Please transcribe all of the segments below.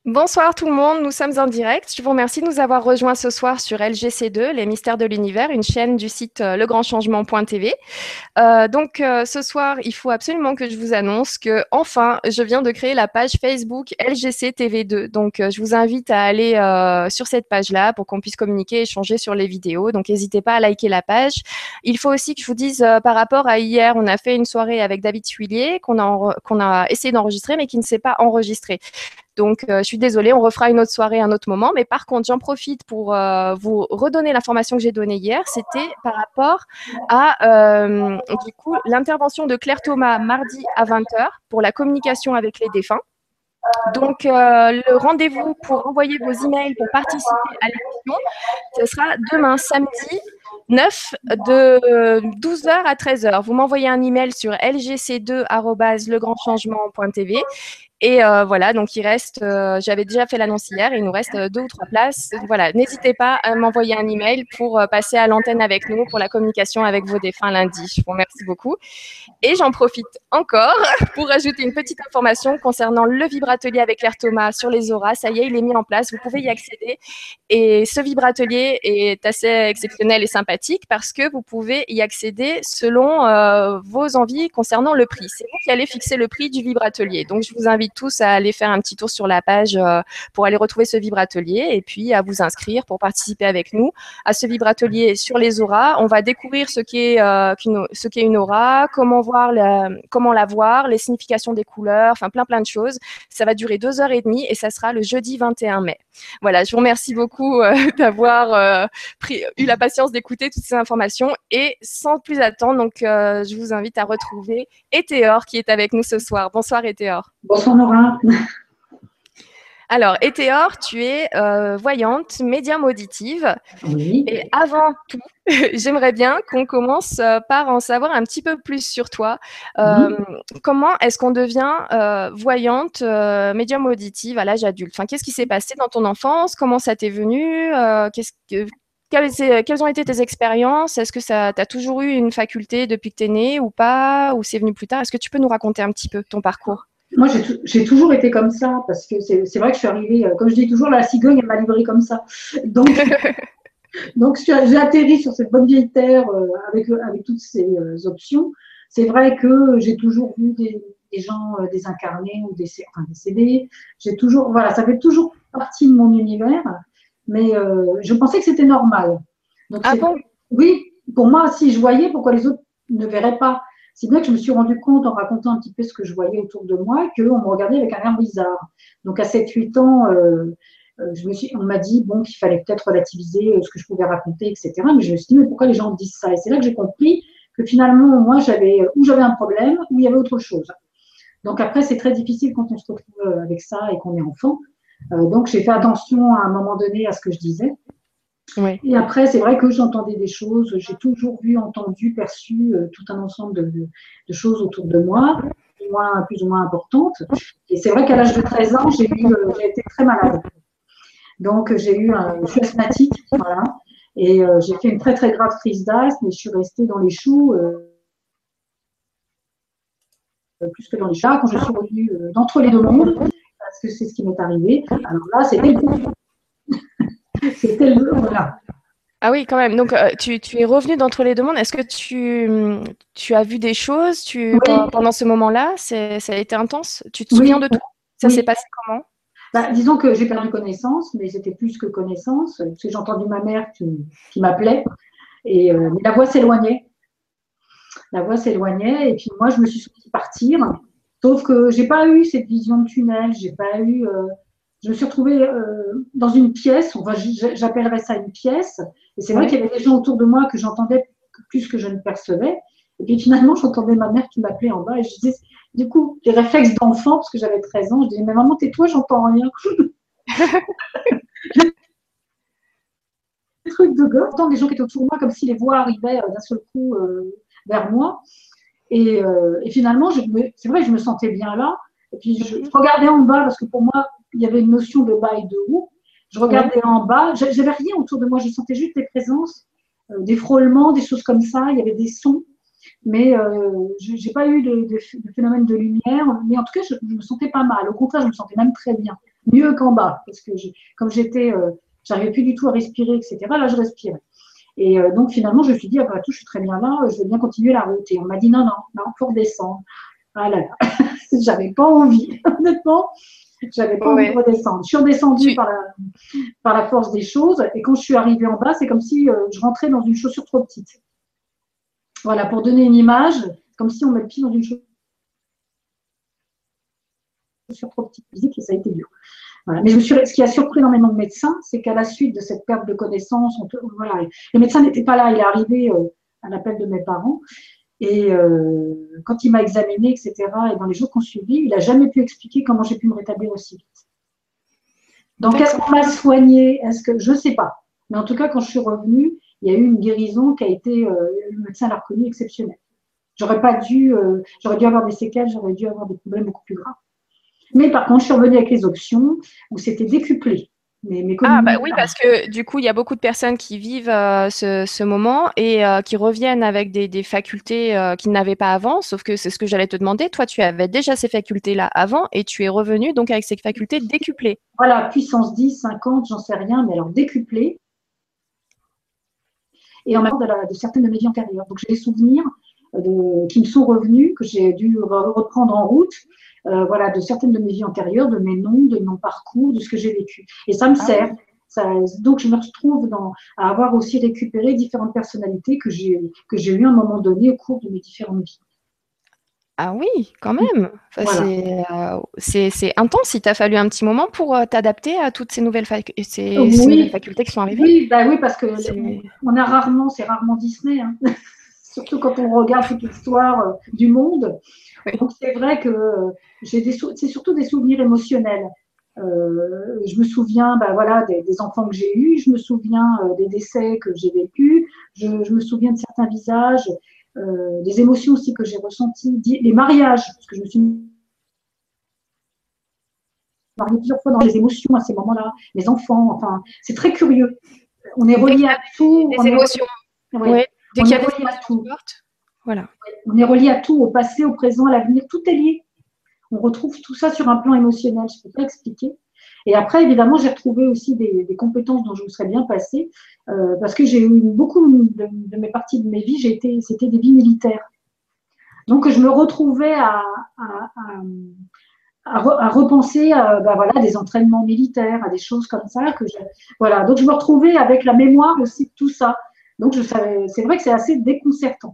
Bonsoir tout le monde, nous sommes en direct. Je vous remercie de nous avoir rejoints ce soir sur LGC2, Les Mystères de l'Univers, une chaîne du site legrandchangement.tv. Ce soir, il faut absolument que je vous annonce que enfin, je viens de créer la page Facebook LGC TV2. Je vous invite à aller sur cette page-là pour qu'on puisse communiquer, échanger sur les vidéos. Donc, n'hésitez pas à liker la page. Il faut aussi que je vous dise par rapport à hier, on a fait une soirée avec David Suillier qu'on a essayé d'enregistrer, mais qui ne s'est pas enregistré. Je suis désolée, on refera une autre soirée à un autre moment. Mais par contre, j'en profite pour vous redonner l'information que j'ai donnée hier. C'était par rapport à l'intervention de Claire Thomas mardi à 20h pour la communication avec les défunts. Le rendez-vous pour envoyer vos emails pour participer à l'émission, ce sera demain, samedi 9 de 12h à 13h. Vous m'envoyez un email sur lgc2@legrandchangement.tv. Voilà, donc il reste, j'avais déjà fait l'annonce hier, il nous reste 2 ou 3 places. Voilà, n'hésitez pas à m'envoyer un email pour passer à l'antenne avec nous pour la communication avec vos défunts lundi. Je vous remercie beaucoup. Et j'en profite encore pour rajouter une petite information concernant le vibratelier avec Claire Thomas sur les auras. Ça y est, il est mis en place, vous pouvez y accéder. Et ce vibratelier est assez exceptionnel et sympathique parce que vous pouvez y accéder selon vos envies concernant le prix. C'est vous qui allez fixer le prix du vibratelier. Donc, je vous invite tous à aller faire un petit tour sur la page pour aller retrouver ce vibratelier et puis à vous inscrire pour participer avec nous à ce vibratelier sur les auras. On va découvrir ce qu'est une aura, comment la voir, les significations des couleurs, enfin plein de choses. Ça va durer 2h30 et ça sera le jeudi 21 mai. Voilà, je vous remercie beaucoup d'avoir eu la patience d'écouter toutes ces informations et sans plus attendre, je vous invite à retrouver Étéor qui est avec nous ce soir. Bonsoir Étéor. Bonsoir Nora. Alors, Étéor, tu es voyante, médium auditive. Oui. Et avant tout, j'aimerais bien qu'on commence par en savoir un petit peu plus sur toi. Comment est-ce qu'on devient voyante, médium auditive à l'âge adulte? Enfin, qu'est-ce qui s'est passé dans ton enfance? Comment ça t'est venu? Quelles ont été tes expériences? Est-ce que tu as toujours eu une faculté depuis que tu es née ou pas? Ou c'est venu plus tard? Est-ce que tu peux nous raconter un petit peu ton parcours? Moi, j'ai toujours été comme ça parce que c'est vrai que je suis arrivée, comme je dis toujours, la cigogne, elle m'a livrée comme ça. Donc j'ai atterri sur cette bonne vieille terre avec toutes ces options. C'est vrai que j'ai toujours vu des gens désincarnés ou décédés. J'ai toujours, voilà, ça fait toujours partie de mon univers, mais je pensais que c'était normal. Donc Ah bon? oui, pour moi, si je voyais, pourquoi les autres ne verraient pas? C'est bien que je me suis rendu compte en racontant un petit peu ce que je voyais autour de moi, qu'on me regardait avec un air bizarre. Donc à 7 8 ans, on m'a dit bon, qu'il fallait peut-être relativiser ce que je pouvais raconter, etc. Mais je me suis dit, mais pourquoi les gens disent ça? Et c'est là que j'ai compris que finalement, moi, j'avais un problème, ou il y avait autre chose. Donc après, c'est très difficile quand on se retrouve avec ça et qu'on est enfant. Donc j'ai fait attention à un moment donné à ce que je disais. Oui. Et après, c'est vrai que j'entendais des choses, j'ai toujours vu, entendu, perçu tout un ensemble de choses autour de moi, plus ou moins importantes. Et c'est vrai qu'à l'âge de 13 ans, j'ai été très malade. Donc, je suis asthmatique, voilà. Et j'ai fait une très, très grave crise d'asthme et je suis restée dans les choux, plus que dans les chats, quand je suis revenue d'entre les deux mondes, parce que c'est ce qui m'est arrivé. Alors là, voilà. Ah oui, quand même. Donc, tu es revenu d'entre les deux mondes. Est-ce que tu as vu des choses Oui, pendant ce moment-là? Ça a été intense? Tu te souviens oui, de tout? Ça s'est oui. passé comment? Bah, disons que j'ai perdu connaissance, mais c'était plus que connaissance, parce que j'ai entendu ma mère qui m'appelait, mais la voix s'éloignait. La voix s'éloignait, et puis moi, je me suis sentie partir, sauf que j'ai pas eu cette vision de tunnel, j'ai pas eu. Je me suis retrouvée dans une pièce, enfin, j'appellerais ça une pièce, et c'est vrai Oui. qu'il y avait des gens autour de moi que j'entendais plus que je ne percevais, et puis finalement, j'entendais ma mère qui m'appelait en bas, et je disais, du coup, les réflexes d'enfant, parce que j'avais 13 ans, je disais, mais maman, tais-toi, j'entends rien. Truc de gosse, tant des gens qui étaient autour de moi, comme si les voix arrivaient d'un seul coup vers moi. Et finalement, c'est vrai que je me sentais bien là. Et puis, je regardais en bas, parce que pour moi, il y avait une notion de bas et de haut. Je Oui. regardais en bas, j'avais rien autour de moi, je sentais juste des présences, des frôlements, des choses comme ça, il y avait des sons, mais je n'ai pas eu de phénomène de lumière, mais en tout cas, je me sentais pas mal. Au contraire, je me sentais même très bien. mieux qu'en bas, parce que comme j'arrivais plus du tout à respirer, etc. Là, je respirais. Et donc finalement, je me suis dit, après tout, je suis très bien là, je vais bien continuer la route. Et on m'a dit, non, non, non, faut redescendre. Ah là là, j'avais pas envie, honnêtement, j'avais pas envie de Ouais. redescendre. Je suis redescendue Tu... par la force des choses, et quand je suis arrivée en bas, c'est comme si je rentrais dans une chaussure trop petite. Voilà, pour donner une image, comme si on met le pied dans une chaussure trop petite physique, et ça a été dur. Voilà. Mais ce qui a surpris énormément de médecins, c'est qu'à la suite de cette perte de connaissance, voilà, le médecin n'était pas là, il est arrivé à l'appel de mes parents. Et quand il m'a examiné, etc., et dans les jours qu'on suivi, il n'a jamais pu expliquer comment j'ai pu me rétablir aussi vite. Donc, est-ce qu'on m'a soignée? Je ne sais pas. Mais en tout cas, quand je suis revenue, il y a eu une guérison qui a été, le médecin l'a reconnue, exceptionnelle. J'aurais dû avoir des séquelles, j'aurais dû avoir des problèmes beaucoup plus graves. Mais par contre, je suis revenue avec les options où c'était décuplé. Ah bah oui, parce que du coup, il y a beaucoup de personnes qui vivent ce moment et qui reviennent avec des facultés qu'ils n'avaient pas avant, sauf que c'est ce que j'allais te demander. Toi, tu avais déjà ces facultés-là avant et tu es revenu donc avec ces facultés décuplées. Voilà, puissance 10, 50, j'en sais rien, mais alors décuplé. Et en même temps de certaines de mes vies antérieures. Donc j'ai des souvenirs qui me sont revenus, que j'ai dû reprendre en route, voilà, de certaines de mes vies antérieures, de mes noms, de mon parcours, de ce que j'ai vécu. Et ça me sert. Donc je me retrouve à avoir aussi récupéré différentes personnalités que j'ai eues à un moment donné au cours de mes différentes vies. Ah oui, quand même. Enfin, Voilà. c'est intense. Il t'a fallu un petit moment pour t'adapter à toutes ces nouvelles, ces nouvelles Oui, facultés qui sont arrivées. oui, bah oui, parce que C'est- c'est rarement Disney, hein. Surtout quand on regarde toute l'histoire du monde. Oui. Donc c'est vrai que c'est surtout des souvenirs émotionnels. Je me souviens voilà, des enfants que j'ai eus, je me souviens des décès que j'ai vécus, je me souviens de certains visages, des émotions aussi que j'ai ressenties, les mariages, parce que je me suis mariée plusieurs fois dans les émotions à ces moments-là, les enfants, enfin, c'est très curieux. On est Dès qu'il relié y à a tout, des émotions, ouais, ouais, dès on qu'il y est a des relié à émotions tout. fortes, voilà. On est relié à tout, au passé, au présent, à l'avenir, tout est lié. On retrouve tout ça sur un plan émotionnel, je ne peux pas expliquer. Et après, évidemment, j'ai retrouvé aussi des compétences dont je me serais bien passée, parce que j'ai eu beaucoup de mes parties de mes vies, c'était des vies militaires. Donc, je me retrouvais à repenser voilà, à des entraînements militaires, à des choses comme ça. Voilà. Donc, je me retrouvais avec la mémoire aussi de tout ça. Donc, c'est vrai que c'est assez déconcertant.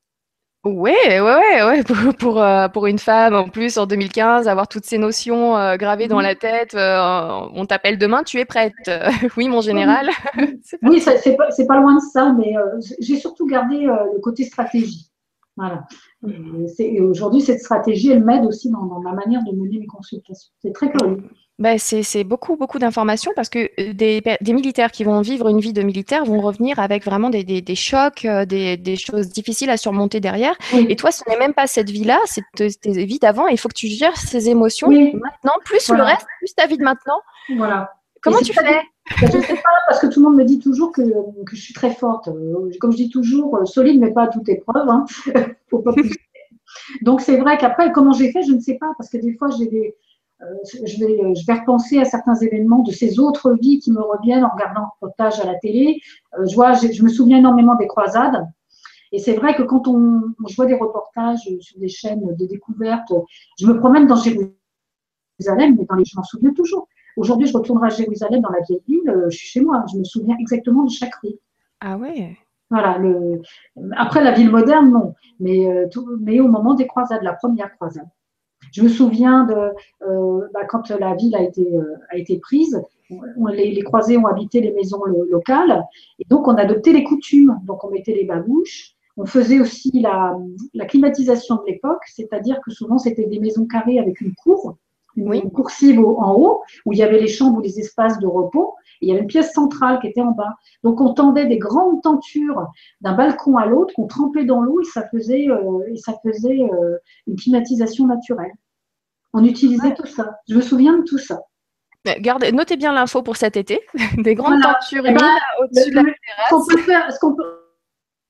Ouais. Pour une femme, en plus, en 2015, avoir toutes ces notions gravées dans la tête, on t'appelle demain, tu es prête. Oui, mon général, c'est Oui, parti. c'est pas loin de ça, mais j'ai surtout gardé le côté stratégie. Voilà. Et aujourd'hui, cette stratégie, elle m'aide aussi dans ma manière de mener mes consultations. C'est très curieux. Ben, c'est beaucoup d'informations parce que des militaires qui vont vivre une vie de militaire vont revenir avec vraiment des chocs, des choses difficiles à surmonter derrière. Et Oui, toi, ce n'est même pas cette vie-là, c'est tes vies d'avant. Il faut que tu gères ces émotions oui, maintenant, plus le voilà, reste, plus ta vie de maintenant. voilà. Et Comment c'est tu très fais? ben, je sais pas, parce que tout le monde me dit toujours que je suis très forte. Comme je dis toujours, solide, mais pas à toute épreuve. Hein. Faut pas pousser. Donc c'est vrai qu'après, comment j'ai fait, je ne sais pas, parce que des fois, je vais repenser à certains événements de ces autres vies qui me reviennent en regardant un reportage à la télé. Je me souviens énormément des croisades. Et c'est vrai que quand je vois des reportages sur des chaînes de découverte, je me promène dans Jérusalem, mais je m'en souviens toujours. Aujourd'hui, je retournerai à Jérusalem dans la vieille ville, je suis chez moi, je me souviens exactement de chaque rue. Ah ouais. Voilà, après la ville moderne, non, mais au moment des croisades, la première croisade. Je me souviens quand la ville a été prise, les croisés ont habité les maisons locales, et donc on adoptait les coutumes. Donc on mettait les babouches, on faisait aussi la climatisation de l'époque, c'est-à-dire que souvent c'était des maisons carrées avec une cour, Oui. une coursive en haut, où il y avait les chambres ou les espaces de repos, et il y avait une pièce centrale qui était en bas. Donc on tendait des grandes tentures d'un balcon à l'autre, qu'on trempait dans l'eau, et ça faisait une climatisation naturelle. On utilisait tout ça. Je me souviens de tout ça. Notez bien l'info pour cet été. Des grandes Voilà. tentures Eh ben, humides au-dessus de la ce qu'on terrasse. peut faire, ce qu'on peut,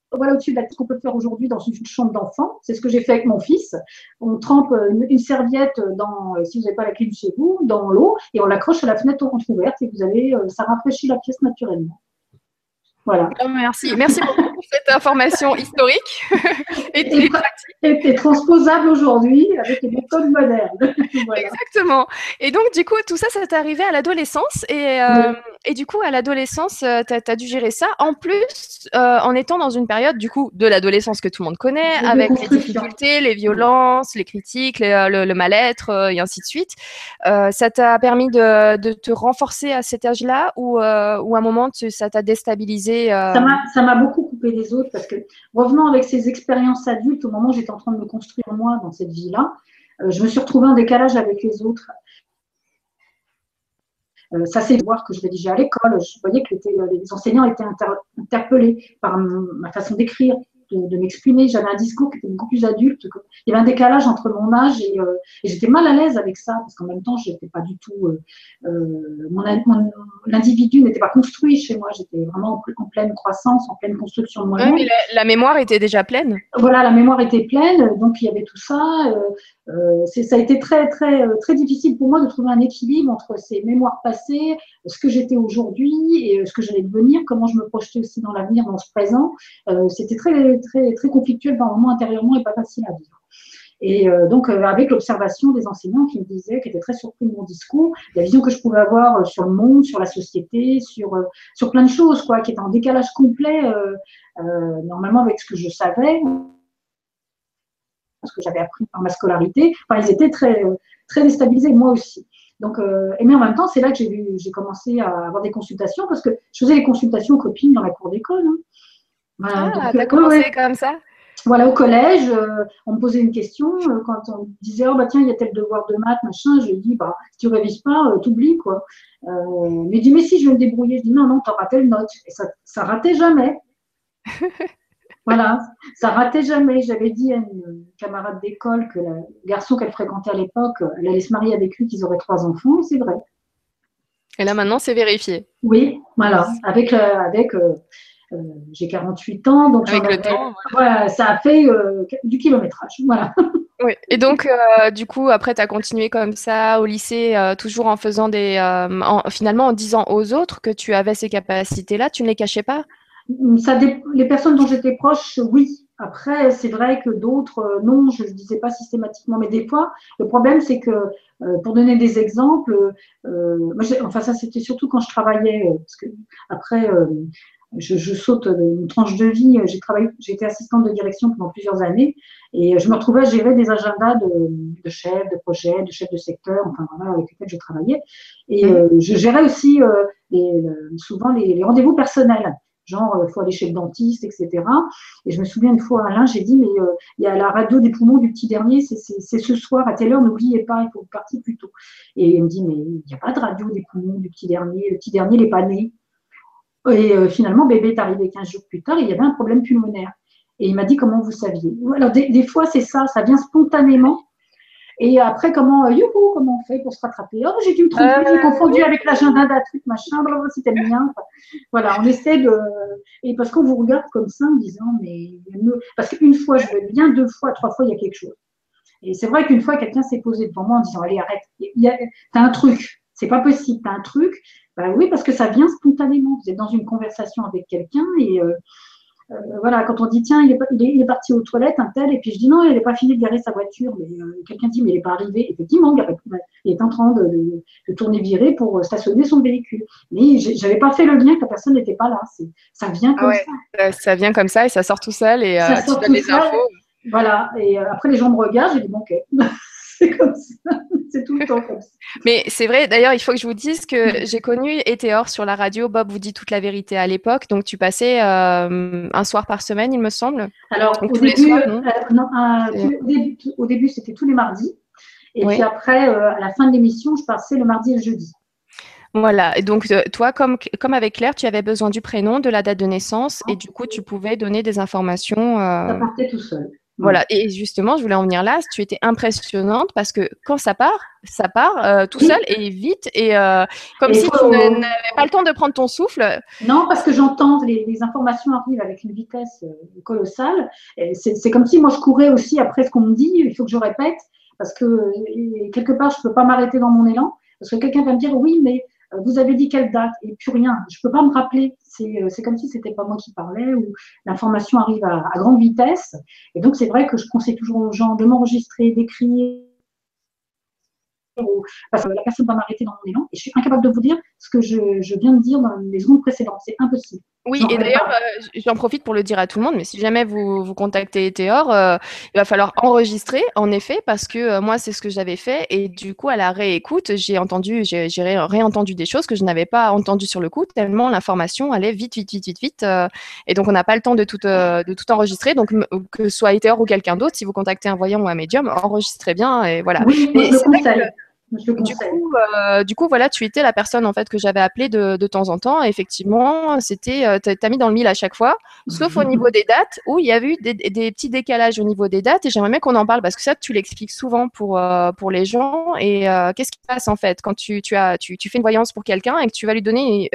voilà au-dessus de ce qu'on peut faire aujourd'hui dans une chambre d'enfant. C'est ce que j'ai fait avec mon fils. On trempe une serviette si vous n'avez pas la clim chez vous, dans l'eau et on l'accroche à la fenêtre ouverte et ça rafraîchit la pièce naturellement. Voilà. Merci. Merci beaucoup pour cette information historique et transposable aujourd'hui avec les méthodes modernes. Voilà. Exactement. Et donc, du coup, tout ça, ça t'est arrivé à l'adolescence. Et du coup, à l'adolescence, tu as dû gérer ça. En plus, en étant dans une période, du coup, de l'adolescence que tout le monde connaît, avec les difficultés, les violences, les critiques, le mal-être, et ainsi de suite. Ça t'a permis de te renforcer à cet âge-là ou à un moment, ça t'a déstabilisé Ça m'a beaucoup coupé des autres parce que revenant avec ces expériences adultes, au moment où j'étais en train de me construire moi dans cette vie-là, je me suis retrouvée en décalage avec les autres. Ça, c'est voir que je rédigeais à l'école. Je voyais que les enseignants étaient interpellés par ma façon d'écrire, de m'exprimer. J'avais un discours qui était beaucoup plus adulte. Il y avait un décalage entre mon âge et j'étais mal à l'aise avec ça parce qu'en même temps, j'étais pas du tout. L'individu n'était pas construit chez moi. J'étais vraiment en pleine croissance, en pleine construction de moi-même. Mais la mémoire était déjà pleine. Voilà, la mémoire était pleine, donc il y avait tout ça. Ça a été très, très, très difficile pour moi de trouver un équilibre entre ces mémoires passées, ce que j'étais aujourd'hui et ce que j'allais devenir, comment je me projetais aussi dans l'avenir, dans ce présent. C'était très, très, très conflictuel par moments intérieurement et pas facile à vivre. Et donc, avec l'observation des enseignants qui me disaient, qui étaient très surpris de mon discours, la vision que je pouvais avoir sur le monde, sur la société, sur plein de choses, quoi, qui étaient en décalage complet, normalement, avec ce que je savais, ce que j'avais appris par ma scolarité. Enfin, ils étaient très, très déstabilisés, moi aussi. Donc, mais en même temps, c'est là que j'ai commencé à avoir des consultations, parce que je faisais les consultations aux copines dans la cour d'école. Hein. Voilà, t'as commencé comme ça? Voilà, au collège, on me posait une question, quand on me disait, oh bah tiens, il y a tel devoir de maths, machin, je dis, bah, si tu révises pas, t'oublies, quoi. Mais il dit, mais si, je vais me débrouiller. Je dis, non, t'auras telle note. Et ça ratait jamais. Voilà, ça ratait jamais. J'avais dit à une camarade d'école que le garçon qu'elle fréquentait à l'époque, elle allait se marier avec lui, qu'ils auraient 3 enfants, c'est vrai. Et là, maintenant, c'est vérifié. Oui, voilà, j'ai 48 ans, donc avec le temps, voilà, ça a fait du kilométrage. Voilà. Oui. Et donc, du coup, après, tu as continué comme ça au lycée, toujours en faisant finalement en disant aux autres que tu avais ces capacités-là, tu ne les cachais pas? Les personnes dont j'étais proche, oui. Après, c'est vrai que d'autres, non, je ne disais pas systématiquement. Mais des fois, le problème, c'est que, pour donner des exemples, enfin, ça, c'était surtout quand je travaillais, parce que après, je saute une tranche de vie. J'ai été assistante de direction pendant plusieurs années et je me retrouvais à gérer des agendas de chefs de projet, de chefs de secteur, enfin voilà, avec lesquels je travaillais. Et je gérais aussi souvent les rendez-vous personnels. Genre, il faut aller chez le dentiste, etc. Et je me souviens une fois, Alain, j'ai dit, mais il y a la radio des poumons du petit dernier, c'est ce soir à telle heure, n'oubliez pas, il faut partir plus tôt. Et il me dit, mais il n'y a pas de radio des poumons du petit dernier, le petit dernier, il n'est pas né. Et finalement, bébé est arrivé 15 jours plus tard, et il y avait un problème pulmonaire. Et il m'a dit, comment vous saviez? Alors, des fois, c'est ça vient spontanément. Et après, comment on fait pour se rattraper? Oh, j'ai dû me tromper, j'ai confondu avec l'agenda d'un truc, machin, c'était le mien. Voilà, on essaie de. Et parce qu'on vous regarde comme ça en disant, mais. Parce qu'une fois, je vais bien, 2 fois, 3 fois, il y a quelque chose. Et c'est vrai qu'une fois, quelqu'un s'est posé devant moi en disant, allez, arrête, t'as un truc, c'est pas possible, t'as un truc. Ben oui, parce que ça vient spontanément. Vous êtes dans une conversation avec quelqu'un et voilà, quand on dit tiens, il est parti aux toilettes, un tel, et puis je dis non, il n'est pas fini de garer sa voiture, mais quelqu'un dit mais il n'est pas arrivé. Effectivement, il est en train de tourner viré pour stationner son véhicule. Mais je n'avais pas fait le lien que la personne n'était pas là. Ça vient comme ça. Ça vient comme ça et ça sort tout seul et tu donnes les infos. Voilà, et après les gens me regardent, j'ai dit bon, ok. C'est comme ça, c'est tout le temps comme ça. Mais c'est vrai, d'ailleurs, il faut que je vous dise que j'ai connu Etéor sur la radio. Bob vous dit toute la vérité à l'époque. Donc, tu passais un soir par semaine, il me semble. Alors, donc, au début, c'était tous les mardis. Et puis après, à la fin de l'émission, je passais le mardi et le jeudi. Voilà. Et donc, toi, comme avec Claire, tu avais besoin du prénom, de la date de naissance. Et du coup, tu pouvais donner des informations. Ça partait tout seul. Voilà, et justement, je voulais en venir là. Tu étais impressionnante parce que quand ça part tout seul et vite, et comme Et si tu n'avais pas le temps de prendre ton souffle. non, parce que j'entends, les informations arrivent avec une vitesse colossale. C'est comme si moi je courais aussi après ce qu'on me dit, il faut que je répète, parce que quelque part je ne peux pas m'arrêter dans mon élan, parce que quelqu'un va me dire oui, mais vous avez dit quelle date, et plus rien, je ne peux pas me rappeler. C'est comme si ce n'était pas moi qui parlais, ou l'information arrive à grande vitesse. Et donc c'est vrai que je conseille toujours aux gens de m'enregistrer, d'écrire, parce que la personne va m'arrêter dans mon élan et je suis incapable de vous dire ce que je viens de dire dans les secondes précédentes. C'est impossible. Oui, et d'ailleurs, j'en profite pour le dire à tout le monde, mais si jamais vous contactez Théor, il va falloir enregistrer, en effet, parce que moi, c'est ce que j'avais fait. Et du coup, à la réécoute, j'ai réentendu des choses que je n'avais pas entendues sur le coup, tellement l'information allait vite, vite, vite, vite, vite. Et donc, on n'a pas le temps de tout enregistrer. Donc, que ce soit Théor ou quelqu'un d'autre, si vous contactez un voyant ou un médium, enregistrez bien. Et voilà. Oui, moi, je le conseille. Du coup, voilà, tu étais la personne en fait que j'avais appelée de temps en temps. Effectivement, c'était, t'as mis dans le mille à chaque fois, sauf au niveau des dates où il y a eu des petits décalages au niveau des dates. Et j'aimerais bien qu'on en parle parce que ça, tu l'expliques souvent pour les gens. Et qu'est-ce qui se passe en fait quand tu fais une voyance pour quelqu'un et que tu vas lui donner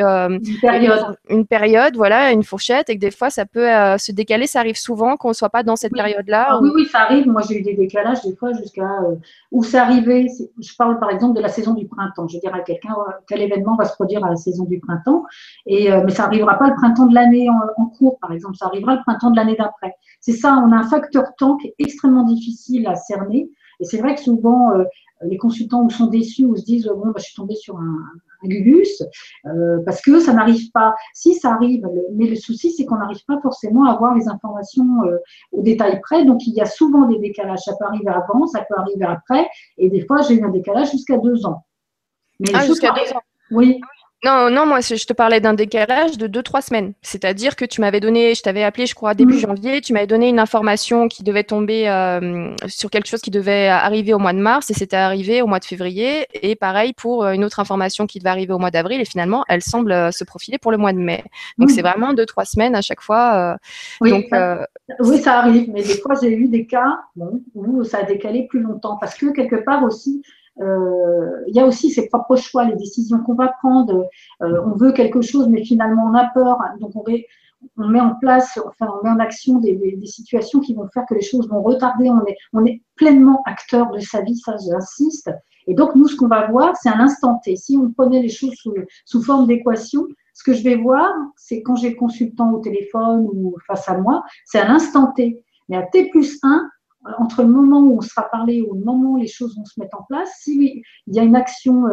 une période, voilà, une fourchette, et que des fois ça peut se décaler. Ça arrive souvent qu'on ne soit pas dans cette période-là. Ah, oui, ça arrive. Moi, j'ai eu des décalages des fois jusqu'à où c'est arrivé. Je parle par exemple de la saison du printemps. Je dirais à quelqu'un quel événement va se produire à la saison du printemps. Mais ça n'arrivera pas le printemps de l'année en cours, par exemple. Ça arrivera le printemps de l'année d'après. C'est ça, on a un facteur temps qui est extrêmement difficile à cerner. Et c'est vrai que souvent, les consultants sont déçus ou se disent bon, bah, je suis tombée sur un gugus, parce que ça n'arrive pas. Si ça arrive, mais le souci, c'est qu'on n'arrive pas forcément à avoir les informations au détail près. Donc, il y a souvent des décalages. Ça peut arriver avant, ça peut arriver après. Et des fois, j'ai eu un décalage jusqu'à 2 ans. Mais jusqu'à 2 ans. Oui. Non, non, moi, je te parlais d'un décalage de 2-3 semaines. C'est-à-dire que tu m'avais donné, je t'avais appelé, je crois, début janvier, tu m'avais donné une information qui devait tomber sur quelque chose qui devait arriver au mois de mars, et c'était arrivé au mois de février. Et pareil pour une autre information qui devait arriver au mois d'avril, et finalement, elle semble se profiler pour le mois de mai. Donc, c'est vraiment 2-3 semaines à chaque fois. Oui, oui, ça arrive, mais des fois, j'ai eu des cas où ça a décalé plus longtemps, parce que quelque part aussi, il y a aussi ses propres choix, les décisions qu'on va prendre. On veut quelque chose, mais finalement on a peur. Donc on met en place, enfin on met en action des situations qui vont faire que les choses vont retarder. On est pleinement acteur de sa vie, ça j'insiste. Et donc nous, ce qu'on va voir, c'est à l'instant T. Si on prenait les choses sous forme d'équation, ce que je vais voir, c'est quand j'ai le consultant au téléphone ou face à moi, c'est à l'instant T. Mais à T+1, entre le moment où on sera parlé ou le moment où les choses vont se mettre en place, s'il y a une action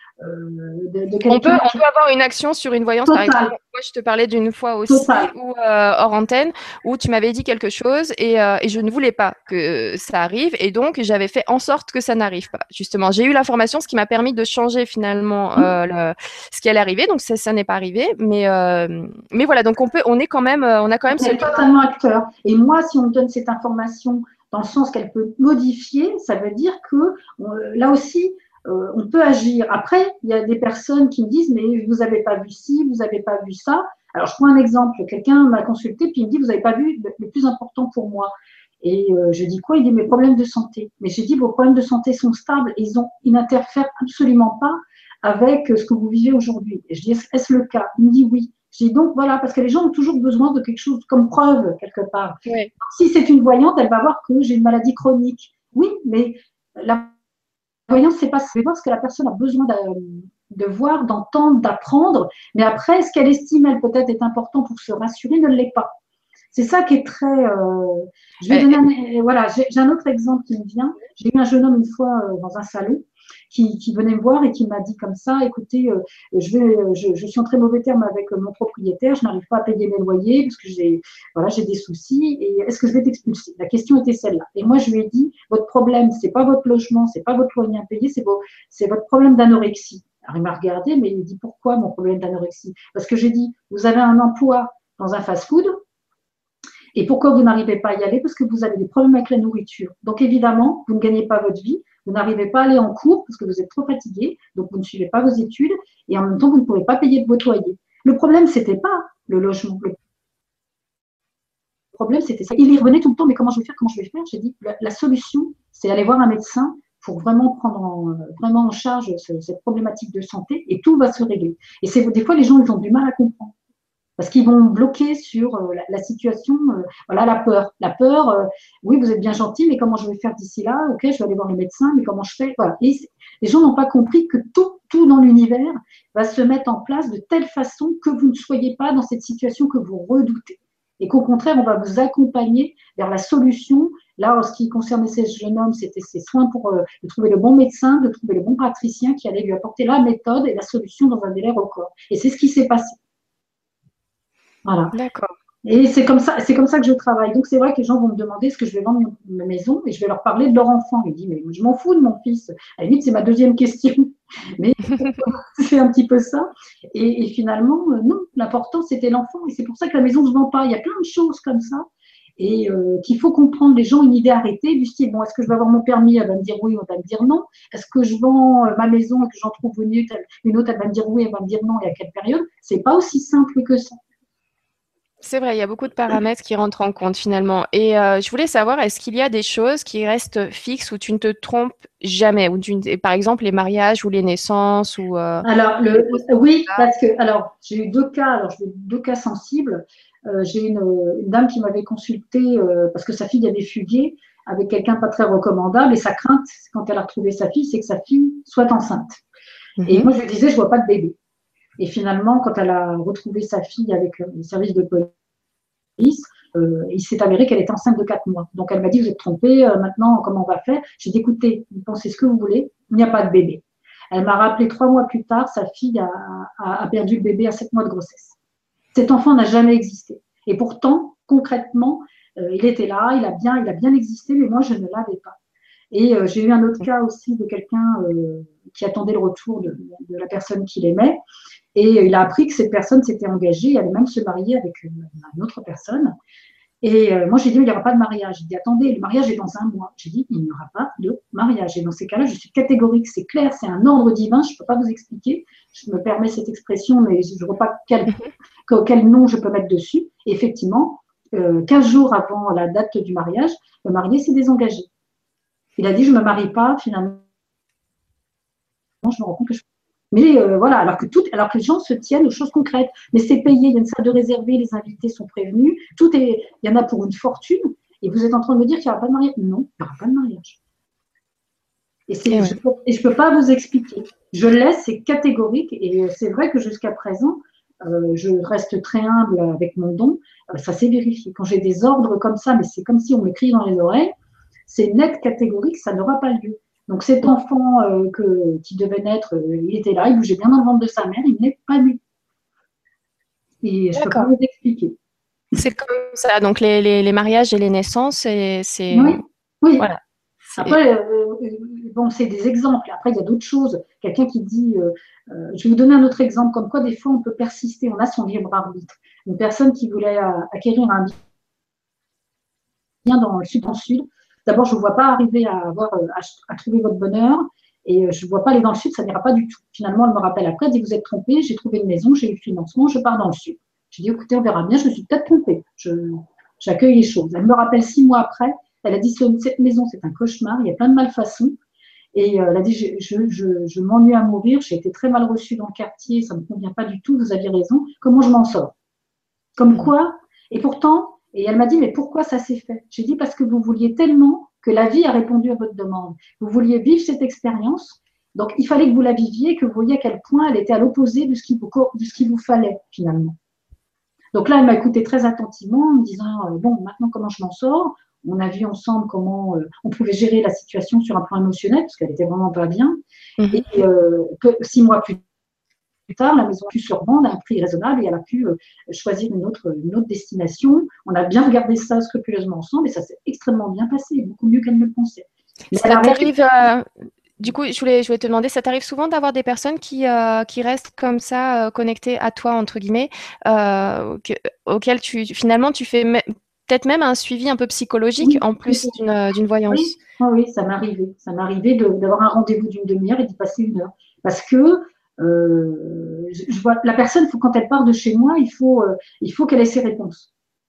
de quelqu'un… On peut avoir une action sur une voyance, par exemple. Moi, je te parlais d'une fois aussi, ou hors antenne, où tu m'avais dit quelque chose et je ne voulais pas que ça arrive. Et donc, j'avais fait en sorte que ça n'arrive pas. Justement, j'ai eu l'information, ce qui m'a permis de changer finalement ce qui allait arriver. Donc, ça n'est pas arrivé. Mais voilà, donc on est quand même, on a quand même… On est totalement acteur. Et moi, si on me donne cette information dans le sens qu'elle peut modifier, ça veut dire que là aussi, on peut agir. Après, il y a des personnes qui me disent, mais vous n'avez pas vu ci, vous n'avez pas vu ça. Alors, je prends un exemple. Quelqu'un m'a consulté, puis il me dit, vous n'avez pas vu le plus important pour moi. Et je dis quoi? Il dit, mes problèmes de santé. Mais j'ai dit, vos problèmes de santé sont stables et ils n'interfèrent absolument pas avec ce que vous vivez aujourd'hui. Et je dis, est-ce le cas? Il me dit oui. Je dis donc voilà, parce que les gens ont toujours besoin de quelque chose comme preuve quelque part. Oui. Si c'est une voyante, elle va voir que j'ai une maladie chronique. Oui, mais la voyance, c'est pas ça. Je vais voir ce que la personne a besoin de voir, d'entendre, d'apprendre. Mais après, ce qu'elle estime, elle peut-être est important pour se rassurer, ne l'est pas. C'est ça qui est très… Je vais donner voilà, j'ai un autre exemple qui me vient. J'ai eu un jeune homme une fois dans un salon qui venait me voir et qui m'a dit comme ça, écoutez, je suis en très mauvais terme avec mon propriétaire, je n'arrive pas à payer mes loyers parce que j'ai des soucis et est-ce que je vais t'expulser? La question était celle-là. Et moi, je lui ai dit, votre problème, c'est pas votre logement, c'est pas votre loyer impayé, c'est votre problème d'anorexie. Alors, il m'a regardé, mais il me dit, pourquoi mon problème d'anorexie? Parce que j'ai dit, vous avez un emploi dans un fast-food, et pourquoi vous n'arrivez pas à y aller? Parce que vous avez des problèmes avec la nourriture. Donc évidemment, vous ne gagnez pas votre vie, vous n'arrivez pas à aller en cours parce que vous êtes trop fatigué, donc vous ne suivez pas vos études, et en même temps, vous ne pouvez pas payer votre loyer. Le problème, ce n'était pas le logement. Le problème, c'était ça. Il y revenait tout le temps, mais comment je vais faire, comment je vais faire? J'ai dit, la solution, c'est aller voir un médecin pour vraiment prendre vraiment en charge cette problématique de santé et tout va se régler. Et c'est des fois, les gens, ils ont du mal à comprendre. Parce qu'ils vont bloquer sur la situation, voilà, la peur. La peur, oui, vous êtes bien gentil, mais comment je vais faire d'ici là? Ok, je vais aller voir le médecin, mais comment je fais? Voilà. Et les gens n'ont pas compris que tout dans l'univers va se mettre en place de telle façon que vous ne soyez pas dans cette situation que vous redoutez. Et qu'au contraire, on va vous accompagner vers la solution. Là, en ce qui concernait ce jeune homme, c'était ses soins pour de trouver le bon médecin, de trouver le bon praticien qui allait lui apporter la méthode et la solution dans un délai record. Et c'est ce qui s'est passé. Voilà. D'accord. Et c'est comme ça que je travaille. Donc c'est vrai que les gens vont me demander est-ce que je vais vendre ma maison et je vais leur parler de leur enfant. Ils disent mais je m'en fous de mon fils. À la limite, c'est ma deuxième question. Mais c'est un petit peu ça. Et finalement, non, l'important c'était l'enfant. Et c'est pour ça que la maison ne se vend pas. Il y a plein de choses comme ça. Et qu'il faut comprendre les gens une idée arrêtée du style bon, est-ce que je vais avoir mon permis? Elle va me dire oui, on va me dire non. Est-ce que je vends ma maison et que j'en trouve une autre, elle va me dire oui, elle va me dire non, et à quelle période? C'est pas aussi simple que ça. C'est vrai, il y a beaucoup de paramètres qui rentrent en compte finalement. Et je voulais savoir, est-ce qu'il y a des choses qui restent fixes où tu ne te trompes jamais, par exemple les mariages ou les naissances ou Alors, les grosses oui, dates. parce que alors j'ai eu deux cas, j'ai eu deux cas sensibles. J'ai une dame qui m'avait consultée parce que sa fille avait fugué avec quelqu'un pas très recommandable et sa crainte, quand elle a retrouvé sa fille, c'est que sa fille soit enceinte. Et Mhm. moi, je lui disais, je vois pas de bébé. Et finalement, quand elle a retrouvé sa fille avec les services de police, il s'est avéré qu'elle était enceinte de 4 mois. Donc elle m'a dit, vous êtes trompée, maintenant, comment on va faire? J'ai dit, écoutez, vous pensez ce que vous voulez, il n'y a pas de bébé. Elle m'a rappelé 3 mois plus tard, sa fille a perdu le bébé à 7 mois de grossesse. Cet enfant n'a jamais existé. Et pourtant, concrètement, il était là, il a bien existé, mais moi, je ne l'avais pas. Et j'ai eu un autre cas aussi de quelqu'un qui attendait le retour de la personne qu'il aimait. Et il a appris que cette personne s'était engagée, elle allait même se marier avec une autre personne. Et moi, j'ai dit, il n'y aura pas de mariage. Il dit, attendez, le mariage est dans un mois. J'ai dit, il n'y aura pas de mariage. Et dans ces cas-là, je suis catégorique, c'est clair, c'est un ordre divin, je ne peux pas vous expliquer. Je me permets cette expression, mais je ne vois pas quel nom je peux mettre dessus. Et effectivement, 15 jours avant la date du mariage, le marié s'est désengagé. Il a dit, je ne me marie pas, finalement, je me rends compte que je. Mais voilà, alors que les gens se tiennent aux choses concrètes. Mais c'est payé, il y a une salle de réservée, les invités sont prévenus, il y en a pour une fortune. Et vous êtes en train de me dire qu'il n'y aura pas de mariage? Non, il n'y aura pas de mariage. Et Eh je ouais. ne peux pas vous expliquer. Je le laisse, c'est catégorique. Et c'est vrai que jusqu'à présent, je reste très humble avec mon don. Ça s'est vérifié. Quand j'ai des ordres comme ça, mais c'est comme si on me crie dans les oreilles, c'est net, catégorique, ça n'aura pas lieu. Donc cet enfant qui devait naître, il était là, il bougeait bien dans le ventre de sa mère, il n'est pas né. Et je ne peux pas D'accord. vous expliquer. C'est comme ça. Donc les mariages et les naissances, Oui, oui. voilà. C'est Après, bon, c'est des exemples. Après, il y a d'autres choses. Quelqu'un qui dit, je vais vous donner un autre exemple, comme quoi des fois on peut persister, on a son libre arbitre. Une personne qui voulait acquérir un bien dans le sud. D'abord, je ne vois pas arriver à trouver votre bonheur et je ne vois pas aller dans le sud, ça n'ira pas du tout. Finalement, elle me rappelle après, elle dit, vous êtes trompée, j'ai trouvé une maison, j'ai eu le financement, je pars dans le sud. J'ai dit, écoutez, on verra bien, je me suis peut-être trompée. J'accueille les choses. Elle me rappelle 6 mois après, elle a dit, cette maison, c'est un cauchemar, il y a plein de malfaçons. Et elle a dit, je m'ennuie à mourir, j'ai été très mal reçue dans le quartier, ça ne me convient pas du tout, vous aviez raison, comment je m'en sors? Comme quoi, et pourtant, et elle m'a dit, mais pourquoi ça s'est fait? J'ai dit, parce que vous vouliez tellement que la vie a répondu à votre demande. Vous vouliez vivre cette expérience, donc il fallait que vous la viviez, que vous voyiez à quel point elle était à l'opposé de ce qu'il vous fallait, finalement. Donc là, elle m'a écouté très attentivement en me disant, bon, maintenant, comment je m'en sors? On a vu ensemble comment on pouvait gérer la situation sur un plan émotionnel, parce qu'elle était vraiment pas bien. Et Mhm. 6 mois plus tard, la maison a pu se revendre à un prix raisonnable et elle a pu choisir une autre destination. On a bien regardé ça scrupuleusement ensemble et ça s'est extrêmement bien passé, beaucoup mieux qu'elle ne le pensait. Mais elle Ça a arrêté. t'arrive, du coup, je voulais te demander, ça t'arrive souvent d'avoir des personnes qui restent comme ça, connectées à toi, entre guillemets, auxquelles finalement, tu fais peut-être même un suivi un peu psychologique Oui, en plus d'une oui, voyance. oui, ça m'arrivait. Ça m'arrivait d'avoir un rendez-vous d'une demi-heure et d'y passer 1 heure. Parce que je vois la personne, quand elle part de chez moi, il faut qu'elle ait ses réponses.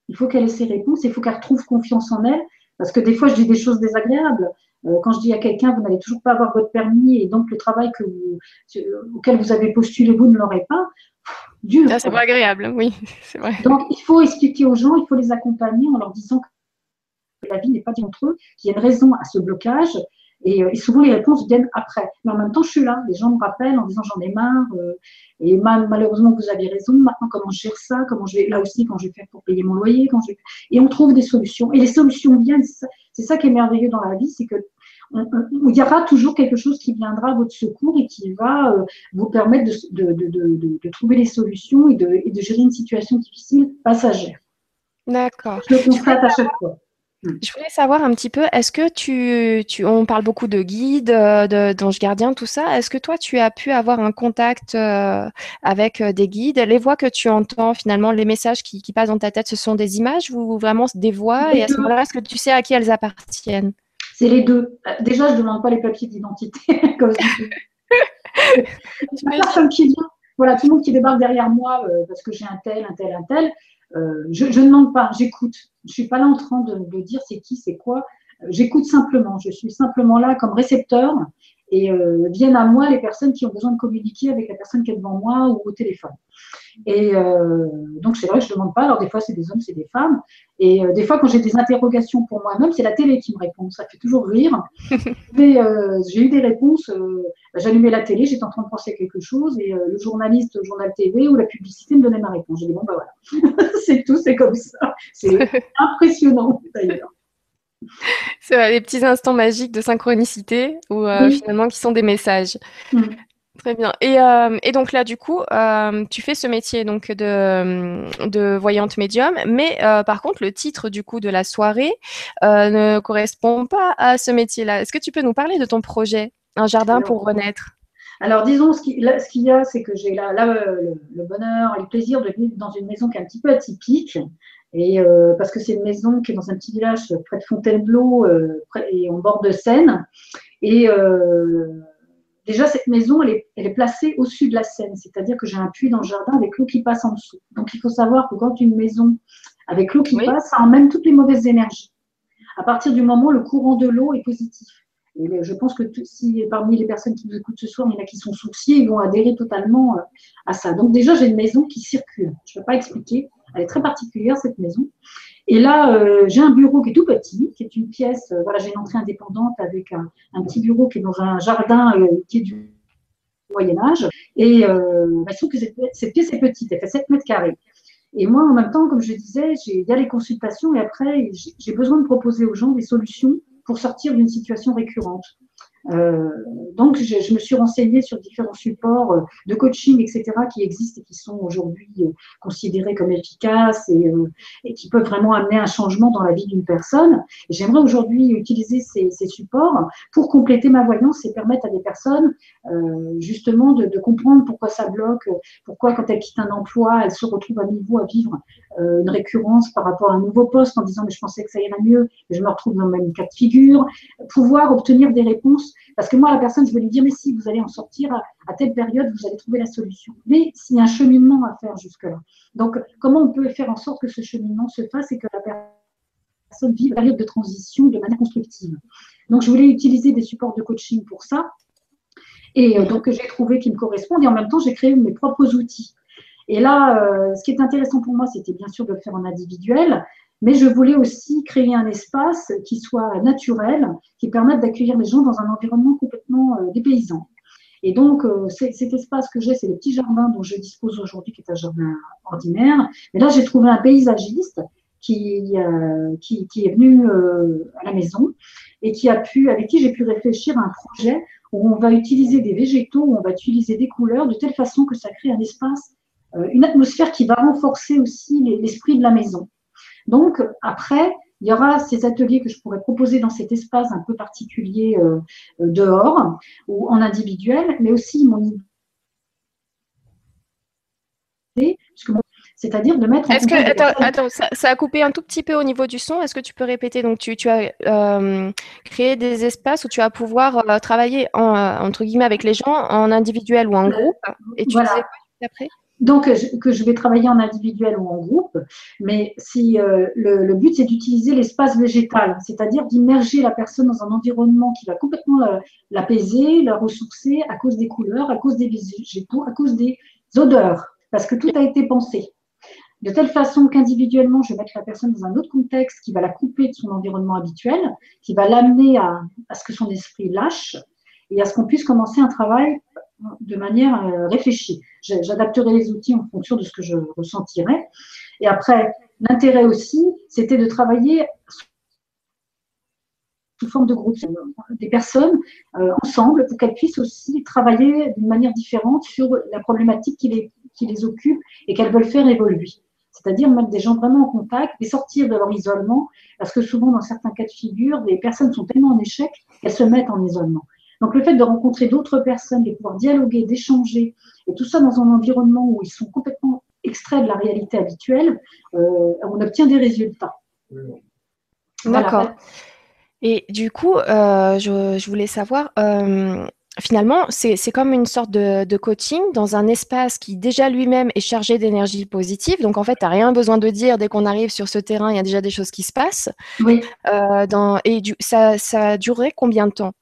Il faut qu'elle ait ses réponses, il faut qu'elle retrouve confiance en elle, parce que des fois, je dis des choses désagréables. Quand je dis à quelqu'un, vous n'allez toujours pas avoir votre permis, et donc le travail auquel vous avez postulé, vous ne l'aurez pas, dur, Ah, c'est quoi. pas agréable, oui, c'est vrai. Donc, il faut expliquer aux gens, il faut les accompagner en leur disant que la vie n'est pas dit entre eux, qu'il y a une raison à ce blocage. Et souvent, les réponses viennent après. Mais en même temps, je suis là. Les gens me rappellent en disant j'en ai marre. Et malheureusement, vous avez raison. Maintenant, comment je gère ça? Comment je vais là aussi quand je vais faire pour payer mon loyer? Et on trouve des solutions. Et les solutions viennent. C'est ça qui est merveilleux dans la vie, c'est que il y aura toujours quelque chose qui viendra à votre secours et qui va vous permettre de trouver les solutions et de gérer une situation difficile passagère. D'accord. Je le constate à chaque fois. Je voulais savoir un petit peu, est-ce que on parle beaucoup de guides, d'anges gardiens, tout ça. Est-ce que toi, tu as pu avoir un contact avec des guides? Les voix que tu entends, finalement, les messages qui passent dans ta tête, ce sont des images ou vraiment des voix? Et Les à ce deux. moment-là, est-ce que tu sais à qui elles appartiennent? C'est les deux. Déjà, je ne demande pas les papiers d'identité, comme je dis. La personne qui vient, voilà, tout le monde qui débarque derrière moi parce que j'ai un tel, un tel, un tel, je ne demande pas, j'écoute. Je ne suis pas là en train de dire c'est qui, c'est quoi. J'écoute simplement. Je suis simplement là comme récepteur et viennent à moi les personnes qui ont besoin de communiquer avec la personne qui est devant moi ou au téléphone. Et donc, c'est vrai que je ne demande pas. Alors, des fois, c'est des hommes, c'est des femmes. Et des fois, quand j'ai des interrogations pour moi-même, c'est la télé qui me répond. Ça fait toujours rire. Mais j'ai eu des réponses. J'allumais la télé, j'étais en train de penser à quelque chose. Et le journaliste, le journal TV ou la publicité me donnait ma réponse. J'ai dit, bon, ben voilà. C'est tout, c'est comme ça. C'est impressionnant, d'ailleurs. C'est vrai, les petits instants magiques de synchronicité ou Oui. finalement qui sont des messages. Mm. Très bien. Et donc là, du coup, tu fais ce métier donc de voyante médium, mais par contre, le titre du coup de la soirée ne correspond pas à ce métier-là. Est-ce que tu peux nous parler de ton projet, Un jardin Alors, pour renaître? Alors, disons, ce qu'il y a, c'est que j'ai là le bonheur et le plaisir de vivre dans une maison qui est un petit peu atypique. Et parce que c'est une maison qui est dans un petit village près de Fontainebleau et en bord de Seine. Et déjà, cette maison, elle est placée au-dessus de la Seine. C'est-à-dire que j'ai un puits dans le jardin avec l'eau qui passe en dessous. Donc, il faut savoir que quand une maison avec l'eau qui Oui. passe, ça emmène toutes les mauvaises énergies. À partir du moment où le courant de l'eau est positif. Et je pense que si parmi les personnes qui nous écoutent ce soir, il y en a qui sont souciés, ils vont adhérer totalement à ça. Donc déjà, j'ai une maison qui circule. Je ne vais pas expliquer. Elle est très particulière, cette maison. Et là, j'ai un bureau qui est tout petit, qui est une pièce. Voilà, j'ai une entrée indépendante avec un petit bureau qui est dans un jardin qui est du Moyen-Âge. Et je trouve que cette pièce est petite. Elle fait 7 mètres carrés. Et moi, en même temps, comme je disais, il y a les consultations et après, j'ai besoin de proposer aux gens des solutions pour sortir d'une situation récurrente. Euh, donc, je me suis renseignée sur différents supports de coaching, etc., qui existent et qui sont aujourd'hui considérés comme efficaces et qui peuvent vraiment amener un changement dans la vie d'une personne. Et j'aimerais aujourd'hui utiliser ces supports pour compléter ma voyance et permettre à des personnes justement de comprendre pourquoi ça bloque, pourquoi quand elles quittent un emploi, elles se retrouvent à nouveau à vivre une récurrence par rapport à un nouveau poste en disant mais je pensais que ça irait mieux, mais je me retrouve dans le même cas de figure, pouvoir obtenir des réponses. Parce que moi, la personne, je vais lui dire, mais si, vous allez en sortir à telle période, vous allez trouver la solution. Mais s'il y a un cheminement à faire jusque-là. Donc, comment on peut faire en sorte que ce cheminement se fasse et que la personne vive une période de transition de manière constructive. Donc, je voulais utiliser des supports de coaching pour ça. Et donc, j'ai trouvé qu'ils me correspondent. Et en même temps, j'ai créé mes propres outils. Et là, ce qui est intéressant pour moi, c'était bien sûr de le faire en individuel, mais je voulais aussi créer un espace qui soit naturel, qui permette d'accueillir les gens dans un environnement complètement dépaysant. Et donc, cet espace que j'ai, c'est le petit jardin dont je dispose aujourd'hui, qui est un jardin ordinaire. Mais là, j'ai trouvé un paysagiste qui est venu à la maison et avec qui j'ai pu réfléchir à un projet où on va utiliser des végétaux, où on va utiliser des couleurs de telle façon que ça crée un espace, une atmosphère qui va renforcer aussi l'esprit de la maison. Donc, après, il y aura ces ateliers que je pourrais proposer dans cet espace un peu particulier dehors ou en individuel, mais aussi mon idée, c'est-à-dire de mettre en Est-ce que, contact des personnes. attends, ça a coupé un tout petit peu au niveau du son. Est-ce que tu peux répéter? Donc, tu as créé des espaces où tu vas pouvoir travailler entre guillemets avec les gens en individuel ou en groupe. Et tu disais Voilà. quoi après? Donc, que je vais travailler en individuel ou en groupe, mais si le but c'est d'utiliser l'espace végétal, c'est-à-dire d'immerger la personne dans un environnement qui va complètement l'apaiser, la ressourcer à cause des couleurs, à cause des végétaux, à cause des odeurs, parce que tout a été pensé. De telle façon qu'individuellement, je vais mettre la personne dans un autre contexte qui va la couper de son environnement habituel, qui va l'amener à ce que son esprit lâche et à ce qu'on puisse commencer un travail de manière réfléchie. J'adapterai les outils en fonction de ce que je ressentirai. Et après, l'intérêt aussi, c'était de travailler sous forme de groupe, des personnes ensemble pour qu'elles puissent aussi travailler d'une manière différente sur la problématique qui les occupe et qu'elles veulent faire évoluer. C'est-à-dire mettre des gens vraiment en contact et sortir de leur isolement, parce que souvent, dans certains cas de figure, des personnes sont tellement en échec qu'elles se mettent en isolement. Donc, le fait de rencontrer d'autres personnes, de pouvoir dialoguer, d'échanger, et tout ça dans un environnement où ils sont complètement extraits de la réalité habituelle, on obtient des résultats. D'accord. Voilà. Et du coup, je voulais savoir, finalement, c'est comme une sorte de coaching dans un espace qui déjà lui-même est chargé d'énergie positive. Donc, en fait, tu n'as rien besoin de dire. Dès qu'on arrive sur ce terrain, il y a déjà des choses qui se passent. Oui. Ça durerait combien de temps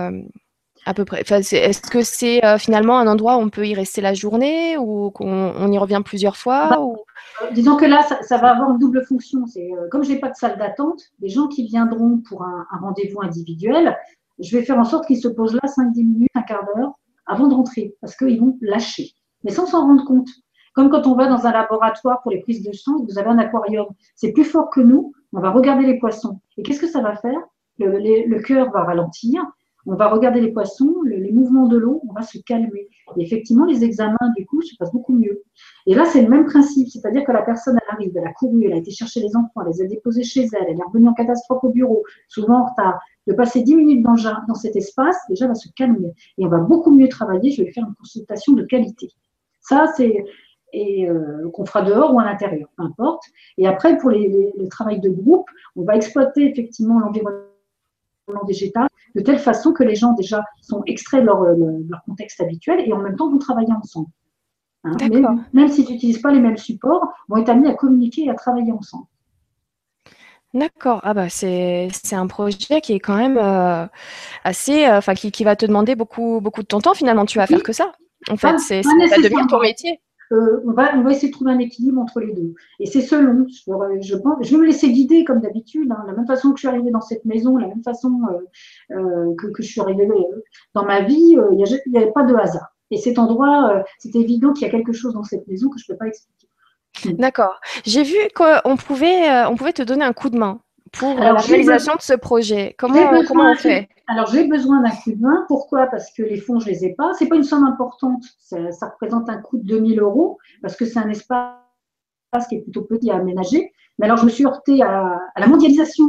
à peu près? Enfin, est-ce que c'est finalement un endroit où on peut y rester la journée ou qu'on y revient plusieurs fois ou... Disons que là, ça va avoir une double fonction. Comme je n'ai pas de salle d'attente, les gens qui viendront pour un rendez-vous individuel, je vais faire en sorte qu'ils se posent là 5-10 minutes, un quart d'heure avant de rentrer, parce qu'ils vont lâcher, mais sans s'en rendre compte. Comme quand on va dans un laboratoire pour les prises de sang, vous avez un aquarium, c'est plus fort que nous, on va regarder les poissons. Et qu'est-ce que ça va faire? Le cœur va ralentir, on va regarder les poissons, les mouvements de l'eau, on va se calmer. Et effectivement, les examens, du coup, se passent beaucoup mieux. Et là, c'est le même principe, c'est-à-dire que la personne, elle arrive, elle a couru, elle a été chercher les enfants, elle les a déposés chez elle, elle est revenue en catastrophe au bureau, souvent en retard. De passer 10 minutes dans cet espace, déjà, elle va se calmer. Et on va beaucoup mieux travailler, je vais lui faire une consultation de qualité. Ça, c'est qu'on fera dehors ou à l'intérieur, peu importe. Et après, pour le travail de groupe, on va exploiter effectivement l'environnement végétal de telle façon que les gens déjà sont extraits de leur contexte habituel et en même temps vont travailler ensemble. Hein, même s'ils n'utilisent pas les mêmes supports, vont être amenés à communiquer et à travailler ensemble. D'accord. Ah bah c'est un projet qui est quand même assez, enfin qui va te demander beaucoup de ton temps finalement. Tu vas faire que ça. En fait, ça va devenir ton métier. On va essayer de trouver un équilibre entre les deux. Et c'est selon, je vais me laisser guider comme d'habitude, hein, la même façon que je suis arrivée dans cette maison, la même façon que je suis arrivée dans ma vie, il n'y avait pas de hasard. Et cet endroit, c'est évident qu'il y a quelque chose dans cette maison que je ne peux pas expliquer. D'accord. J'ai vu qu'on pouvait te donner un coup de main pour la réalisation de ce projet. Comment on fait? Alors, j'ai besoin d'un coup de main. Pourquoi? Parce que les fonds, je ne les ai pas. Ce n'est pas une somme importante. Ça représente un coût de 2 000 € parce que c'est un espace qui est plutôt petit à aménager. Mais alors, je me suis heurtée à la mondialisation.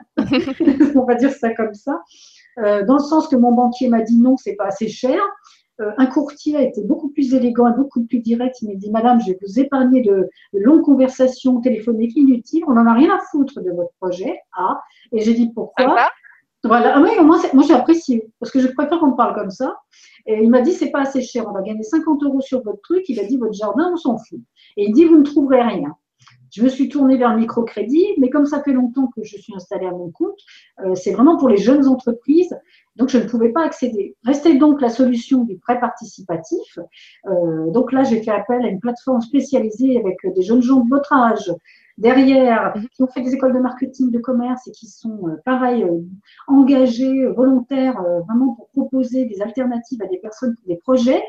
On va dire ça comme ça. Dans le sens que mon banquier m'a dit non, ce n'est pas assez cher. Un courtier a été beaucoup plus élégant et beaucoup plus direct. Il m'a dit, Madame, je vais vous épargner de longues conversations téléphoniques inutiles. On n'en a rien à foutre de votre projet. Ah, et j'ai dit pourquoi? Voilà. Ah oui, moi j'ai apprécié parce que je préfère qu'on me parle comme ça. Et il m'a dit, c'est pas assez cher. On va gagner 50 € sur votre truc. Il a dit, votre jardin, on s'en fout. Et il dit, vous ne trouverez rien. Je me suis tournée vers le microcrédit, mais comme ça fait longtemps que je suis installée à mon compte, c'est vraiment pour les jeunes entreprises, donc je ne pouvais pas accéder. Restait donc la solution du prêt participatif. Donc là, j'ai fait appel à une plateforme spécialisée avec des jeunes gens de votre âge, derrière, qui ont fait des écoles de marketing, de commerce et qui sont, pareil, engagés, volontaires, vraiment pour proposer des alternatives à des personnes pour des projets.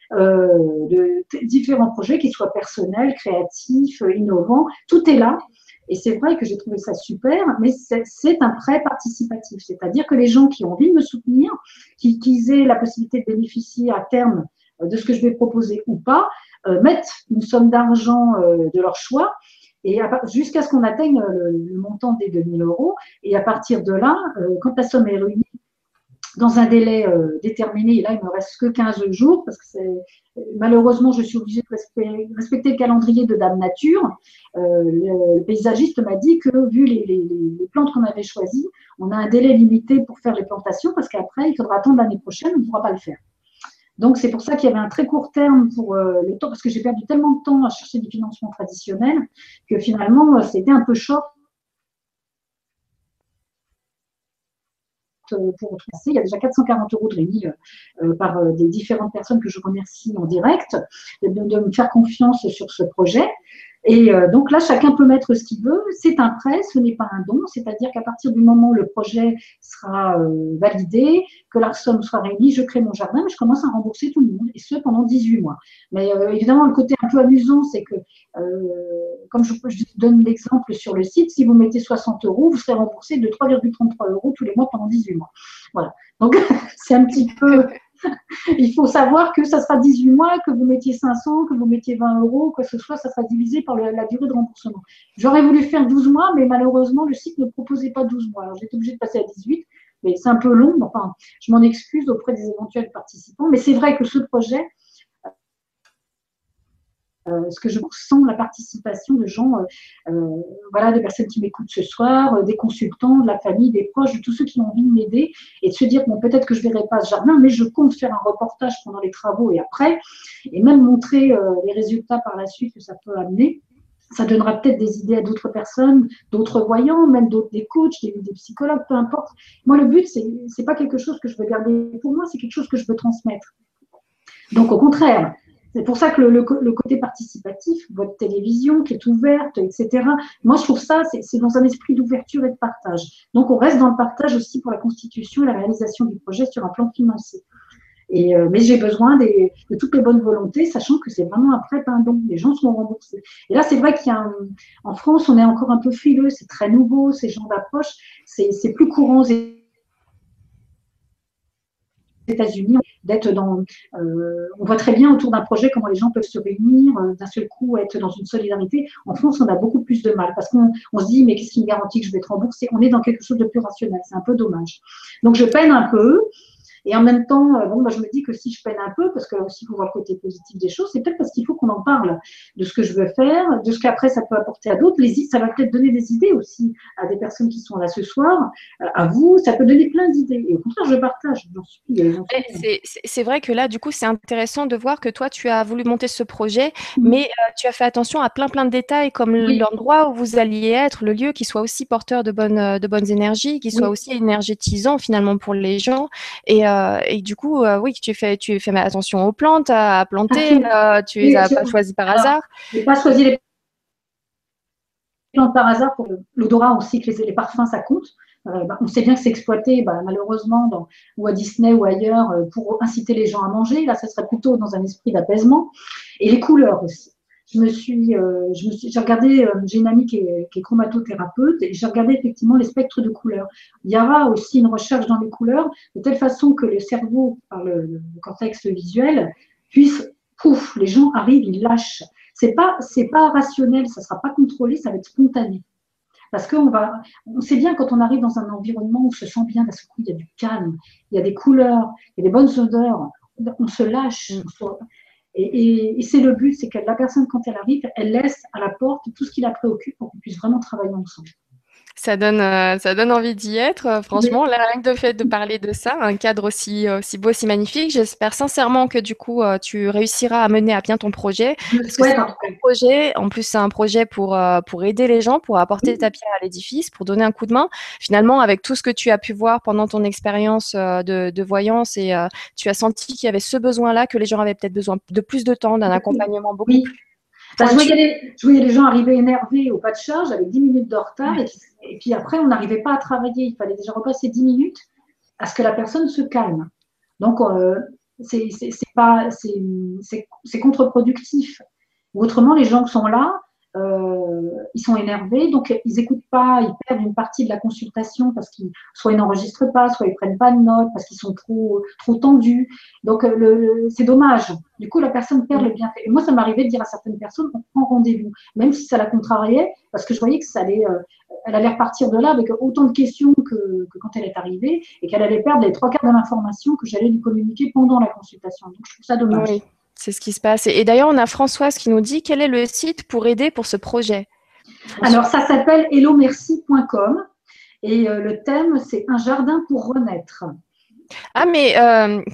De différents projets, qu'ils soient personnels, créatifs, innovants, tout est là. Et c'est vrai que j'ai trouvé ça super, mais c'est un prêt participatif, c'est-à-dire que les gens qui ont envie de me soutenir, qu'ils aient la possibilité de bénéficier à terme de ce que je vais proposer ou pas, mettent une somme d'argent de leur choix et jusqu'à ce qu'on atteigne le montant des 2 000 €. Et à partir de là, quand la somme est réunie, dans un délai déterminé, et là, il ne me reste que 15 jours, parce que malheureusement, je suis obligée de respecter le calendrier de Dame Nature. Le paysagiste m'a dit que, vu les plantes qu'on avait choisies, on a un délai limité pour faire les plantations, parce qu'après, il faudra attendre l'année prochaine, on ne pourra pas le faire. Donc, c'est pour ça qu'il y avait un très court terme pour le temps, parce que j'ai perdu tellement de temps à chercher des financements traditionnels que finalement, c'était un peu short pour passer. Il y a déjà 440 € de réunis par des différentes personnes que je remercie en direct de me faire confiance sur ce projet. Et donc là, chacun peut mettre ce qu'il veut. C'est un prêt, ce n'est pas un don. C'est-à-dire qu'à partir du moment où le projet sera validé, que la somme soit réunie, je crée mon jardin, mais je commence à rembourser tout le monde, et ce pendant 18 mois. Mais évidemment, le côté un peu amusant, c'est que, comme je donne l'exemple sur le site, si vous mettez 60 €, vous serez remboursé de 3,33 € tous les mois pendant 18 mois. Voilà. Donc, c'est un petit peu… Il faut savoir que ça sera 18 mois, que vous mettiez 500, que vous mettiez 20 €, quoi que ce soit, ça sera divisé par la durée de remboursement. J'aurais voulu faire 12 mois, mais malheureusement, le site ne proposait pas 12 mois. Alors, j'étais obligée de passer à 18, mais c'est un peu long. Enfin, je m'en excuse auprès des éventuels participants. Mais c'est vrai que ce projet, ce que je sens la participation de gens, voilà, des personnes qui m'écoutent ce soir, des consultants, de la famille, des proches, de tous ceux qui ont envie de m'aider et de se dire, bon, peut-être que je ne verrai pas ce jardin, mais je compte faire un reportage pendant les travaux et après, et même montrer les résultats par la suite que ça peut amener. Ça donnera peut-être des idées à d'autres personnes, d'autres voyants, même des coachs, des psychologues, peu importe. Moi, le but, c'est pas quelque chose que je veux garder pour moi, c'est quelque chose que je veux transmettre. Donc, au contraire, c'est pour ça que le côté participatif, votre télévision qui est ouverte, etc., moi, je trouve ça, c'est dans un esprit d'ouverture et de partage. Donc, on reste dans le partage aussi pour la constitution et la réalisation du projet sur un plan financier. Mais j'ai besoin de toutes les bonnes volontés, sachant que c'est vraiment un prêt, pas un don. Les gens sont remboursés. Et là, c'est vrai qu'en France, on est encore un peu frileux, c'est très nouveau, ces genres d'approche, c'est plus courant aux États-Unis, d'être dans. On voit très bien autour d'un projet comment les gens peuvent se réunir, d'un seul coup être dans une solidarité. En France, on a beaucoup plus de mal parce qu'on se dit, mais qu'est-ce qui me garantit que je vais être remboursé? On est dans quelque chose de plus rationnel. C'est un peu dommage. Donc, je peine un peu. Et en même temps, bon, je me dis que si je peine un peu, parce que aussi il faut voir le côté positif des choses, c'est peut-être parce qu'il faut qu'on en parle de ce que je veux faire, de ce qu'après ça peut apporter à d'autres. Ça va peut-être donner des idées aussi à des personnes qui sont là ce soir, à vous, ça peut donner plein d'idées. Et au contraire, je partage, j'en suis. C'est vrai que là, du coup, c'est intéressant de voir que toi, tu as voulu monter ce projet, mais tu as fait attention à plein de détails, comme l'endroit où vous alliez être, le lieu qui soit aussi porteur de bonnes énergies, qui soit aussi énergétisant finalement pour les gens. Et du coup, oui, tu fais attention aux plantes, à planter, tu les as pas choisies par hasard. Je n'ai pas choisi les plantes par hasard. Pour l'odorat, on sait que les parfums, ça compte. On sait bien que c'est exploité, malheureusement, ou à Disney ou ailleurs, pour inciter les gens à manger. Là, ça serait plutôt dans un esprit d'apaisement. Et les couleurs aussi. J'ai regardé, j'ai une amie qui est chromatothérapeute, et j'ai regardé effectivement les spectres de couleurs. Il y aura aussi une recherche dans les couleurs, de telle façon que le cerveau, par le cortex visuel, puisse, pouf, les gens arrivent, ils lâchent. C'est pas rationnel, ça sera pas contrôlé, ça va être spontané. Parce qu'on sait bien quand on arrive dans un environnement où on se sent bien, d'un seul coup, il y a du calme, il y a des couleurs, il y a des bonnes odeurs, on se lâche. Et c'est le but, c'est que la personne, quand elle arrive, elle laisse à la porte tout ce qui la préoccupe pour qu'on puisse vraiment travailler ensemble. Ça donne envie d'y être, franchement. Là, rien que le fait de parler de ça, un cadre aussi beau, si magnifique. J'espère sincèrement que du coup, tu réussiras à mener à bien ton projet. Je le souhaite, en tout cas. Projet. En plus, c'est un projet pour aider les gens, pour apporter ta pierre à l'édifice, pour donner un coup de main. Finalement, avec tout ce que tu as pu voir pendant ton expérience de voyance, et tu as senti qu'il y avait ce besoin-là, que les gens avaient peut-être besoin de plus de temps, d'un accompagnement beaucoup plus. Je voyais les gens arriver énervés au pas de charge avec 10 minutes de retard, et puis après, on n'arrivait pas à travailler. Il fallait déjà repasser 10 minutes à ce que la personne se calme. Donc, c'est contre-productif. Autrement, les gens qui sont là, ils sont énervés, donc ils n'écoutent pas, ils perdent une partie de la consultation parce qu'ils soit ils n'enregistrent pas, soit ils ne prennent pas de notes parce qu'ils sont trop tendus. Donc c'est dommage. Du coup, la personne perd le bienfait. Et moi, ça m'arrivait de dire à certaines personnes, on prend rendez-vous, même si ça la contrariait, parce que je voyais que elle allait repartir de là avec autant de questions que quand elle est arrivée, et qu'elle allait perdre les 3/4 de l'information que j'allais lui communiquer pendant la consultation. Donc je trouve ça dommage. Oui. C'est ce qui se passe. Et d'ailleurs, on a Françoise qui nous dit quel est le site pour aider pour ce projet. Alors, ça s'appelle hellomerci.com et le thème, c'est un jardin pour renaître. Ah, mais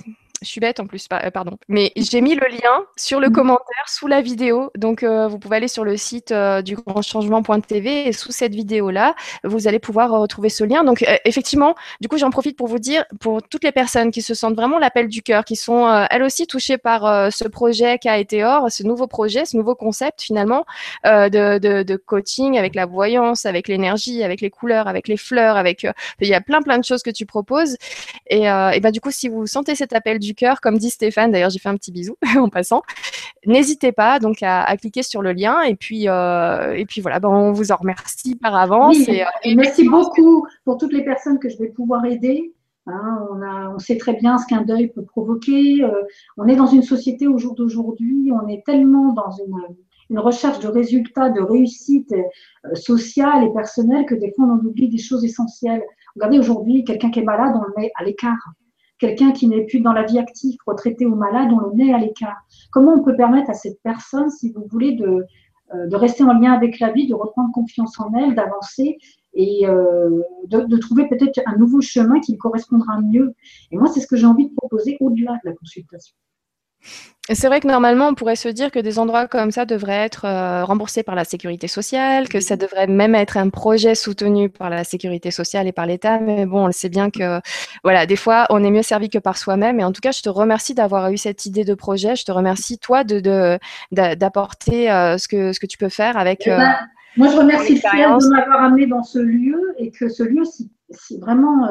je suis bête en plus, pardon. Mais j'ai mis le lien sur le commentaire sous la vidéo. Donc, vous pouvez aller sur le site du grandchangement.tv et sous cette vidéo-là, vous allez pouvoir retrouver ce lien. Donc, effectivement, du coup, j'en profite pour vous dire, pour toutes les personnes qui se sentent vraiment l'appel du cœur, qui sont elles aussi touchées par ce projet qu'a été Or, ce nouveau projet, ce nouveau concept finalement de coaching avec la voyance, avec l'énergie, avec les couleurs, avec les fleurs, avec il y a plein de choses que tu proposes. Et ben, du coup, si vous sentez cet appel du cœur, comme dit Stéphane, d'ailleurs, j'ai fait un petit bisou en passant, n'hésitez pas donc à cliquer sur le lien. Et puis voilà, ben, on vous en remercie par avance. Oui, et merci beaucoup pour toutes les personnes que je vais pouvoir aider. Hein, on sait très bien ce qu'un deuil peut provoquer. On est dans une société au jour d'aujourd'hui, on est tellement dans une recherche de résultats, de réussite sociale et personnelle que des fois on en oublie des choses essentielles. Regardez aujourd'hui, quelqu'un qui est malade, on le met à l'écart. Quelqu'un qui n'est plus dans la vie active, retraité ou malade, on le met à l'écart. Comment on peut permettre à cette personne, si vous voulez, de rester en lien avec la vie, de reprendre confiance en elle, d'avancer et de trouver peut-être un nouveau chemin qui correspondra mieux. Et moi, c'est ce que j'ai envie de proposer au-delà de la consultation. C'est vrai que normalement, on pourrait se dire que des endroits comme ça devraient être remboursés par la sécurité sociale, que ça devrait même être un projet soutenu par la sécurité sociale et par l'État. Mais bon, on sait bien que, voilà, des fois, on est mieux servi que par soi-même. Et en tout cas, je te remercie d'avoir eu cette idée de projet. Je te remercie, toi, d'apporter ce que tu peux faire avec moi, je ton remercie le ciel de expérience. m'avoir amené dans ce lieu et que ce lieu, si vraiment,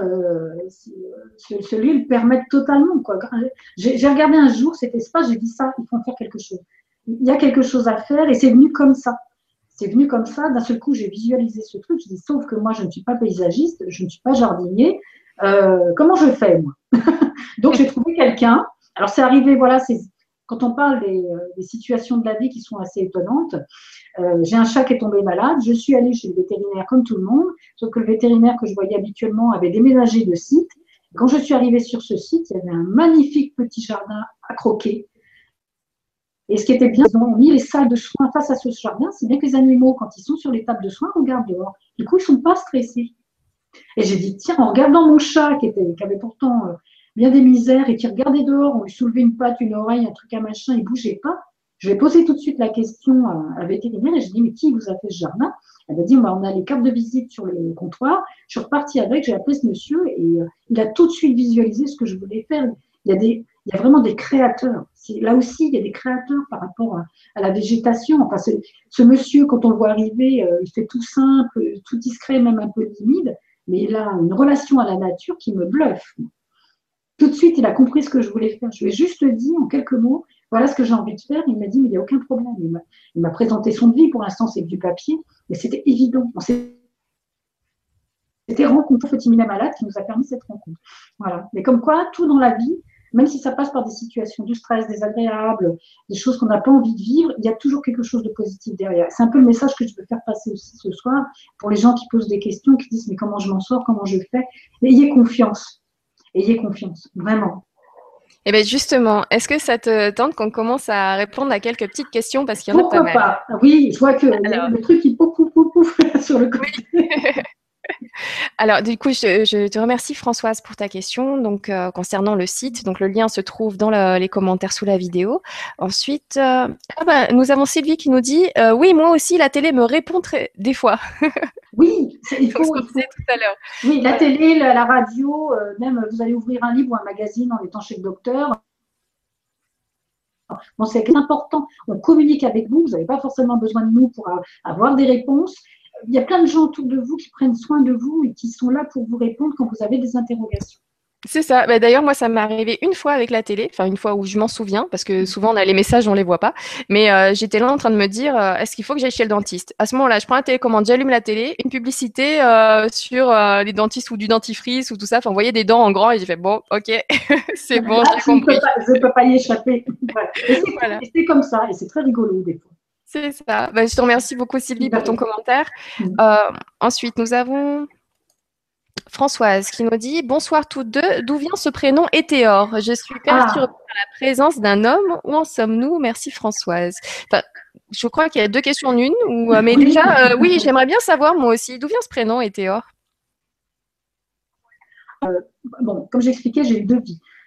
ce lieu le permette totalement. Quoi. J'ai regardé un jour cet espace, j'ai dit ça, il faut en faire quelque chose. Il y a quelque chose à faire et c'est venu comme ça. C'est venu comme ça. D'un seul coup, j'ai visualisé ce truc. Je dis, sauf que moi, je ne suis pas paysagiste, je ne suis pas jardinier. Comment je fais, moi? Donc, j'ai trouvé quelqu'un. Alors, c'est arrivé, voilà, quand on parle des situations de la vie qui sont assez étonnantes. J'ai un chat qui est tombé malade. Je suis allée chez le vétérinaire comme tout le monde, sauf que le vétérinaire que je voyais habituellement avait déménagé de site. Quand je suis arrivée sur ce site, il y avait un magnifique petit jardin à croquer. Et ce qui était bien, ils ont mis les salles de soins face à ce jardin, si bien que les animaux, quand ils sont sur les tables de soins, regardent dehors. Du coup, ils ne sont pas stressés. Et j'ai dit, tiens, en regardant mon chat, qui avait pourtant bien des misères et qui regardait dehors, on lui soulevait une patte, une oreille, un truc, un machin, il ne bougeait pas. Je vais poser tout de suite la question à la vétérinaire et je dis, mais qui vous a fait ce jardin? Elle m'a dit, bah, on a les cartes de visite sur le comptoir. Je suis repartie avec, j'ai appelé ce monsieur et il a tout de suite visualisé ce que je voulais faire. Il y a vraiment des créateurs. Là aussi, il y a des créateurs par rapport à la végétation. Enfin, ce monsieur, quand on le voit arriver, il fait tout simple, tout discret, même un peu timide, mais il a une relation à la nature qui me bluffe. Tout de suite, il a compris ce que je voulais faire. Je lui ai juste dit en quelques mots, voilà ce que j'ai envie de faire. Il m'a dit, mais il n'y a aucun problème. Il m'a présenté son devis. Pour l'instant, c'est que du papier, mais c'était évident. On s'était rencontrés, Fatimina Malade, qui nous a permis cette rencontre. Voilà. Mais comme quoi, tout dans la vie, même si ça passe par des situations de stress désagréables, des choses qu'on n'a pas envie de vivre, il y a toujours quelque chose de positif derrière. C'est un peu le message que je veux faire passer aussi ce soir pour les gens qui posent des questions, qui disent, mais comment je m'en sors, comment je fais? Mais ayez confiance. Ayez confiance, vraiment. Et bien justement, est-ce que ça te tente qu'on commence à répondre à quelques petites questions parce qu'il y en a pas Pourquoi mal. pas? Oui, je vois que Alors, le truc, il pouf, pouf, pouf, pouf sur le côté. oui. Alors, du coup, je te remercie Françoise pour ta question. Donc, concernant le site, donc le lien se trouve dans les commentaires sous la vidéo. Ensuite, nous avons Sylvie qui nous dit oui, moi aussi, la télé me répond des fois. Oui, il Donc, ce faut, qu'on il faut. disait tout à l'heure. Oui, la Voilà. télé, la radio, même vous allez ouvrir un livre ou un magazine en étant chez le docteur. Bon, c'est important. On communique avec vous. Vous n'avez pas forcément besoin de nous pour avoir des réponses. Il y a plein de gens autour de vous qui prennent soin de vous et qui sont là pour vous répondre quand vous avez des interrogations. C'est ça. Bah, d'ailleurs, moi, ça m'est arrivé une fois avec la télé, enfin une fois où je m'en souviens, parce que souvent on a les messages, on les voit pas. Mais j'étais là en train de me dire, est-ce qu'il faut que j'aille chez le dentiste? À ce moment-là, je prends la télécommande, j'allume la télé, une publicité sur les dentistes ou du dentifrice ou tout ça. Enfin, vous voyez des dents en grand et j'ai fait bon, ok, c'est bon, Là, j'ai compris. je ne peux pas y échapper. Voilà. Voilà. Et c'est comme ça, et c'est très rigolo des fois. C'est ça. Bah, je te remercie beaucoup, Sylvie, pour ton commentaire. Euh, Ensuite, nous avons Françoise qui nous dit bonsoir toutes deux. D'où vient ce prénom Étéor? Je suis perturbée Ah, par la présence d'un homme. Où en sommes-nous? Merci Françoise. Enfin, je crois qu'il y a deux questions en une. Mais oui. déjà, oui, j'aimerais bien savoir moi aussi d'où vient ce prénom Étéor. Bon, comme j'expliquais, j'ai eu deux vies.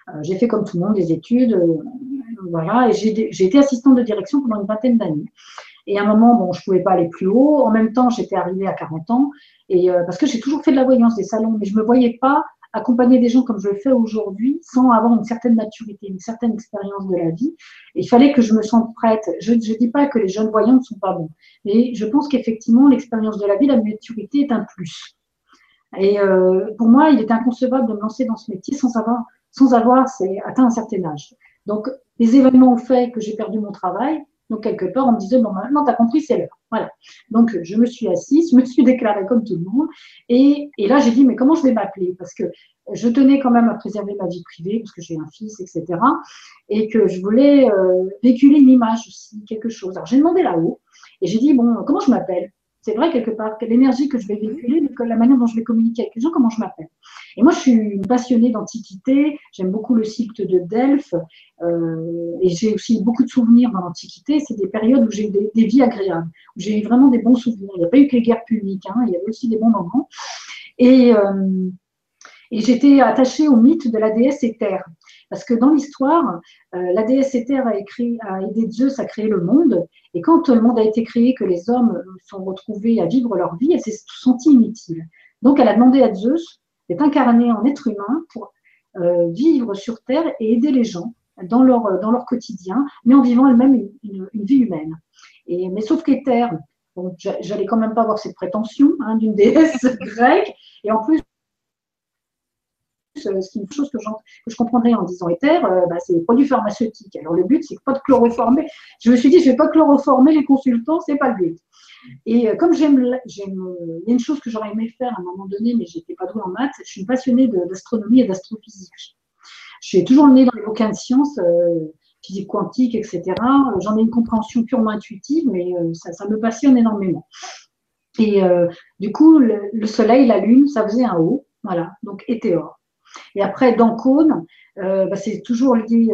J'ai fait comme tout le monde des études, voilà, et j'ai été assistante de direction pendant une vingtaine d'années. Et à un moment, bon, je ne pouvais pas aller plus haut. En même temps, j'étais arrivée à 40 ans. Et, parce que j'ai toujours fait de la voyance, des salons, mais je ne me voyais pas accompagner des gens comme je le fais aujourd'hui sans avoir une certaine maturité, une certaine expérience de la vie. Et il fallait que je me sente prête. Je ne dis pas que les jeunes voyants ne sont pas bons, mais je pense qu'effectivement, l'expérience de la vie, la maturité est un plus. Et pour moi, il est inconcevable de me lancer dans ce métier sans avoir atteint un certain âge. Donc, les événements ont fait que j'ai perdu mon travail. Donc, quelque part, on me disait, bon, maintenant, tu as compris, c'est l'heure. Voilà. Donc, je me suis assise, je me suis déclarée comme tout le monde. Et là, j'ai dit, mais comment je vais m'appeler? Parce que je tenais quand même à préserver ma vie privée, parce que j'ai un fils, etc. Et que je voulais véhiculer une image aussi, quelque chose. Alors, j'ai demandé là-haut et j'ai dit, bon, comment je m'appelle? C'est vrai, quelque part, quelle énergie que je vais véhiculer, la manière dont je vais communiquer avec les gens, comment je m'appelle. Et moi, je suis une passionnée d'Antiquité, j'aime beaucoup le site de Delphes, et j'ai aussi beaucoup de souvenirs dans l'Antiquité. C'est des périodes où j'ai eu des vies agréables, où j'ai eu vraiment des bons souvenirs. Il n'y a pas eu que les guerres puniques, hein, il y avait aussi des bons moments. Et j'étais attachée au mythe de la déesse Éther. Parce que dans l'histoire, la déesse Éther a aidé Zeus à créer le monde. Et quand le monde a été créé, que les hommes sont retrouvés à vivre leur vie, elle s'est sentie inutile. Donc, elle a demandé à Zeus d'être incarné en être humain pour vivre sur Terre et aider les gens dans leur quotidien, mais en vivant elle-même une vie humaine. Mais sauf qu'Éther, bon, j'allais quand même pas avoir cette prétention hein, d'une déesse grecque. Et en plus, ce qui est une chose que je comprendrais en disant éther, c'est des produits pharmaceutiques. Alors le but, c'est pas de chloroformer. Je me suis dit, je vais pas chloroformer les consultants, c'est pas le but. Et comme il y a une chose que j'aurais aimé faire à un moment donné, mais j'étais pas douée en maths, je suis une passionnée d'astronomie et d'astrophysique. Je suis toujours le nez dans les bouquins de sciences, physique quantique, etc. J'en ai une compréhension purement intuitive, mais ça me passionne énormément. Et du coup, le soleil, la lune, ça faisait un O, voilà, donc Éthéor. Et après, d'Ancône, c'est toujours lié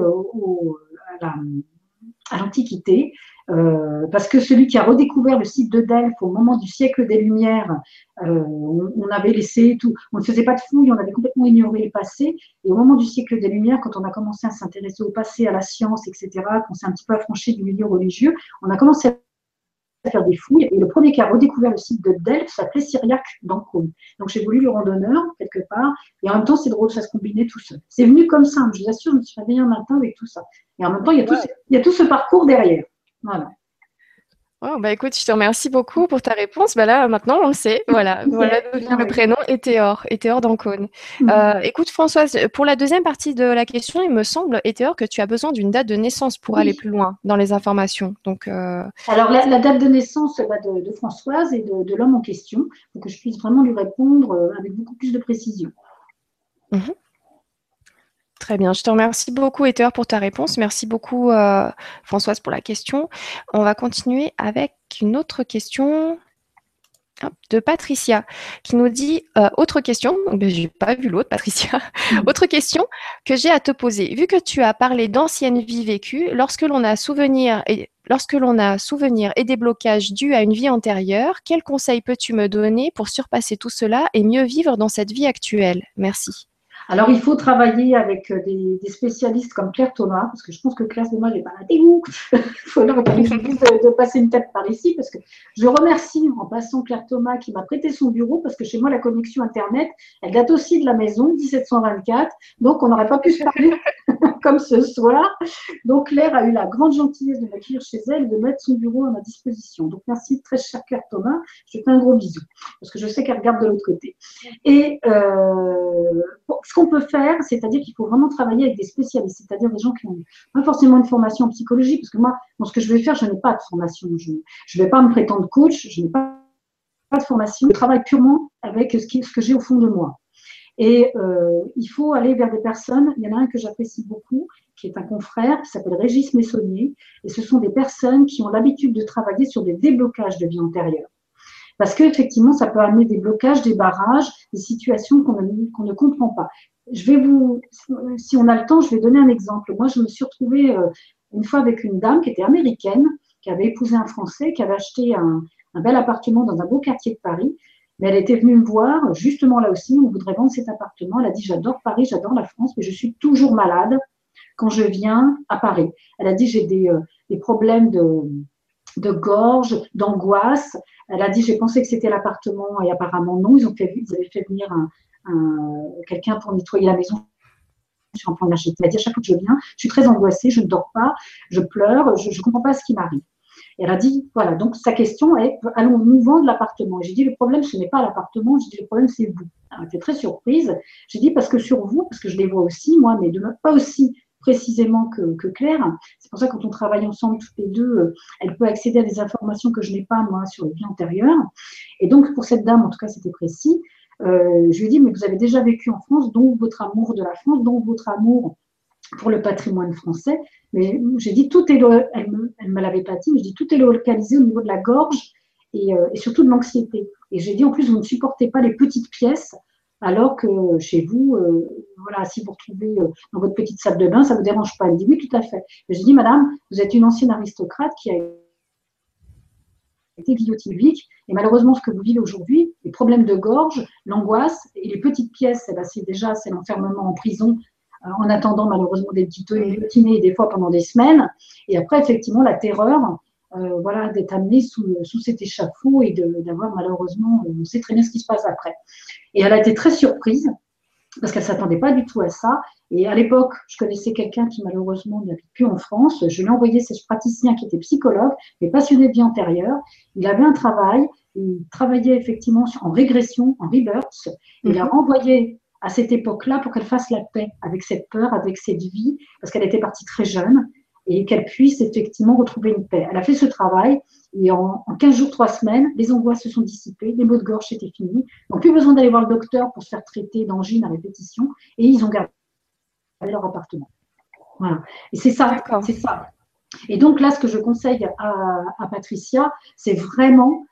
à l'Antiquité, parce que celui qui a redécouvert le site de Delphes au moment du siècle des Lumières, on avait laissé tout, on ne faisait pas de fouilles, on avait complètement ignoré le passé. Et au moment du siècle des Lumières, quand on a commencé à s'intéresser au passé, à la science, etc., qu'on s'est un petit peu affranchi du milieu religieux, on a commencé à faire des fouilles. Et le premier qui a redécouvert le site de Delphes s'appelait Cyriaque d'Ancône. Donc j'ai voulu lui rendre honneur quelque part. Et en même temps, c'est drôle, ça se combinait tout seul. C'est venu comme ça. Je vous assure, je me suis réveillée un matin avec tout ça. Et en même temps, il y a tout ce parcours derrière. Voilà. Oh, bah écoute, je te remercie beaucoup pour ta réponse. Bah là, maintenant, on le sait. Voilà, voilà d'où vient le prénom Éthéor d'Ancône. Écoute, Françoise, pour la deuxième partie de la question, il me semble, Éthéor, que tu as besoin d'une date de naissance pour aller plus loin dans les informations. Donc, alors, la date de naissance de Françoise et de l'homme en question, pour que je puisse vraiment lui répondre avec beaucoup plus de précision. Très bien, je te remercie beaucoup, Éthéor, pour ta réponse. Merci beaucoup, Françoise, pour la question. On va continuer avec une autre question de Patricia qui nous dit autre question. Je n'ai pas vu l'autre, Patricia. Autre question que j'ai à te poser. Vu que tu as parlé d'anciennes vies vécues, lorsque l'on a souvenir et des blocages dus à une vie antérieure, quels conseils peux-tu me donner pour surpasser tout cela et mieux vivre dans cette vie actuelle? Merci. Alors, il faut travailler avec des spécialistes comme Claire Thomas, parce que je pense que Claire Thomas n'est pas là. Il faut leur donner de passer une tête par ici, parce que je remercie en passant Claire Thomas qui m'a prêté son bureau, parce que chez moi, la connexion Internet, elle date aussi de la maison, 1724, donc on n'aurait pas pu se parler comme ce soir. Donc, Claire a eu la grande gentillesse de m'accueillir chez elle et de mettre son bureau à ma disposition. Donc, merci très chère Claire Thomas. Je te fais un gros bisou, parce que je sais qu'elle regarde de l'autre côté. Et ce qu'on peut faire, c'est-à-dire qu'il faut vraiment travailler avec des spécialistes, c'est-à-dire des gens qui n'ont pas forcément une formation en psychologie, parce que moi, dans ce que je vais faire, je n'ai pas de formation. Je ne vais pas me prétendre coach, je n'ai pas de formation. Je travaille purement avec ce que j'ai au fond de moi. Et il faut aller vers des personnes, il y en a un que j'apprécie beaucoup, qui est un confrère, qui s'appelle Régis Messonnier, et ce sont des personnes qui ont l'habitude de travailler sur des déblocages de vie antérieure. Parce qu'effectivement, ça peut amener des blocages, des barrages, des situations qu'on ne comprend pas. Si on a le temps, je vais donner un exemple. Moi, je me suis retrouvée une fois avec une dame qui était américaine, qui avait épousé un Français, qui avait acheté un bel appartement dans un beau quartier de Paris. Mais elle était venue me voir, justement là aussi, on voudrait vendre cet appartement. Elle a dit, j'adore Paris, j'adore la France, mais je suis toujours malade quand je viens à Paris. Elle a dit, j'ai des problèmes de gorge, d'angoisse. Elle a dit, j'ai pensé que c'était l'appartement et apparemment non. Ils avaient fait venir quelqu'un pour nettoyer la maison sur un plan énergétique. Elle a dit, à chaque fois que je viens, je suis très angoissée, je ne dors pas, je pleure, je ne comprends pas ce qui m'arrive. Et elle a dit, voilà, donc sa question est, allons-nous vendre l'appartement? Et j'ai dit, le problème, ce n'est pas l'appartement, j'ai dit, le problème, c'est vous. Elle était très surprise. J'ai dit, parce que sur vous, parce que je les vois aussi, moi, mais pas aussi précisément que Claire. C'est pour ça que quand on travaille ensemble toutes les deux, elle peut accéder à des informations que je n'ai pas, moi, sur les vies antérieures. Et donc, pour cette dame, en tout cas, c'était précis. Je lui ai dit, mais vous avez déjà vécu en France, donc votre amour de la France, donc votre amour pour le patrimoine français. Mais j'ai dit, tout est, elle me l'avait pas dit, mais j'ai dit, tout est localisé au niveau de la gorge et surtout de l'anxiété. Et j'ai dit, en plus, vous ne supportez pas les petites pièces, alors que chez vous, voilà, si vous retrouvez dans votre petite salle de bain, ça ne vous dérange pas. Elle dit, oui, tout à fait. J'ai dit, madame, vous êtes une ancienne aristocrate qui a été guillotinée. Et malheureusement, ce que vous vivez aujourd'hui, les problèmes de gorge, l'angoisse et les petites pièces, eh ben, c'est l'enfermement en prison en attendant malheureusement d'être guillotiné et des fois pendant des semaines. Et après, effectivement, la terreur, voilà, d'être amené sous cet échafaud et d'avoir malheureusement, on sait très bien ce qui se passe après. Et elle a été très surprise parce qu'elle ne s'attendait pas du tout à ça. Et à l'époque, je connaissais quelqu'un qui malheureusement n'habite plus en France. Je lui ai envoyé ce praticien qui était psychologue, mais passionné de vie antérieure. Il avait un travail, il travaillait effectivement en régression, en rebirth. Il a renvoyé à cette époque-là pour qu'elle fasse la paix avec cette peur, avec cette vie, parce qu'elle était partie très jeune, et qu'elle puisse effectivement retrouver une paix. Elle a fait ce travail, et en 15 jours, 3 semaines, les angoisses se sont dissipées, les maux de gorge étaient finis, donc plus besoin d'aller voir le docteur pour se faire traiter d'angine à répétition, et ils ont gardé leur appartement. Voilà. Et c'est ça, c'est ça. Et donc là, ce que je conseille à Patricia, c'est vraiment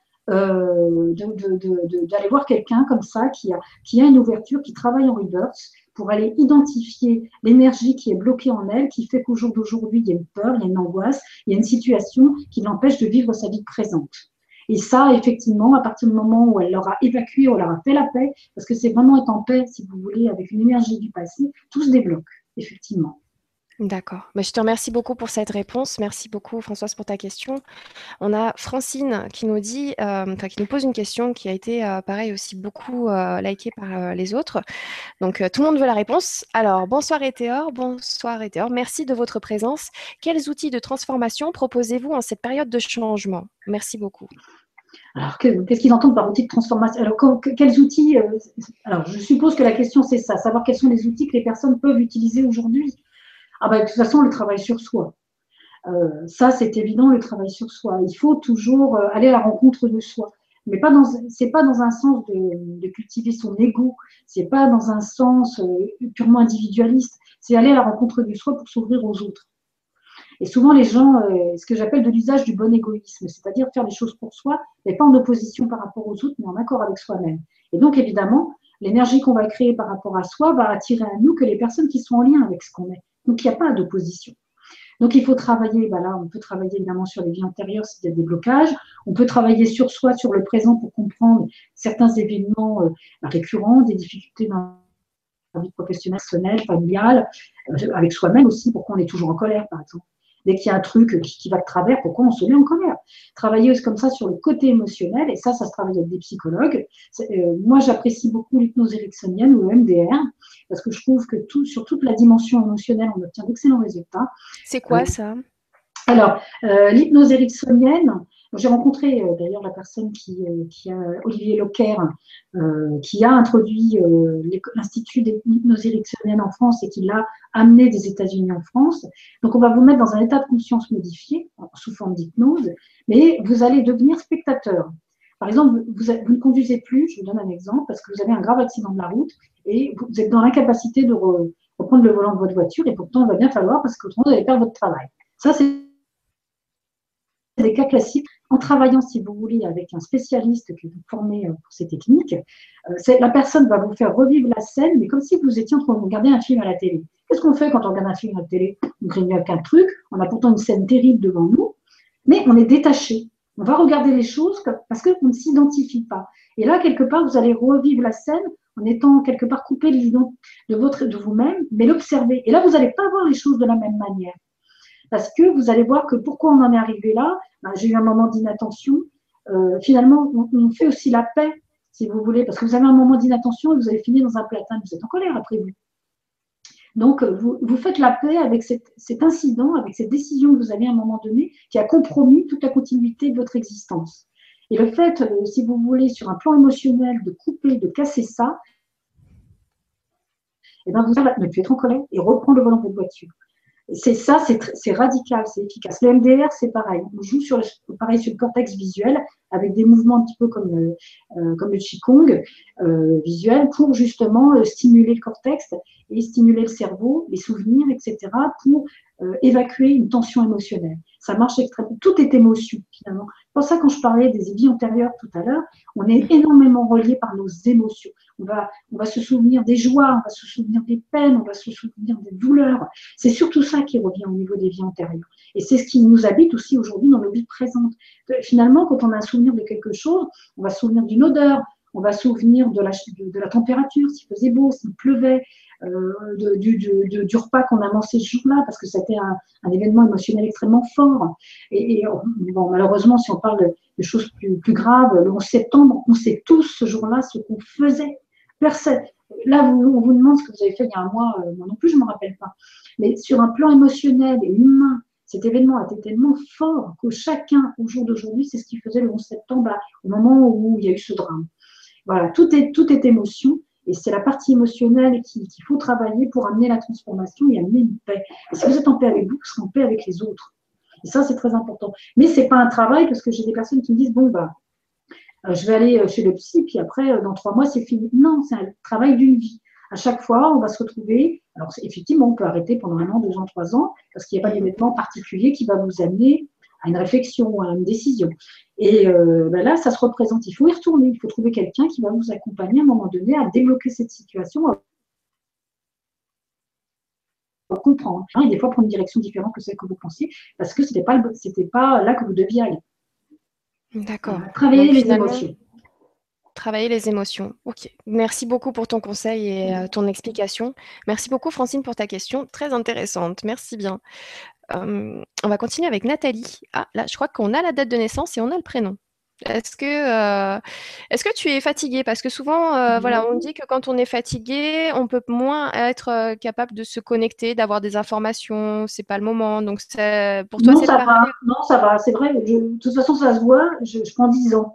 d'aller voir quelqu'un comme ça qui a une ouverture, qui travaille en reverse pour aller identifier l'énergie qui est bloquée en elle, qui fait qu'au jour d'aujourd'hui, il y a une peur, il y a une angoisse, il y a une situation qui l'empêche de vivre sa vie présente. Et ça, effectivement, à partir du moment où elle l'aura évacué, où elle aura fait la paix, parce que c'est vraiment être en paix, si vous voulez, avec une énergie du passé, tout se débloque, effectivement. D'accord. Je te remercie beaucoup pour cette réponse. Merci beaucoup, Françoise, pour ta question. On a Francine qui nous dit, qui nous pose une question qui a été, pareil, aussi beaucoup likée par les autres. Donc, tout le monde veut la réponse. Alors, bonsoir Éthéor, merci de votre présence. Quels outils de transformation proposez-vous en cette période de changement? Merci beaucoup. Alors, qu'est-ce qu'ils entendent par outils de transformation? Alors, quels outils Alors, je suppose que la question, c'est ça, savoir quels sont les outils que les personnes peuvent utiliser aujourd'hui. Ah ben, de toute façon, le travail sur soi. Ça, c'est évident, le travail sur soi. Il faut toujours aller à la rencontre de soi. Mais c'est pas dans un sens de cultiver son ego, c'est pas dans un sens purement individualiste, c'est aller à la rencontre de soi pour s'ouvrir aux autres. Et souvent, les gens, ce que j'appelle de l'usage du bon égoïsme, c'est-à-dire faire les choses pour soi, mais pas en opposition par rapport aux autres, mais en accord avec soi-même. Et donc, évidemment, l'énergie qu'on va créer par rapport à soi va attirer à nous que les personnes qui sont en lien avec ce qu'on est. Donc, il n'y a pas d'opposition. Donc, il faut travailler, là, on peut travailler évidemment sur les vies antérieures s'il y a des blocages. On peut travailler sur soi, sur le présent pour comprendre certains événements récurrents, des difficultés dans la vie professionnelle, personnelle, familiale, avec soi-même aussi, pourquoi on est toujours en colère, par exemple. Dès qu'il y a un truc qui va de travers, pourquoi on se met en colère? Travailler comme ça sur le côté émotionnel, et ça se travaille avec des psychologues. Moi, j'apprécie beaucoup l'hypnose ericksonienne ou le MDR, parce que je trouve que sur toute la dimension émotionnelle, on obtient d'excellents résultats. C'est quoi ça? Alors, l'hypnose ericksonienne, j'ai rencontré d'ailleurs la personne qui a, Olivier Locker, qui a introduit l'Institut d'hypnose ericksonienne en France et qui l'a amené des États-Unis en France. Donc, on va vous mettre dans un état de conscience modifié, sous forme d'hypnose, mais vous allez devenir spectateur. Par exemple, vous ne conduisez plus, je vous donne un exemple, parce que vous avez un grave accident de la route et vous êtes dans l'incapacité de reprendre le volant de votre voiture et pourtant, il va bien falloir parce qu'autrement, vous allez perdre votre travail. Ça, c'est des cas classiques. En travaillant, si vous voulez, avec un spécialiste qui est formé pour ces techniques, la personne va vous faire revivre la scène, mais comme si vous étiez en train de regarder un film à la télé. Qu'est-ce qu'on fait quand on regarde un film à la télé? On grignote un truc, on a pourtant une scène terrible devant nous, mais on est détaché. On va regarder les choses parce qu'on ne s'identifie pas. Et là, quelque part, vous allez revivre la scène en étant quelque part coupé de vous-même, mais l'observer. Et là, vous n'allez pas voir les choses de la même manière. Parce que vous allez voir que pourquoi on en est arrivé là, ben, j'ai eu un moment d'inattention. Finalement, on fait aussi la paix, si vous voulez, parce que vous avez un moment d'inattention et vous allez finir dans un platane, vous êtes en colère après vous. Donc, vous faites la paix avec cet incident, avec cette décision que vous avez à un moment donné, qui a compromis toute la continuité de votre existence. Et le fait, si vous voulez, sur un plan émotionnel, de couper, de casser ça, et ben vous allez ne plus être en colère et reprendre le volant de votre voiture. C'est ça, c'est radical, c'est efficace. Le MDR, c'est pareil. On joue sur le cortex visuel avec des mouvements un petit peu comme le Qigong visuel pour justement stimuler le cortex et stimuler le cerveau, les souvenirs, etc. pour évacuer une tension émotionnelle. Ça marche extrêmement. Tout est émotion, finalement. C'est pour ça, quand je parlais des vies antérieures tout à l'heure, on est énormément relié par nos émotions. On va se souvenir des joies, on va se souvenir des peines, on va se souvenir des douleurs. C'est surtout ça qui revient au niveau des vies antérieures. Et c'est ce qui nous habite aussi aujourd'hui dans nos vies présentes. Finalement, quand on a un souvenir de quelque chose, on va se souvenir d'une odeur, on va se souvenir de la température, s'il faisait beau, s'il pleuvait, du repas qu'on a mangé ce jour-là, parce que c'était un événement émotionnel extrêmement fort. Et bon, malheureusement, si on parle de choses plus graves, le 11 septembre, on sait tous ce jour-là ce qu'on faisait. Personne. Là, on vous demande ce que vous avez fait il y a un mois, moi non plus, je ne me rappelle pas. Mais sur un plan émotionnel et humain, cet événement a été tellement fort que chacun, au jour d'aujourd'hui, c'est ce qu'il faisait le 11 septembre, au moment où il y a eu ce drame. Voilà, tout est émotion. Et c'est la partie émotionnelle qu'il faut travailler pour amener la transformation et amener une paix. Et si vous êtes en paix avec vous, vous serez en paix avec les autres. Et ça, c'est très important. Mais ce n'est pas un travail, parce que j'ai des personnes qui me disent, bon, bah, je vais aller chez le psy, puis après, dans 3 mois, c'est fini. Non, c'est un travail d'une vie. À chaque fois, on va se retrouver. Alors, effectivement, on peut arrêter pendant 1 an, 2 ans, 3 ans, parce qu'il n'y a pas d'événement particulier qui va vous amener à une réflexion, à une décision. Et ben là, ça se représente. Il faut y retourner. Il faut trouver quelqu'un qui va vous accompagner à un moment donné à débloquer cette situation, à comprendre. Et des fois, prendre une direction différente que celle que vous pensiez, parce que ce n'était pas là que vous deviez aller. D'accord. Travailler les émotions. Travailler les émotions. Ok. Merci beaucoup pour ton conseil et ton explication. Merci beaucoup, Francine, pour ta question. Très intéressante. Merci bien. On va continuer avec Nathalie. Ah, là, je crois qu'on a la date de naissance et on a le prénom. Est-ce que tu es fatiguée? Parce que souvent, voilà, on dit que quand on est fatigué, on peut moins être capable de se connecter, d'avoir des informations. C'est pas le moment. Donc, pour toi, Non, c'est ça pareil. va. Non, ça va. C'est vrai. De toute façon, ça se voit. Je prends 10 ans.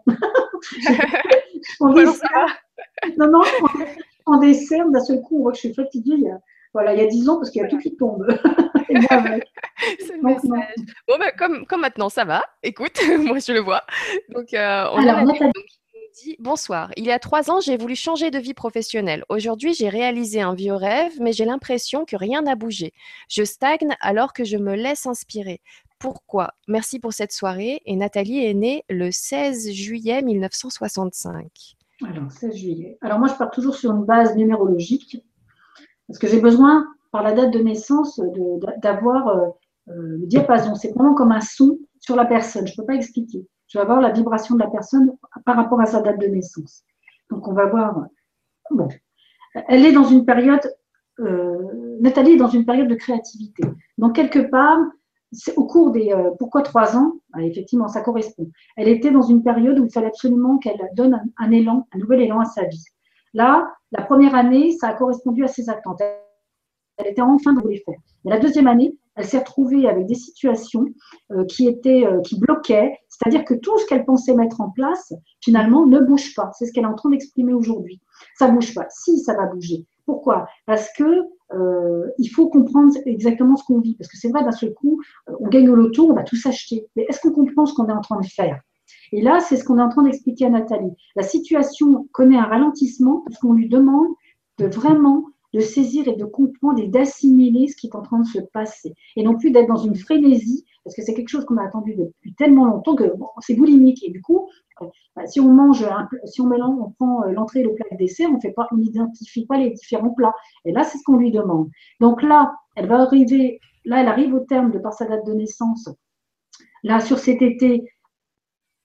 Je prends des cernes. Non, je prends des cernes. D'un seul coup, on voit que je suis fatiguée. Il y a 10 ans, parce qu'il y a tout qui tombe. Et moi, C'est le donc, non. message. Bon, bah, comme maintenant, ça va. Écoute, moi, je le vois. Donc, on a Alors, Nathalie Nathalie. qui nous dit: Bonsoir. Il y a 3 ans, j'ai voulu changer de vie professionnelle. Aujourd'hui, j'ai réalisé un vieux rêve, mais j'ai l'impression que rien n'a bougé. Je stagne alors que je me laisse inspirer. Pourquoi? Merci pour cette soirée. Et Nathalie est née le 16 juillet 1965. Alors, 16 juillet. Alors, moi, je pars toujours sur une base numérologique, parce que j'ai besoin, par la date de naissance, d'avoir le diapason. C'est vraiment comme un son sur la personne. Je ne peux pas expliquer. Je vais avoir la vibration de la personne par rapport à sa date de naissance. Donc, on va voir. Bon. Elle est dans une période, Nathalie est dans une période de créativité. Donc, quelque part, au cours des, pourquoi 3 ans? Effectivement, ça correspond. Elle était dans une période où il fallait absolument qu'elle donne un élan, un nouvel élan à sa vie. Là, la première année, ça a correspondu à ses attentes. Elle était enfin dans les faire. Mais la deuxième année, elle s'est retrouvée avec des situations qui bloquaient, c'est-à-dire que tout ce qu'elle pensait mettre en place, finalement, ne bouge pas. C'est ce qu'elle est en train d'exprimer aujourd'hui. Ça ne bouge pas. Si, ça va bouger. Pourquoi? Parce que il faut comprendre exactement ce qu'on vit. Parce que c'est vrai, d'un seul coup, on gagne au loto, on va tout s'acheter. Mais est-ce qu'on comprend ce qu'on est en train de faire? Et là, c'est ce qu'on est en train d'expliquer à Nathalie. La situation connaît un ralentissement parce qu'on lui demande de vraiment de saisir et de comprendre et d'assimiler ce qui est en train de se passer. Et non plus d'être dans une frénésie, parce que c'est quelque chose qu'on a attendu depuis tellement longtemps que bon, c'est boulimique. Et du coup, si on mange, si on mélange, on prend l'entrée et le plat de dessert, on n'identifie pas les différents plats. Et là, c'est ce qu'on lui demande. Donc là, elle arrive au terme de par sa date de naissance. Là, sur cet été,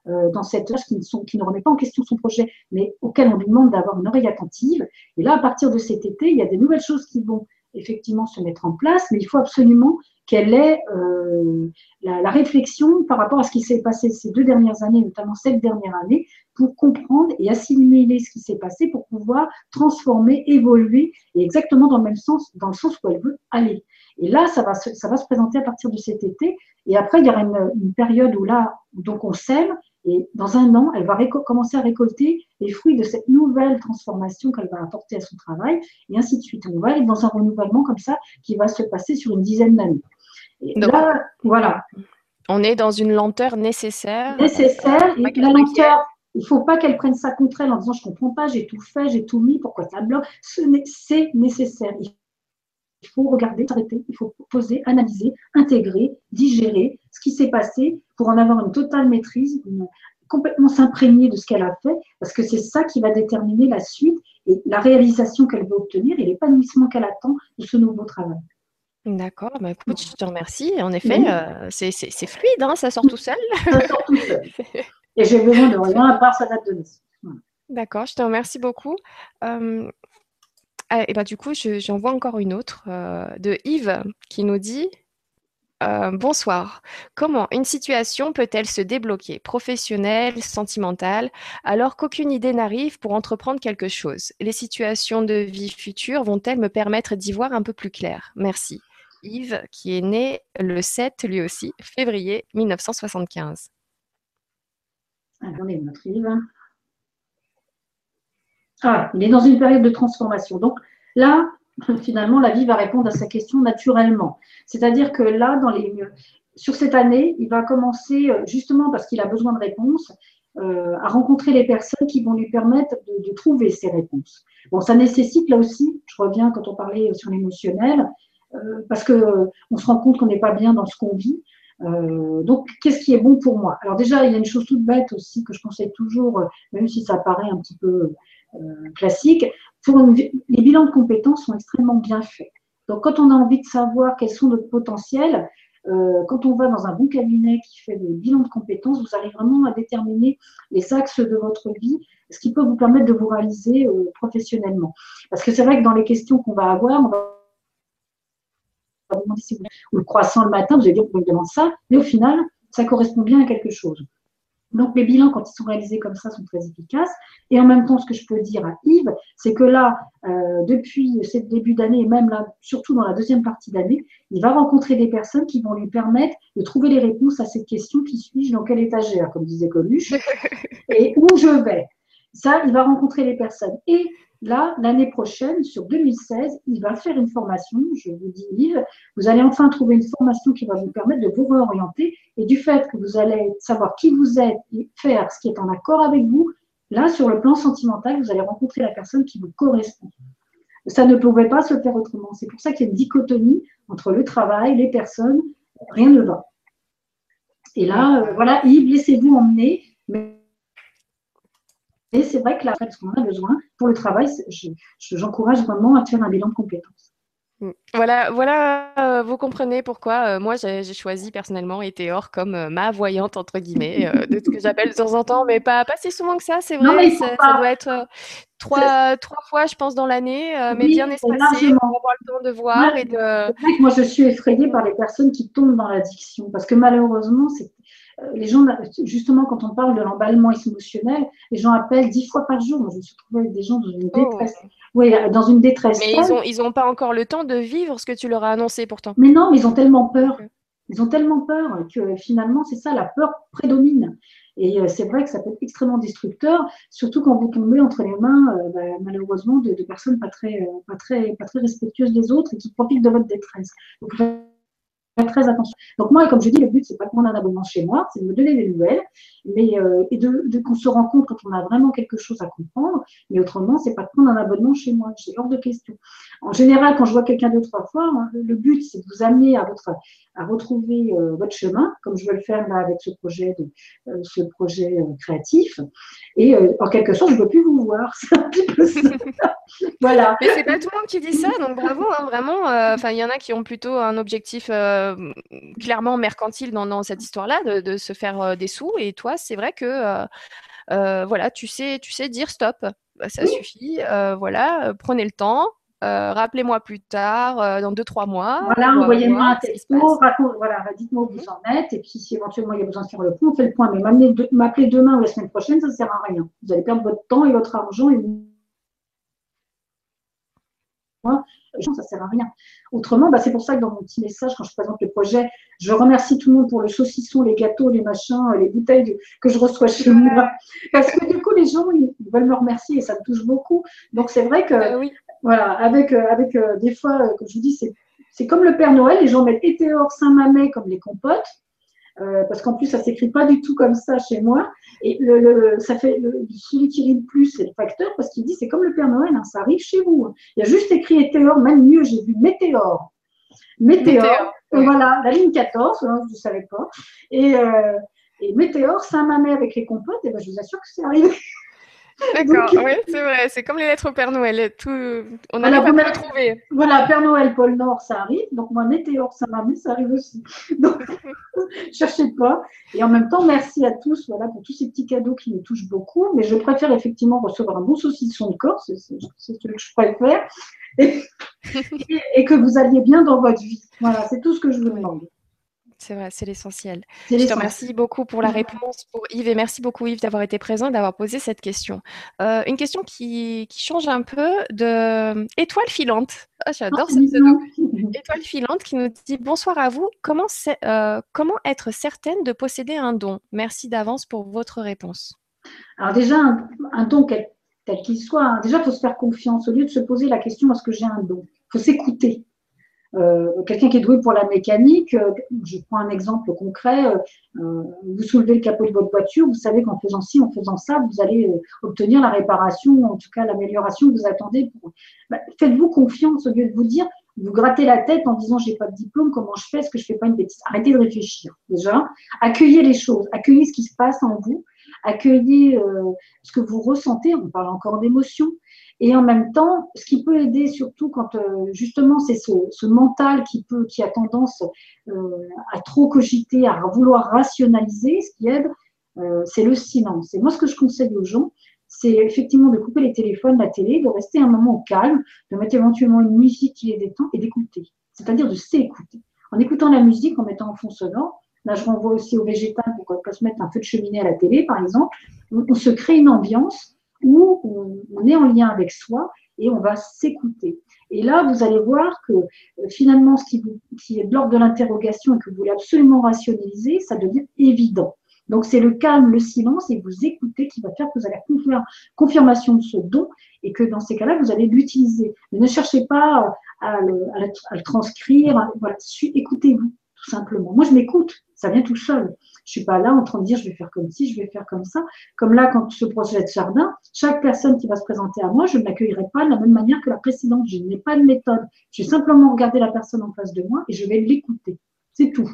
dans cette âge qui ne remet pas en question son projet, mais auquel on lui demande d'avoir une oreille attentive. Et là, à partir de cet été, il y a des nouvelles choses qui vont effectivement se mettre en place, mais il faut absolument qu'elle ait la réflexion par rapport à ce qui s'est passé ces 2 dernières années, notamment cette dernière année, pour comprendre et assimiler ce qui s'est passé pour pouvoir transformer, évoluer, et exactement dans le même sens, dans le sens où elle veut aller. Et là, ça va se présenter à partir de cet été. Et après, il y aura une période où là, donc on sème, et dans un an, elle va commencer à récolter les fruits de cette nouvelle transformation qu'elle va apporter à son travail, et ainsi de suite. On va être dans un renouvellement comme ça qui va se passer sur une dizaine d'années. Et Donc, là, voilà. on est dans une lenteur nécessaire. Nécessaire. Pas Et qu'elle la s'inquiète. lenteur, il ne faut pas qu'elle prenne ça contre elle en disant je ne comprends pas, j'ai tout fait, j'ai tout mis, pourquoi ça bloque. C'est nécessaire. Il faut regarder, s'arrêter, il faut poser, analyser, intégrer, digérer ce qui s'est passé pour en avoir une totale maîtrise, complètement s'imprégner de ce qu'elle a fait, parce que c'est ça qui va déterminer la suite et la réalisation qu'elle veut obtenir et l'épanouissement qu'elle attend de ce nouveau travail. D'accord, bah, écoute, je te remercie. En effet, Oui, c'est fluide, hein, ça sort tout seul. ça sort tout seul. Et j'ai besoin de rien à part sa date de naissance. Voilà. D'accord, je te remercie beaucoup. Et bah, du coup, j'en vois encore une autre de Yves qui nous dit bonsoir. Comment une situation peut-elle se débloquer, professionnelle, sentimentale, alors qu'aucune idée n'arrive pour entreprendre quelque chose? Les situations de vie future vont-elles me permettre d'y voir un peu plus clair? Merci. Yves, qui est né le 7, lui aussi, février 1975. Alors, on est notre Yves. Ah, il est dans une période de transformation. Donc là, finalement, la vie va répondre à sa question naturellement. C'est-à-dire que là, sur cette année, il va commencer, justement parce qu'il a besoin de réponses, à rencontrer les personnes qui vont lui permettre de trouver ces réponses. Bon, ça nécessite là aussi, je reviens quand on parlait sur l'émotionnel, parce qu'on se rend compte qu'on n'est pas bien dans ce qu'on vit. Donc, qu'est-ce qui est bon pour moi? Alors déjà, il y a une chose toute bête aussi que je conseille toujours, même si ça paraît un petit peu classique, les bilans de compétences sont extrêmement bien faits. Donc, quand on a envie de savoir quels sont nos potentiels, quand on va dans un bon cabinet qui fait des bilans de compétences, vous arrivez vraiment à déterminer les axes de votre vie, ce qui peut vous permettre de vous réaliser professionnellement. Parce que c'est vrai que dans les questions qu'on va avoir, on va vous demander si vous le croissant le matin, vous allez dire que vous me demandez ça, mais au final, ça correspond bien à quelque chose. Donc, les bilans, quand ils sont réalisés comme ça, sont très efficaces. Et en même temps, ce que je peux dire à Yves, c'est que là, depuis ce début d'année, et même là, surtout dans la deuxième partie d'année, il va rencontrer des personnes qui vont lui permettre de trouver les réponses à cette question: qui suis-je, dans quelle étagère, comme disait Coluche, et où je vais. Ça, il va rencontrer les personnes. Et là, l'année prochaine, sur 2016, il va faire une formation. Je vous dis, Yves, vous allez enfin trouver une formation qui va vous permettre de vous réorienter. Et du fait que vous allez savoir qui vous êtes et faire ce qui est en accord avec vous, là, sur le plan sentimental, vous allez rencontrer la personne qui vous correspond. Ça ne pouvait pas se faire autrement. C'est pour ça qu'il y a une dichotomie entre le travail, les personnes. Rien ne va. Et là, voilà, Yves, laissez-vous emmener. Et c'est vrai que là, parce qu'on en a besoin, pour le travail, j'encourage vraiment à faire un bilan de compétences. Voilà, vous comprenez pourquoi moi j'ai choisi personnellement Etéor comme ma voyante entre guillemets, de ce que j'appelle de temps en temps, mais pas si souvent que ça, c'est Non, vrai. mais il ne faut Ça pas. doit être trois fois, je pense, dans l'année, mais Oui, bien espacées pour largement. avoir le temps de Moi, voir et de. c'est vrai que moi, je suis effrayée par les personnes qui tombent dans l'addiction. Parce que malheureusement, les gens, justement, quand on parle de l'emballement émotionnel, les gens appellent 10 fois par jour. Moi, je me suis retrouvée avec des gens dans une Oh. détresse. Oui, dans une détresse Mais telle. ils ont pas encore le temps de vivre ce que tu leur as annoncé pourtant. Mais non, mais ils ont tellement peur. Donc, Ils ont tellement peur que finalement, c'est ça, la peur prédomine. Et c'est vrai que ça peut être extrêmement destructeur, surtout quand vous tombez entre les mains, malheureusement, de personnes pas très respectueuses des autres et qui profitent de votre détresse. Donc, faire très attention. Donc moi, comme je dis, le but, c'est pas de prendre un abonnement chez moi, c'est de me donner des nouvelles, mais et qu'on se rend compte quand on a vraiment quelque chose à comprendre. Mais autrement, c'est pas de prendre un abonnement chez moi. C'est hors de question. En général, quand je vois quelqu'un 2, 3 fois, hein, le but, c'est de vous amener à à retrouver votre chemin, comme je veux le faire là avec ce projet créatif. Et en quelque sorte, je ne peux plus vous voir. C'est un petit peu ça. Voilà. Mais c'est pas tout le monde qui dit ça, donc bravo, hein, vraiment. Enfin, il y en a qui ont plutôt un objectif clairement mercantile dans cette histoire-là, de se faire des sous. Et toi, c'est vrai que voilà, tu sais dire stop. Bah, ça Oui. suffit. Voilà, prenez le temps. Rappelez-moi plus tard, dans 2, 3 mois, Voilà, pour envoyez-moi voir un ce qui se texto, passe. voilà, dites-moi où Mhm. vous en êtes, et puis si éventuellement il y a besoin de faire le point, on fait le point. Mais m'appeler demain ou la semaine prochaine, ça ne sert à rien. Vous allez perdre votre temps et votre argent, et moi, ça ne sert à rien. Autrement, bah, c'est pour ça que dans mon petit message, quand je présente le projet, je remercie tout le monde pour le saucisson, les gâteaux, les machins, les bouteilles que je reçois chez moi. Parce que du coup, les gens, ils veulent me remercier et ça me touche beaucoup. Donc c'est vrai que, Oui, voilà, avec des fois, comme je vous dis, c'est comme le Père Noël, les gens mettent Étéor, Saint-Mamet comme les compotes. Parce qu'en plus, ça ne s'écrit pas du tout comme ça chez moi. Et ça fait celui qui rit le plus, c'est le facteur, parce qu'il dit c'est comme le Père Noël, hein, ça arrive chez vous. Il y a juste écrit Étéor, même mieux, j'ai vu Météor. Météor, météore. Ouais. voilà, la ligne 14, hein, je ne savais pas. Et, Météor, Saint-Mamet avec les compotes, et ben, je vous assure que c'est arrivé. D'accord, Donc, oui, c'est vrai. C'est comme les lettres au Père Noël. Tout... On voilà, arrive à tout retrouver. voilà, Père Noël, pôle Nord, ça arrive. Donc, moi, Météor, Saint-Mamet, ça arrive aussi. Donc, cherchez pas. Et en même temps, merci à tous voilà, pour tous ces petits cadeaux qui me touchent beaucoup. Mais je préfère effectivement recevoir un bon saucisson de Corse, c'est ce que je préfère, et, et que vous alliez bien dans votre vie. Voilà, c'est tout ce que je vous Ouais. demande. C'est vrai, c'est l'essentiel. C'est Je te l'essentiel. remercie beaucoup pour la réponse, pour Yves, et merci beaucoup Yves d'avoir été présent et d'avoir posé cette question. Une question qui change un peu de étoile filante. Ah, Ah, j'adore c'est ce pseudo. mignon. Étoile filante qui nous dit bonsoir à vous. Comment être certaine de posséder un don? Merci d'avance pour votre réponse. Alors déjà, un don tel qu'il soit, hein, déjà, il faut se faire confiance. Au lieu de se poser la question, est-ce que j'ai un don? Il faut s'écouter. Quelqu'un qui est doué pour la mécanique, je prends un exemple concret, vous soulevez le capot de votre voiture, vous savez qu'en faisant ci, en faisant ça, vous allez obtenir la réparation, en tout cas l'amélioration que vous attendez. Faites-vous confiance au lieu de vous dire, vous grattez la tête en disant j'ai pas de diplôme, comment je fais, est-ce que je fais pas une bêtise? Arrêtez de réfléchir déjà, accueillez les choses, accueillez ce qui se passe en vous, accueillez ce que vous ressentez, on parle encore d'émotions. Et en même temps, ce qui peut aider surtout quand justement c'est ce mental qui a tendance à trop cogiter, à vouloir rationaliser, ce qui aide, c'est le silence. Et moi, ce que je conseille aux gens, c'est effectivement de couper les téléphones, la télé, de rester un moment au calme, de mettre éventuellement une musique qui les détend et d'écouter. C'est-à-dire de s'écouter. En écoutant la musique, en mettant en fond sonore, là je renvoie aussi au végétal pour qu'on se mettre un feu de cheminée à la télé, par exemple, on se crée une ambiance où on est en lien avec soi et on va s'écouter. Et là, vous allez voir que finalement, qui est de l'ordre de l'interrogation et que vous voulez absolument rationaliser, ça devient évident. Donc, c'est le calme, le silence et vous écoutez qui va faire que vous avez la confirmation de ce don et que dans ces cas-là, vous allez l'utiliser. Mais ne cherchez pas à le transcrire. Voilà, écoutez-vous, tout simplement. Moi, je m'écoute, ça vient tout seul. Je ne suis pas là en train de dire je vais faire comme ci, je vais faire comme ça. Comme là, quand ce projet de jardin, chaque personne qui va se présenter à moi, je ne l'accueillerai pas de la même manière que la précédente. Je n'ai pas de méthode. Je vais simplement regarder la personne en face de moi et je vais l'écouter. C'est tout.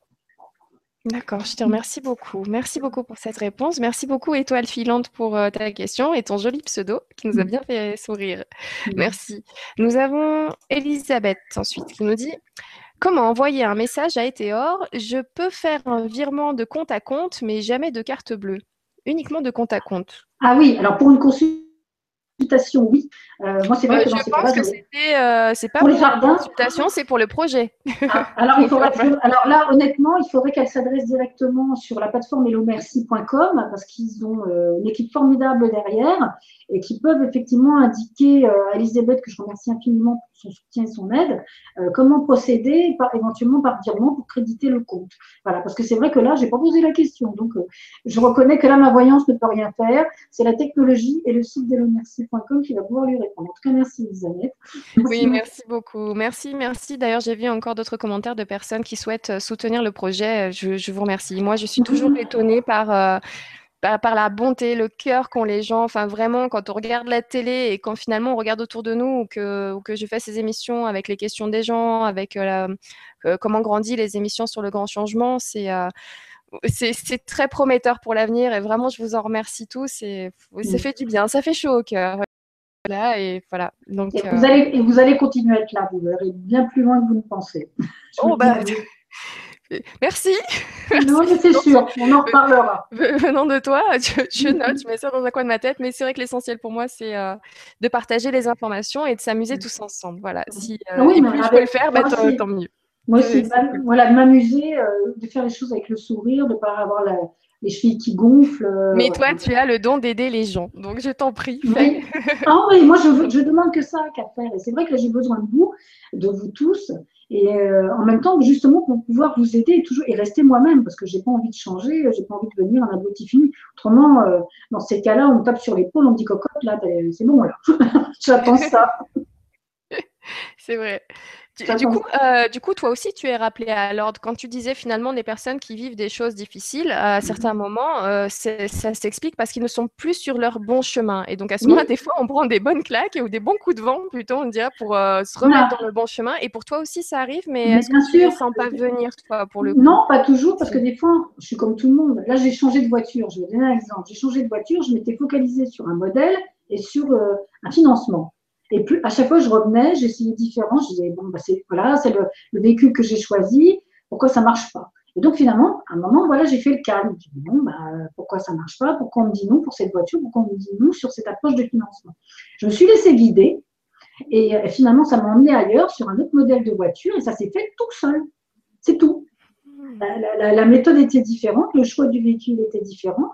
D'accord, je te remercie beaucoup. Merci beaucoup pour cette réponse. Merci beaucoup, Étoile filante, pour ta question et ton joli pseudo qui nous a bien fait sourire. Merci. Nous avons Elisabeth ensuite qui nous dit comment envoyer un message à Eteor? Je peux faire un virement de compte à compte, mais jamais de carte bleue. Uniquement de compte à compte. Ah oui, alors pour une consultation, oui. Moi, c'est vrai que dans Je ces pense cas-là, que c'est pas pour les pour une jardins, consultation, c'est pour le projet. alors, Pourquoi pas? alors là, honnêtement, il faudrait qu'elle s'adresse directement sur la plateforme hellomercy.com parce qu'ils ont une équipe formidable derrière et qui peuvent effectivement indiquer à Elisabeth, que je remercie infiniment pour son soutien et son aide, comment procéder éventuellement par virement pour créditer le compte. Voilà, parce que c'est vrai que là, je n'ai pas posé la question. Donc, je reconnais que là, ma voyance ne peut rien faire. C'est la technologie et le site d'hellomercy.com qui va pouvoir lui répondre. En tout cas, merci Elisabeth. Oui, Merci. merci beaucoup. Merci, merci. D'ailleurs, j'ai vu encore d'autres commentaires de personnes qui souhaitent soutenir le projet. Je vous remercie. Moi, je suis toujours étonnée par la bonté, le cœur qu'ont les gens. Enfin, vraiment, quand on regarde la télé et quand finalement on regarde autour de nous ou que je fais ces émissions avec les questions des gens, avec comment grandit les émissions sur le grand changement, c'est très prometteur pour l'avenir et vraiment, je vous en remercie tous. Et ça fait du bien, ça fait chaud au cœur. Là, et voilà. Donc, Et vous allez continuer à être là. Vous verrez bien plus loin que vous ne pensez. Je vous oh, le dis. bah, merci. Merci. Non, mais c'est sûr, on en reparlera. Venant de toi, je note, je mets ça dans un coin de ma tête, mais c'est vrai que l'essentiel pour moi, c'est de partager les informations et de s'amuser tous ensemble. Voilà. Si, Ah oui, et mais plus je peux le avec faire, bah, moi aussi. tant mieux. Moi aussi, C'est cool. voilà, de m'amuser, de faire les choses avec le sourire, de ne pas avoir les chevilles qui gonflent. Mais Voilà. toi, tu as le don d'aider les gens. Donc, je t'en prie, fais. Oui. Ah oui, moi je demande que ça qu'à faire. Et c'est vrai que j'ai besoin de vous tous, et en même temps justement pour pouvoir vous aider et toujours et rester moi-même parce que j'ai pas envie de changer, j'ai pas envie de devenir un abruti fini. Autrement, dans ces cas-là, on me tape sur l'épaule, on me dit cocotte, là, c'est bon là. J'attends ça. C'est vrai. J'attends ça. Du coup, toi aussi, tu es rappelé à l'ordre. Quand tu disais finalement des personnes qui vivent des choses difficiles, à certains moments, ça s'explique parce qu'ils ne sont plus sur leur bon chemin. Et donc, à ce moment-là, Oui, des fois, on prend des bonnes claques ou des bons coups de vent, plutôt, on dirait, pour se remettre voilà. dans le bon chemin. Et pour toi aussi, ça arrive, mais Mais est-ce que bien tu les sûr, sens pas venir, toi, pour le coup? non, pas toujours, parce que des fois, je suis comme tout le monde. Là, j'ai changé de voiture. Je vais donner un exemple. J'ai changé de voiture, je m'étais focalisée sur un modèle et sur un financement. Et plus, à chaque fois, je revenais, j'essayais différent. Je disais, bon, bah, voilà, c'est le véhicule que j'ai choisi. Pourquoi ça ne marche pas? Et donc, finalement, à un moment, voilà, j'ai fait le calme. Je dis, bon, bah, pourquoi ça ne marche pas? Pourquoi on me dit non pour cette voiture? Pourquoi on me dit non sur cette approche de financement? Je me suis laissée guider et finalement, ça m'a emmené ailleurs sur un autre modèle de voiture et ça s'est fait tout seul. C'est tout. Hmm. La méthode était différente, le choix du véhicule était différent.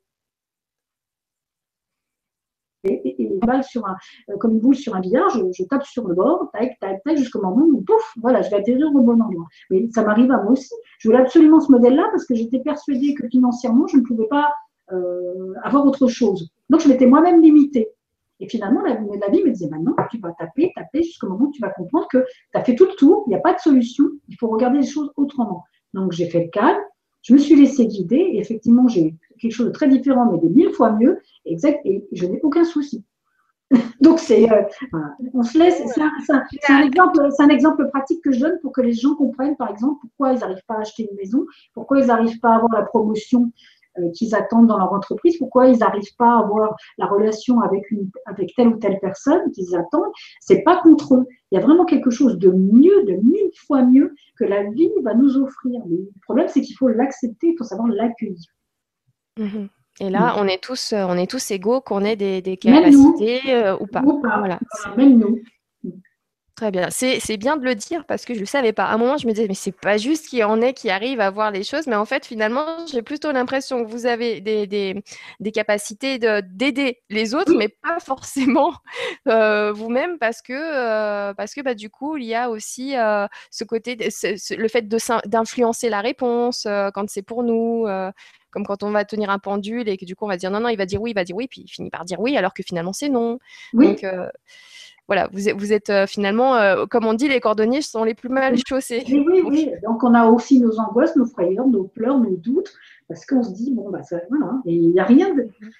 Et balle sur comme une boule sur un billard, je tape sur le bord, tac, tac, tac, jusqu'au moment où, pouf, voilà, je vais atterrir au bon endroit. Mais ça m'arrive à moi aussi. Je voulais absolument ce modèle-là parce que j'étais persuadée que financièrement, je ne pouvais pas avoir autre chose. Donc, je m'étais moi-même limitée. Et finalement, la vie me disait, maintenant, tu vas taper, taper, jusqu'au moment où tu vas comprendre que tu as fait tout le tour, il n'y a pas de solution, il faut regarder les choses autrement. Donc, j'ai fait le calme, je me suis laissée guider, et effectivement, j'ai quelque chose de très différent, mais de 1000 fois mieux, exact, et je n'ai aucun souci. Donc, on se laisse, Bon, c'est un exemple pratique que je donne pour que les gens comprennent, par exemple, pourquoi ils n'arrivent pas à acheter une maison, pourquoi ils n'arrivent pas à avoir la promotion qu'ils attendent dans leur entreprise, pourquoi ils n'arrivent pas à avoir la relation avec telle ou telle personne qu'ils attendent. C'est pas contre eux. Il y a vraiment quelque chose de mieux, de 1000 fois mieux que la vie va nous offrir. Mais le problème, c'est qu'il faut l'accepter, il faut savoir l'accueillir. mhm. Et là, on est tous égaux, qu'on ait des Même nous, capacités ou pas. ou pas, Voilà, voilà, même nous. très bien. C'est bien de le dire parce que je ne le savais pas. À un moment, je me disais, mais c'est pas juste qu'il y en ait qui arrivent à voir les choses, mais en fait, finalement, j'ai plutôt l'impression que vous avez des capacités d'aider les autres, mais Oui, pas forcément vous-même parce que bah, du coup, il y a aussi ce côté, le fait d'influencer la réponse quand c'est pour nous. Comme quand on va tenir un pendule et que du coup on va dire non, non, il va dire oui, puis il finit par dire oui alors que finalement c'est non. Donc, oui, voilà, vous êtes finalement, comme on dit, les cordonniers sont les plus mal chaussés. oui, oui, Donc, oui. Donc, on a aussi nos angoisses, nos frayeurs, nos pleurs, nos doutes, parce qu'on se dit, bon, bah, ça, voilà, et il n'y a rien de. mhm.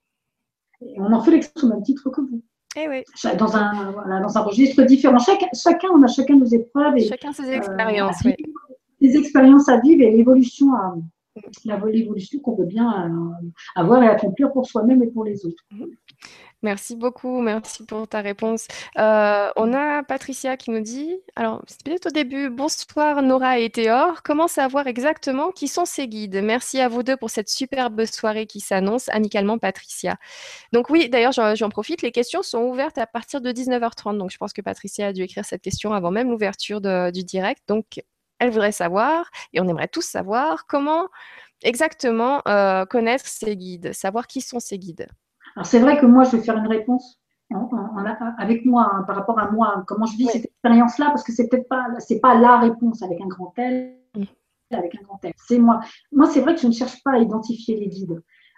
On en fait l'expérience au même titre que vous. Eh oui, Voilà, dans un registre différent. On a chacun nos épreuves et chacun ses à expériences, vivre, oui. des expériences à vivre et l'évolution qu'on veut bien avoir et accomplir pour soi-même et pour les autres. Mhm. Merci beaucoup, merci pour ta réponse. On a Patricia qui nous dit, alors c'est peut-être au début, bonsoir Nora et Théor, comment savoir exactement qui sont ces guides? Merci à vous deux pour cette superbe soirée qui s'annonce, amicalement Patricia. Donc oui, d'ailleurs j'en profite, les questions sont ouvertes à partir de 19h30, donc je pense que Patricia a dû écrire cette question avant même l'ouverture du direct, donc elle voudrait savoir, et on aimerait tous savoir, comment exactement connaître ces guides, savoir qui sont ces guides. Alors, c'est vrai que moi, je vais faire une réponse avec moi, hein, par rapport à moi, comment je vis Oui. cette expérience-là, parce que c'est pas la réponse avec un grand L, avec un grand L. C'est moi. Moi, c'est vrai que je ne cherche pas à identifier les guides.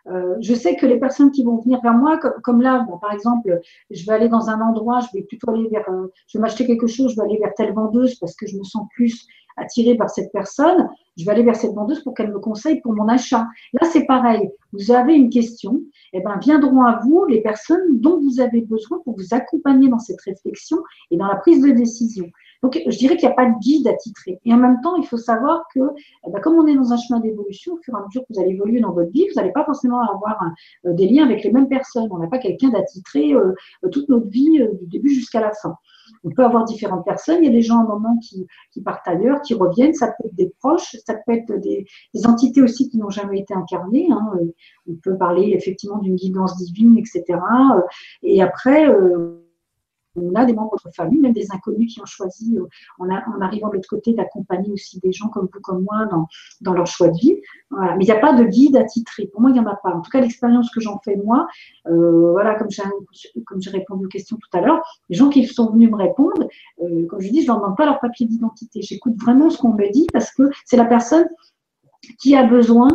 Je sais que les personnes qui vont venir vers moi, comme là, bon, par exemple, je vais aller dans un endroit, je vais plutôt aller vers, je vais m'acheter quelque chose, je vais aller vers telle vendeuse parce que je me sens plus attirée par cette personne. Je vais aller vers cette vendeuse pour qu'elle me conseille pour mon achat. Là, c'est pareil. Vous avez une question, eh ben, viendront à vous les personnes dont vous avez besoin pour vous accompagner dans cette réflexion et dans la prise de décision. Donc, je dirais qu'il n'y a pas de guide attitré. Et en même temps, il faut savoir que, eh ben, comme on est dans un chemin d'évolution, au fur et à mesure que vous allez évoluer dans votre vie, vous n'allez pas forcément avoir des liens avec les mêmes personnes. On n'a pas quelqu'un d'attitré toute notre vie, du début jusqu'à la fin. On peut avoir différentes personnes. Il y a des gens à un moment qui partent ailleurs, qui reviennent. Ça peut être des proches, ça peut être des entités aussi qui n'ont jamais été incarnées. Hein. On peut parler effectivement d'une guidance divine, etc. Et après, on a des membres de notre famille, même des inconnus qui ont choisi, en arrivant de l'autre côté, d'accompagner aussi des gens comme vous, comme moi, dans leur choix de vie. Voilà. Mais il n'y a pas de guide attitré. Pour moi, il n'y en a pas. En tout cas, l'expérience que j'en fais moi, voilà, comme j'ai répondu aux questions tout à l'heure, les gens qui sont venus me répondre, comme je dis, je ne leur demande pas leur papier d'identité. J'écoute vraiment ce qu'on me dit parce que c'est la personne qui a besoin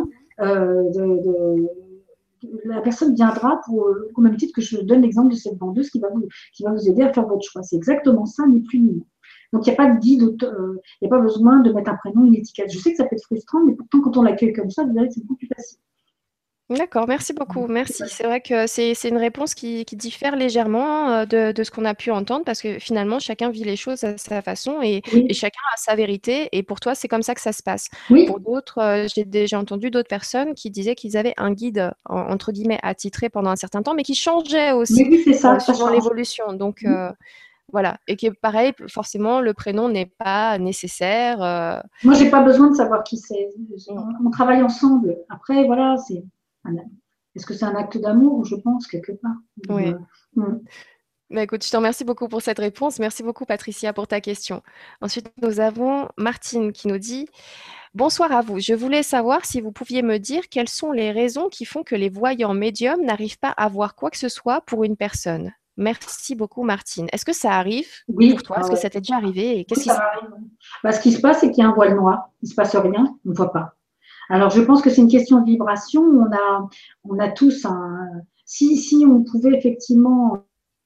la personne viendra pour, au même titre que je donne l'exemple de cette vendeuse qui va vous aider à faire votre choix. C'est exactement ça, ni plus ni moins. Donc, il n'y a pas de guide, il n'y a pas besoin de mettre un prénom, une étiquette. Je sais que ça peut être frustrant, mais pourtant, quand on l'accueille comme ça, vous verrez que c'est beaucoup plus facile. D'accord, merci beaucoup. Merci. C'est vrai que c'est une réponse qui diffère légèrement de ce qu'on a pu entendre parce que finalement, chacun vit les choses à sa façon et Oui, chacun a sa vérité. Et pour toi, c'est comme ça que ça se passe. oui, Pour d'autres, j'ai déjà entendu d'autres personnes qui disaient qu'ils avaient un guide, entre guillemets, attitré pendant un certain temps, mais qui changeait mais aussi oui, c'est ça, ça suivant change. l'évolution. Donc, voilà. Et que pareil, forcément, le prénom n'est pas nécessaire. Moi, je n'ai pas besoin de savoir qui c'est. Mm. On travaille ensemble. Après, voilà, est-ce que c'est un acte d'amour? Je pense, quelque part. Ouais. Mm. Bah, écoute, je te remercie beaucoup pour cette réponse. Merci beaucoup, Patricia, pour ta question. Ensuite, nous avons Martine qui nous dit: Bonsoir à vous. Je voulais savoir si vous pouviez me dire quelles sont les raisons qui font que les voyants médiums n'arrivent pas à voir quoi que ce soit pour une personne. Merci beaucoup, Martine. Est-ce que ça arrive pour Oui, toi? ah Est-ce que ouais. ça t'est déjà arrivé? Et Oui, qu'est-ce qui ça se passe? m'arrive. Bah, ce qui se passe, c'est qu'il y a un voile noir. Il ne se passe rien, on ne voit pas. Alors, je pense que c'est une question de vibration. On a tous un. Si on pouvait effectivement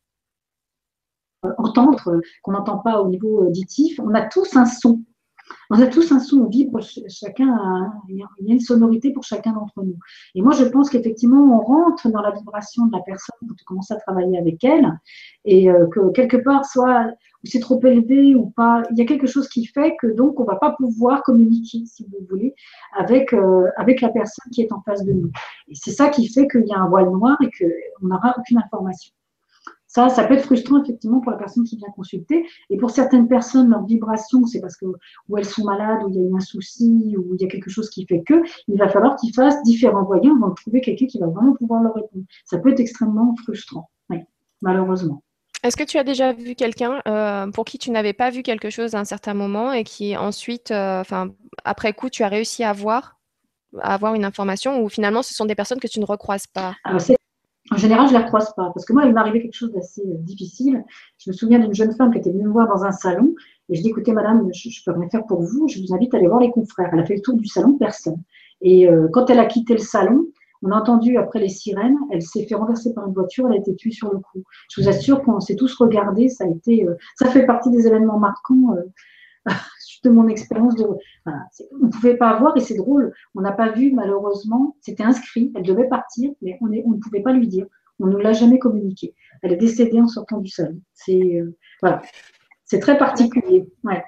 entendre, qu'on n'entend pas au niveau auditif, on a tous un son. On a tous un son, on vibre, il y a une sonorité pour chacun d'entre nous. Et moi, je pense qu'effectivement, on rentre dans la vibration de la personne quand on commence à travailler avec elle, et que quelque part, soit c'est trop élevé ou pas, il y a quelque chose qui fait que donc on ne va pas pouvoir communiquer, si vous voulez, avec la personne qui est en face de nous. Et c'est ça qui fait qu'il y a un voile noir et qu'on n'aura aucune information. Ça peut être frustrant effectivement pour la personne qui vient consulter. Et pour certaines personnes, leur vibration, c'est parce que ou elles sont malades, ou il y a eu un souci, ou il y a quelque chose qui fait que, il va falloir qu'ils fassent différents voyants avant de trouver quelqu'un qui va vraiment pouvoir leur répondre. Ça peut être extrêmement frustrant, oui, malheureusement. Est-ce que tu as déjà vu quelqu'un pour qui tu n'avais pas vu quelque chose à un certain moment et qui ensuite, enfin, après coup, tu as réussi à avoir une information ou finalement ce sont des personnes que tu ne recroises pas? Alors, en général, je ne les recroise pas. Parce que moi, il m'est arrivé quelque chose d'assez difficile. Je me souviens d'une jeune femme qui était venue me voir dans un salon. Et je dis, écoutez, madame, je ne peux rien faire pour vous. Je vous invite à aller voir les confrères. Elle a fait le tour du salon, personne. Et quand elle a quitté le salon, on a entendu après les sirènes. Elle s'est fait renverser par une voiture. Elle a été tuée sur le coup. Je vous assure qu'on s'est tous regardés. Ça fait partie des événements marquants de mon expérience. Voilà, on ne pouvait pas voir et c'est drôle. On n'a pas vu, malheureusement. C'était inscrit. Elle devait partir, mais on ne pouvait pas lui dire. On ne l'a jamais communiqué. Elle est décédée en sortant du salon. Voilà. C'est très D'accord. particulier. Ouais.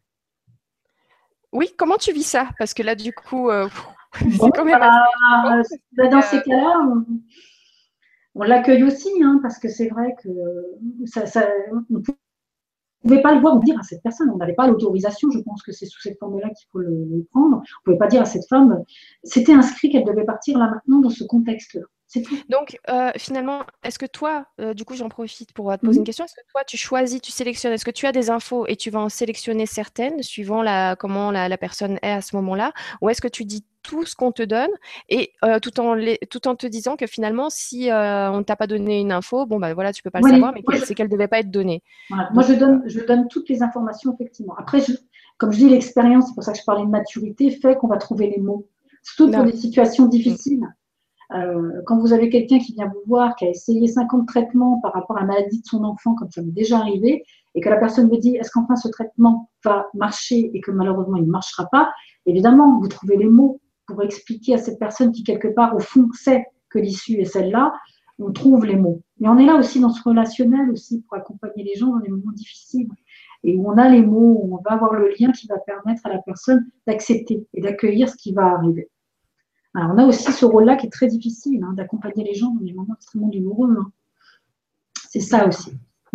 Oui, comment tu vis ça? Parce que là, du coup, c'est Bon, quand même assez flippant. dans ces cas-là, on l'accueille aussi, hein, parce que c'est vrai que on ne pouvait pas le voir ou dire à cette personne. On n'avait pas l'autorisation. Je pense que c'est sous cette forme-là qu'il faut le prendre. On ne pouvait pas dire à cette femme, c'était inscrit qu'elle devait partir là maintenant dans ce contexte-là. C'est tout. Donc, finalement, est-ce que toi, du coup, j'en profite pour te poser une Mhm. question. Est-ce que toi, tu choisis, tu sélectionnes, est-ce que tu as des infos et tu vas en sélectionner certaines suivant comment la personne est à ce moment-là? Ou est-ce que tu dis tout ce qu'on te donne et tout en te disant que finalement, si on ne t'a pas donné une info, bon, bah voilà, tu peux pas le Voilà. savoir, mais c'est qu'elle ne devait pas être donnée. Voilà. Moi, Donc, je donne toutes les informations, effectivement. Après, comme je dis, l'expérience, c'est pour ça que je parlais de maturité, fait qu'on va trouver les mots. Surtout pour là, des situations mm, difficiles. Quand vous avez quelqu'un qui vient vous voir, qui a essayé 50 traitements par rapport à la maladie de son enfant, comme ça m'est déjà arrivé, et que la personne me dit, est-ce qu'enfin ce traitement va marcher et que malheureusement il ne marchera pas, évidemment, vous trouvez les mots pour expliquer à cette personne qui, quelque part, au fond, sait que l'issue est celle-là, on trouve les mots. Mais on est là aussi dans ce relationnel aussi pour accompagner les gens dans des moments difficiles et où on a les mots, où on va avoir le lien qui va permettre à la personne d'accepter et d'accueillir ce qui va arriver. Alors, on a aussi ce rôle-là qui est très difficile, d'accompagner les gens dans des moments extrêmement douloureux. C'est ça aussi.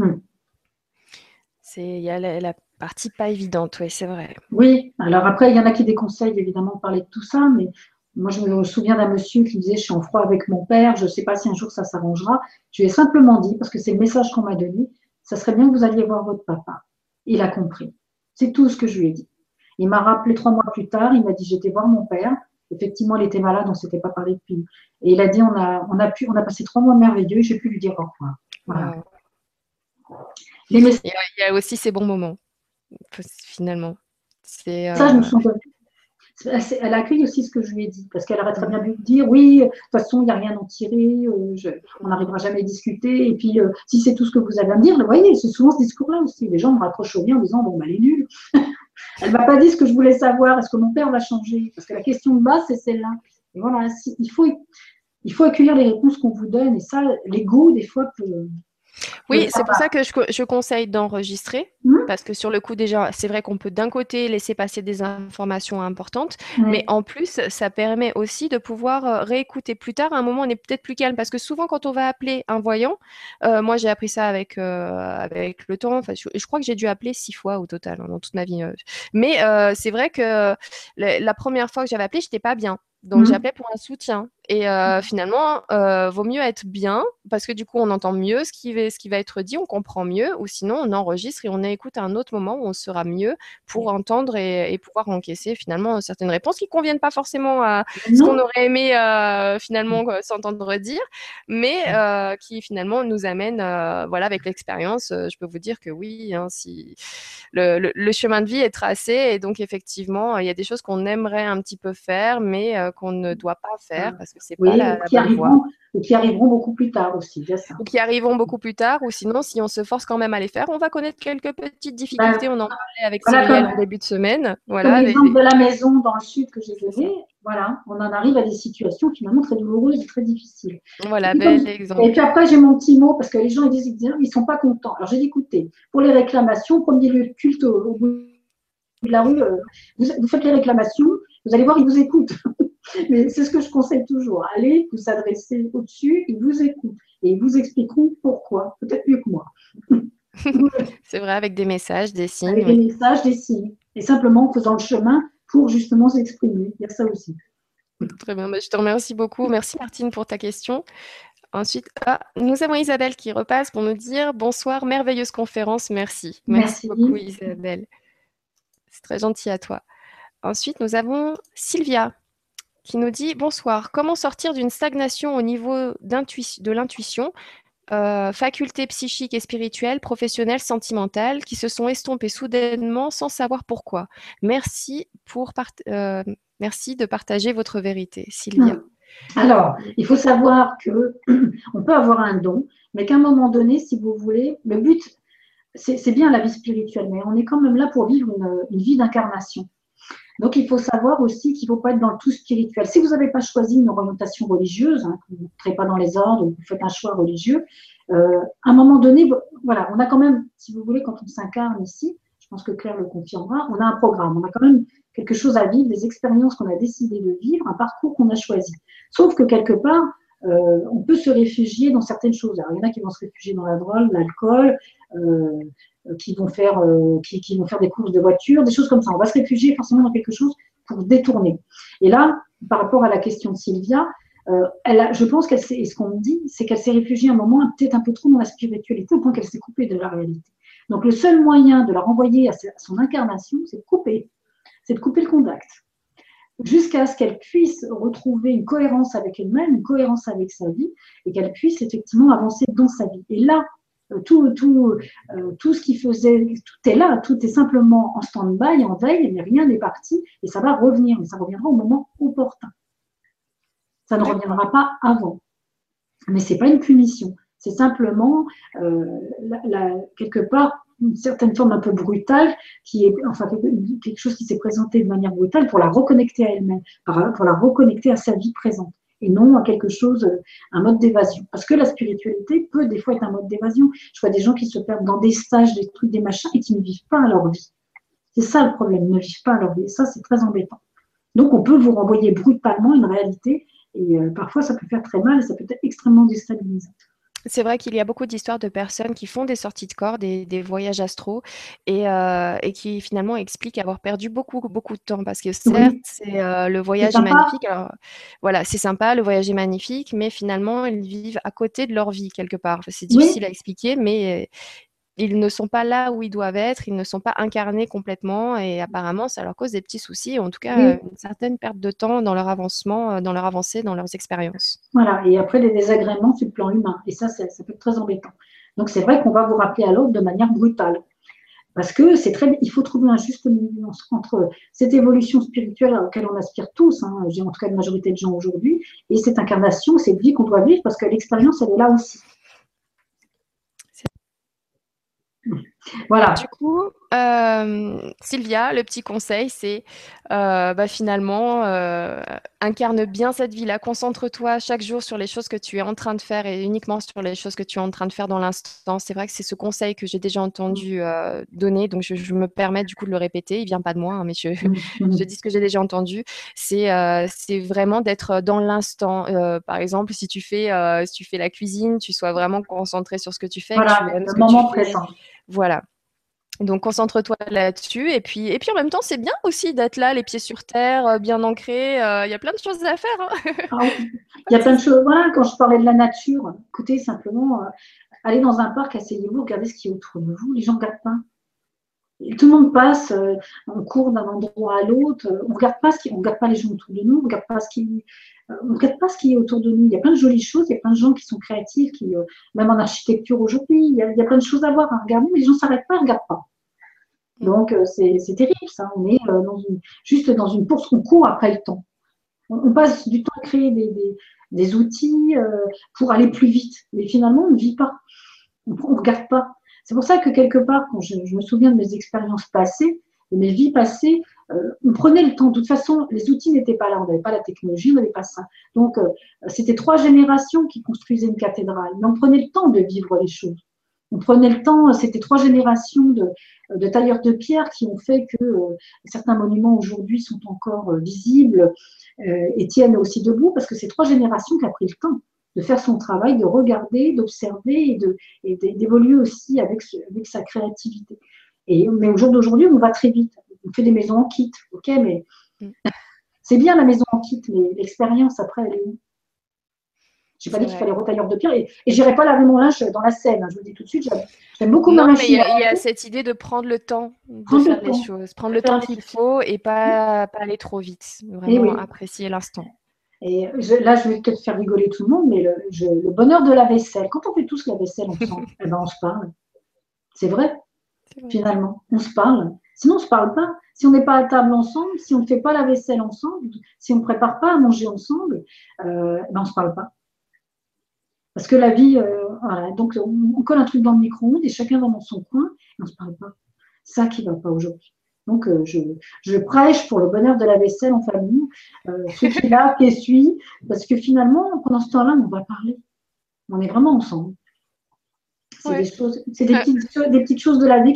Il y a la partie pas évidente, oui, c'est vrai. Oui, alors après, il y en a qui déconseillent évidemment de parler de tout ça, mais moi, je me souviens d'un monsieur qui disait, je suis en froid avec mon père, je ne sais pas si un jour ça s'arrangera. Je lui ai simplement dit, parce que c'est le message qu'on m'a donné, ça serait bien que vous alliez voir votre papa. Il a compris. C'est tout ce que je lui ai dit. Il m'a rappelé 3 mois plus tard, il m'a dit, j'étais voir mon père. Effectivement, il était malade, on ne s'était pas parlé depuis. Et il a dit, on a passé 3 mois merveilleux et j'ai pu lui dire au revoir. Voilà. Il y a aussi ces bons moments, finalement. Ça, je me sens. Elle accueille aussi ce que je lui ai dit, parce qu'elle aurait très bien pu dire, oui, de toute façon, il n'y a rien à en tirer, on n'arrivera jamais à discuter, et puis si c'est tout ce que vous avez à me dire, vous voyez, c'est souvent ce discours-là aussi. Les gens me raccrochent au nez en disant, bon, bah, elle est nulle. Elle ne m'a pas dit ce que je voulais savoir, est-ce que mon père va changer? Parce que la question de base, c'est celle-là. Et voilà, il faut accueillir les réponses qu'on vous donne, et ça, l'ego, des fois, peut. Oui, c'est pour ça que je conseille d'enregistrer, parce que sur le coup, déjà, c'est vrai qu'on peut d'un côté laisser passer des informations importantes, mais en plus, ça permet aussi de pouvoir réécouter plus tard. À un moment, on est peut-être plus calme, parce que souvent, quand on va appeler un voyant, moi, j'ai appris ça avec le temps. Enfin, je crois que j'ai dû appeler 6 fois au total dans toute ma vie. Mais c'est vrai que la première fois que j'avais appelé, j'étais pas bien. Donc, j'appelais pour un soutien. Et finalement, vaut mieux être bien parce que du coup, on entend mieux ce qui va être dit, on comprend mieux, ou sinon, on enregistre et on écoute à un autre moment où on sera mieux pour entendre et pouvoir encaisser finalement certaines réponses qui ne conviennent pas forcément à ce qu'on aurait aimé finalement s'entendre dire, mais qui finalement nous amènent, voilà, avec l'expérience, je peux vous dire que oui, si le chemin de vie est tracé et donc effectivement, il y a des choses qu'on aimerait un petit peu faire, mais qu'on ne doit pas faire parce que c'est pas la bonne voie. Ou qui arriveront beaucoup plus tard aussi, c'est ça. Ou qui arriveront beaucoup plus tard, ou sinon, si on se force quand même à les faire, on va connaître quelques petites difficultés. On en parlait avec Cyrielle en début de semaine. Voilà, comme l'exemple de la maison dans le sud que j'ai donné, voilà, on en arrive à des situations finalement très douloureuses et très difficiles. Voilà, bel exemple. Et puis après, j'ai mon petit mot parce que les gens ils disent ils ne sont pas contents. Alors j'ai dit écoutez, pour les réclamations, au premier lieu de culte au bout de la rue, vous faites les réclamations, vous allez voir, ils vous écoutent. Mais c'est ce que je conseille toujours. Allez vous adresser au-dessus, ils vous écoutent et ils vous expliqueront pourquoi, peut-être mieux que moi. C'est vrai, avec des messages, des signes. Avec des messages, des signes. Et simplement en faisant le chemin pour justement s'exprimer. Il y a ça aussi. Très bien, je te remercie beaucoup. Merci Martine pour ta question. Ensuite, nous avons Isabelle qui repasse pour nous dire bonsoir, merveilleuse conférence, merci. Merci beaucoup Isabelle. C'est très gentil à toi. Ensuite, nous avons Sylvia qui nous dit bonsoir, comment sortir d'une stagnation au niveau de l'intuition, facultés psychiques et spirituelles, professionnelles, sentimentales, qui se sont estompées soudainement sans savoir pourquoi. Merci de partager votre vérité, Sylvia. Alors, il faut savoir qu'on peut avoir un don, mais qu'à un moment donné, si vous voulez, le but, c'est bien la vie spirituelle, mais on est quand même là pour vivre une vie d'incarnation. Donc, il faut savoir aussi qu'il ne faut pas être dans le tout spirituel. Si vous n'avez pas choisi une orientation religieuse, que vous ne serez pas dans les ordres, vous faites un choix religieux, à un moment donné, voilà, on a quand même, si vous voulez, quand on s'incarne ici, je pense que Claire le confirmera, on a un programme, on a quand même quelque chose à vivre, des expériences qu'on a décidé de vivre, un parcours qu'on a choisi. Sauf que quelque part, on peut se réfugier dans certaines choses. Alors, il y en a qui vont se réfugier dans la drogue, l'alcool, qui vont faire des courses de voiture, des choses comme ça. On va se réfugier forcément dans quelque chose pour détourner. Et là, par rapport à la question de Sylvia, je pense qu'elle s'est, et ce qu'on me dit, c'est qu'elle s'est réfugiée un moment peut-être un peu trop dans la spiritualité, au point qu'elle s'est coupée de la réalité. Donc le seul moyen de la renvoyer à son incarnation, c'est de couper le contact, jusqu'à ce qu'elle puisse retrouver une cohérence avec elle-même, une cohérence avec sa vie, et qu'elle puisse effectivement avancer dans sa vie. Et là, tout ce qui faisait, tout est là, tout est simplement en stand-by, en veille, mais rien n'est parti, et ça va revenir, mais ça reviendra au moment opportun. Ça ne reviendra pas avant. Mais ce n'est pas une punition. C'est simplement, quelque part, une certaine forme un peu brutale, qui est, enfin, quelque chose qui s'est présenté de manière brutale pour la reconnecter à elle-même, pour la reconnecter à sa vie présente, et non à quelque chose, un mode d'évasion. Parce que la spiritualité peut des fois être un mode d'évasion. Je vois des gens qui se perdent dans des stages, des trucs, des machins, et qui ne vivent pas leur vie. C'est ça le problème, ils ne vivent pas leur vie. Et ça, c'est très embêtant. Donc, on peut vous renvoyer brutalement une réalité, et parfois, ça peut faire très mal, et ça peut être extrêmement déstabilisant. C'est vrai qu'il y a beaucoup d'histoires de personnes qui font des sorties de corps, des voyages astraux et qui finalement expliquent avoir perdu beaucoup, beaucoup de temps parce que certes, Oui, le c'est voyage est sympa. magnifique. Alors voilà, c'est sympa, le voyage est magnifique, mais finalement, ils vivent à côté de leur vie quelque part. Enfin, c'est Oui, difficile à expliquer, mais ils ne sont pas là où ils doivent être, ils ne sont pas incarnés complètement et apparemment, ça leur cause des petits soucis, ou en tout cas, oui, une certaine perte de temps dans leur avancement, dans leur avancée, dans leurs expériences. voilà. Et après, des désagréments sur le plan humain. Et ça peut être très embêtant. Donc, c'est vrai qu'on va vous rappeler à l'ordre de manière brutale. Parce que c'est très, il faut trouver un juste milieu entre cette évolution spirituelle à laquelle on aspire tous, hein, j'ai en tout cas une majorité de gens aujourd'hui, et cette incarnation, cette vie qu'on doit vivre, parce que l'expérience, elle est là aussi. Du Voilà. coup, Sylvia, le petit conseil, c'est finalement, incarne bien cette vie-là. Concentre-toi chaque jour sur les choses que tu es en train de faire et uniquement sur les choses que tu es en train de faire dans l'instant. C'est vrai que c'est ce conseil que j'ai déjà entendu donner, donc je me permets du coup de le répéter. Il vient pas de moi, hein, mais je dis ce que j'ai déjà entendu. C'est vraiment d'être dans l'instant. Par exemple, si tu fais la cuisine, tu sois vraiment concentré sur ce que tu fais, que tu Voilà, aimes le ce que tu moment fais. présent. Voilà. Donc concentre-toi là-dessus et puis en même temps, c'est bien aussi d'être là, les pieds sur terre, bien ancré, il y a plein de choses à faire, hein. Alors, Pas il y a de plein de souci. choses. Voilà, quand je parlais de la nature, écoutez, simplement, allez dans un parc, asseyez-vous, regardez ce qui est autour de vous. Les gens ne regardent pas. Et tout le monde passe, on court d'un endroit à l'autre, on ne regarde pas on regarde pas les gens autour de nous, on ne regarde pas on regarde pas ce qui est autour de nous. Il y a plein de jolies choses, il y a plein de gens qui sont créatifs, même en architecture aujourd'hui, il y a plein de choses à voir, à regarder, mais les gens ne s'arrêtent pas, ils ne regardent pas. Mm. Donc, c'est terrible, ça. On est juste dans une course, on court après le temps. On passe du temps à créer des outils pour aller plus vite. Mais finalement, on ne vit pas. On ne regarde pas. C'est pour ça que quelque part, quand je me souviens de mes expériences passées, de mes vies passées, on prenait le temps. De toute façon, les outils n'étaient pas là. On n'avait pas la technologie, on n'avait pas ça. Donc, c'était 3 générations qui construisaient une cathédrale. Mais on prenait le temps de vivre les choses. On prenait le temps, c'était 3 générations de tailleurs de pierre qui ont fait que certains monuments aujourd'hui sont encore visibles et tiennent aussi debout parce que c'est 3 générations qui a pris le temps de faire son travail, de regarder, d'observer et d'évoluer aussi avec sa créativité. Mais au jour d'aujourd'hui, on va très vite. On fait des maisons en kit, ok, mais Mm. c'est bien la maison en kit, mais l'expérience après, elle est où? Je n'ai pas C'est dit qu'il vrai. fallait retailleur de pierre et je n'irai pas laver mon linge dans la Seine. Je vous le dis tout de suite, j'aime beaucoup ma Non, mais machine à il y a laver. cette idée de prendre le temps de Prendre le faire les temps choses, prendre de le faire temps les qu'il choses. faut et pas aller trop vite. Et Vraiment oui. apprécier l'instant. Et là, je vais peut-être faire rigoler tout le monde, mais le bonheur de la vaisselle, quand on fait tous la vaisselle ensemble, eh ben, on se parle. C'est vrai, C'est vrai. finalement. On se parle. Sinon, on ne se parle pas. Si on n'est pas à table ensemble, si on ne fait pas la vaisselle ensemble, si on ne prépare pas à manger ensemble, ben, on ne se parle pas. Parce que la vie, voilà. Donc, on colle un truc dans le micro-ondes et chacun va dans son coin et on ne se parle pas. Ça qui ne va pas aujourd'hui. Donc, je prêche pour le bonheur de la vaisselle en famille, ceux qui lavent, qui essuient, parce que finalement, pendant ce temps-là, on va parler. On est vraiment ensemble. C'est des Ouais. choses, c'est des petites choses de la vie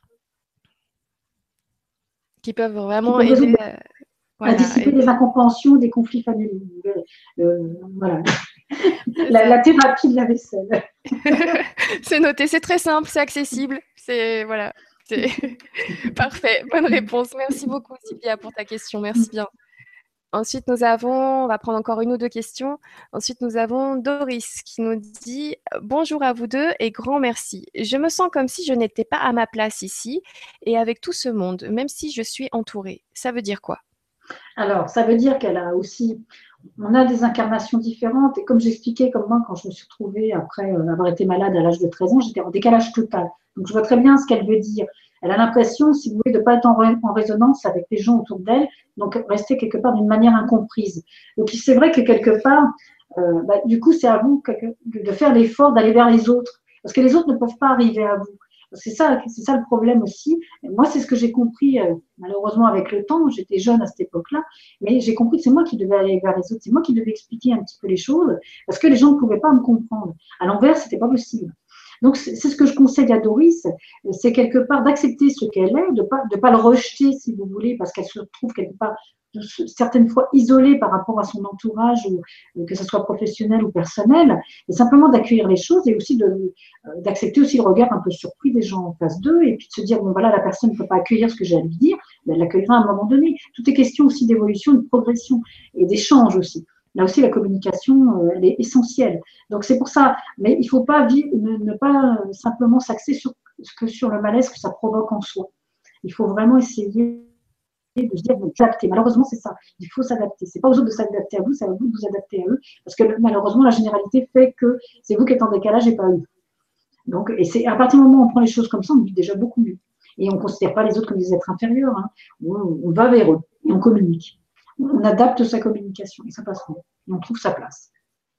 Qui peuvent qui vraiment peuvent aider, résoudre, à voilà, dissiper des aider. incompréhensions, des conflits familiaux. Voilà, C'est la ça. thérapie de la vaisselle. C'est noté, c'est très simple, c'est accessible, c'est voilà, c'est parfait. Bonne réponse. Merci beaucoup, Sylvia, pour ta question. Merci bien. Ensuite, on va prendre encore une ou deux questions. Ensuite, nous avons Doris qui nous dit bonjour à vous deux et grand merci. Je me sens comme si je n'étais pas à ma place ici et avec tout ce monde, même si je suis entourée. Ça veut dire quoi? Alors, ça veut dire qu'elle a aussi, on a des incarnations différentes. Et comme j'expliquais, comme moi, quand je me suis retrouvée après avoir été malade à l'âge de 13 ans, j'étais en décalage total. Donc, je vois très bien ce qu'elle veut dire. Elle a l'impression, si vous voulez, de ne pas être en résonance avec les gens autour d'elle, donc rester quelque part d'une manière incomprise. Donc c'est vrai que quelque part, du coup, c'est à vous de faire l'effort d'aller vers les autres, parce que les autres ne peuvent pas arriver à vous. C'est ça le problème aussi. Et moi, c'est ce que j'ai compris, malheureusement, avec le temps. J'étais jeune à cette époque-là, mais j'ai compris que c'est moi qui devais aller vers les autres. C'est moi qui devais expliquer un petit peu les choses, parce que les gens ne pouvaient pas me comprendre. À l'envers, c'était pas possible. Donc, c'est ce que je conseille à Doris, c'est quelque part d'accepter ce qu'elle est, de pas le rejeter, si vous voulez, parce qu'elle se trouve quelque part certaines fois isolée par rapport à son entourage, ou que ce soit professionnel ou personnel, et simplement d'accueillir les choses et aussi d'accepter aussi le regard un peu surpris des gens en face d'eux, et puis de se dire, bon voilà, la personne ne peut pas accueillir ce que j'ai à lui dire, mais elle l'accueillera à un moment donné. Tout est question aussi d'évolution, de progression et d'échange aussi. Là aussi, la communication, elle est essentielle. Donc, c'est pour ça. Mais il ne faut pas ne pas simplement s'axer sur le malaise que ça provoque en soi. Il faut vraiment essayer de se dire, vous adapter. Malheureusement, c'est ça. Il faut s'adapter. Ce n'est pas aux autres de s'adapter à vous, c'est à vous de vous adapter à eux. Parce que malheureusement, la généralité fait que c'est vous qui êtes en décalage et pas eux. Donc, et c'est à partir du moment où on prend les choses comme ça, on vit déjà beaucoup mieux. Et on ne considère pas les autres comme des êtres inférieurs. Hein. On va vers eux et on communique. On adapte sa communication et ça passe mieux. Et on trouve sa place.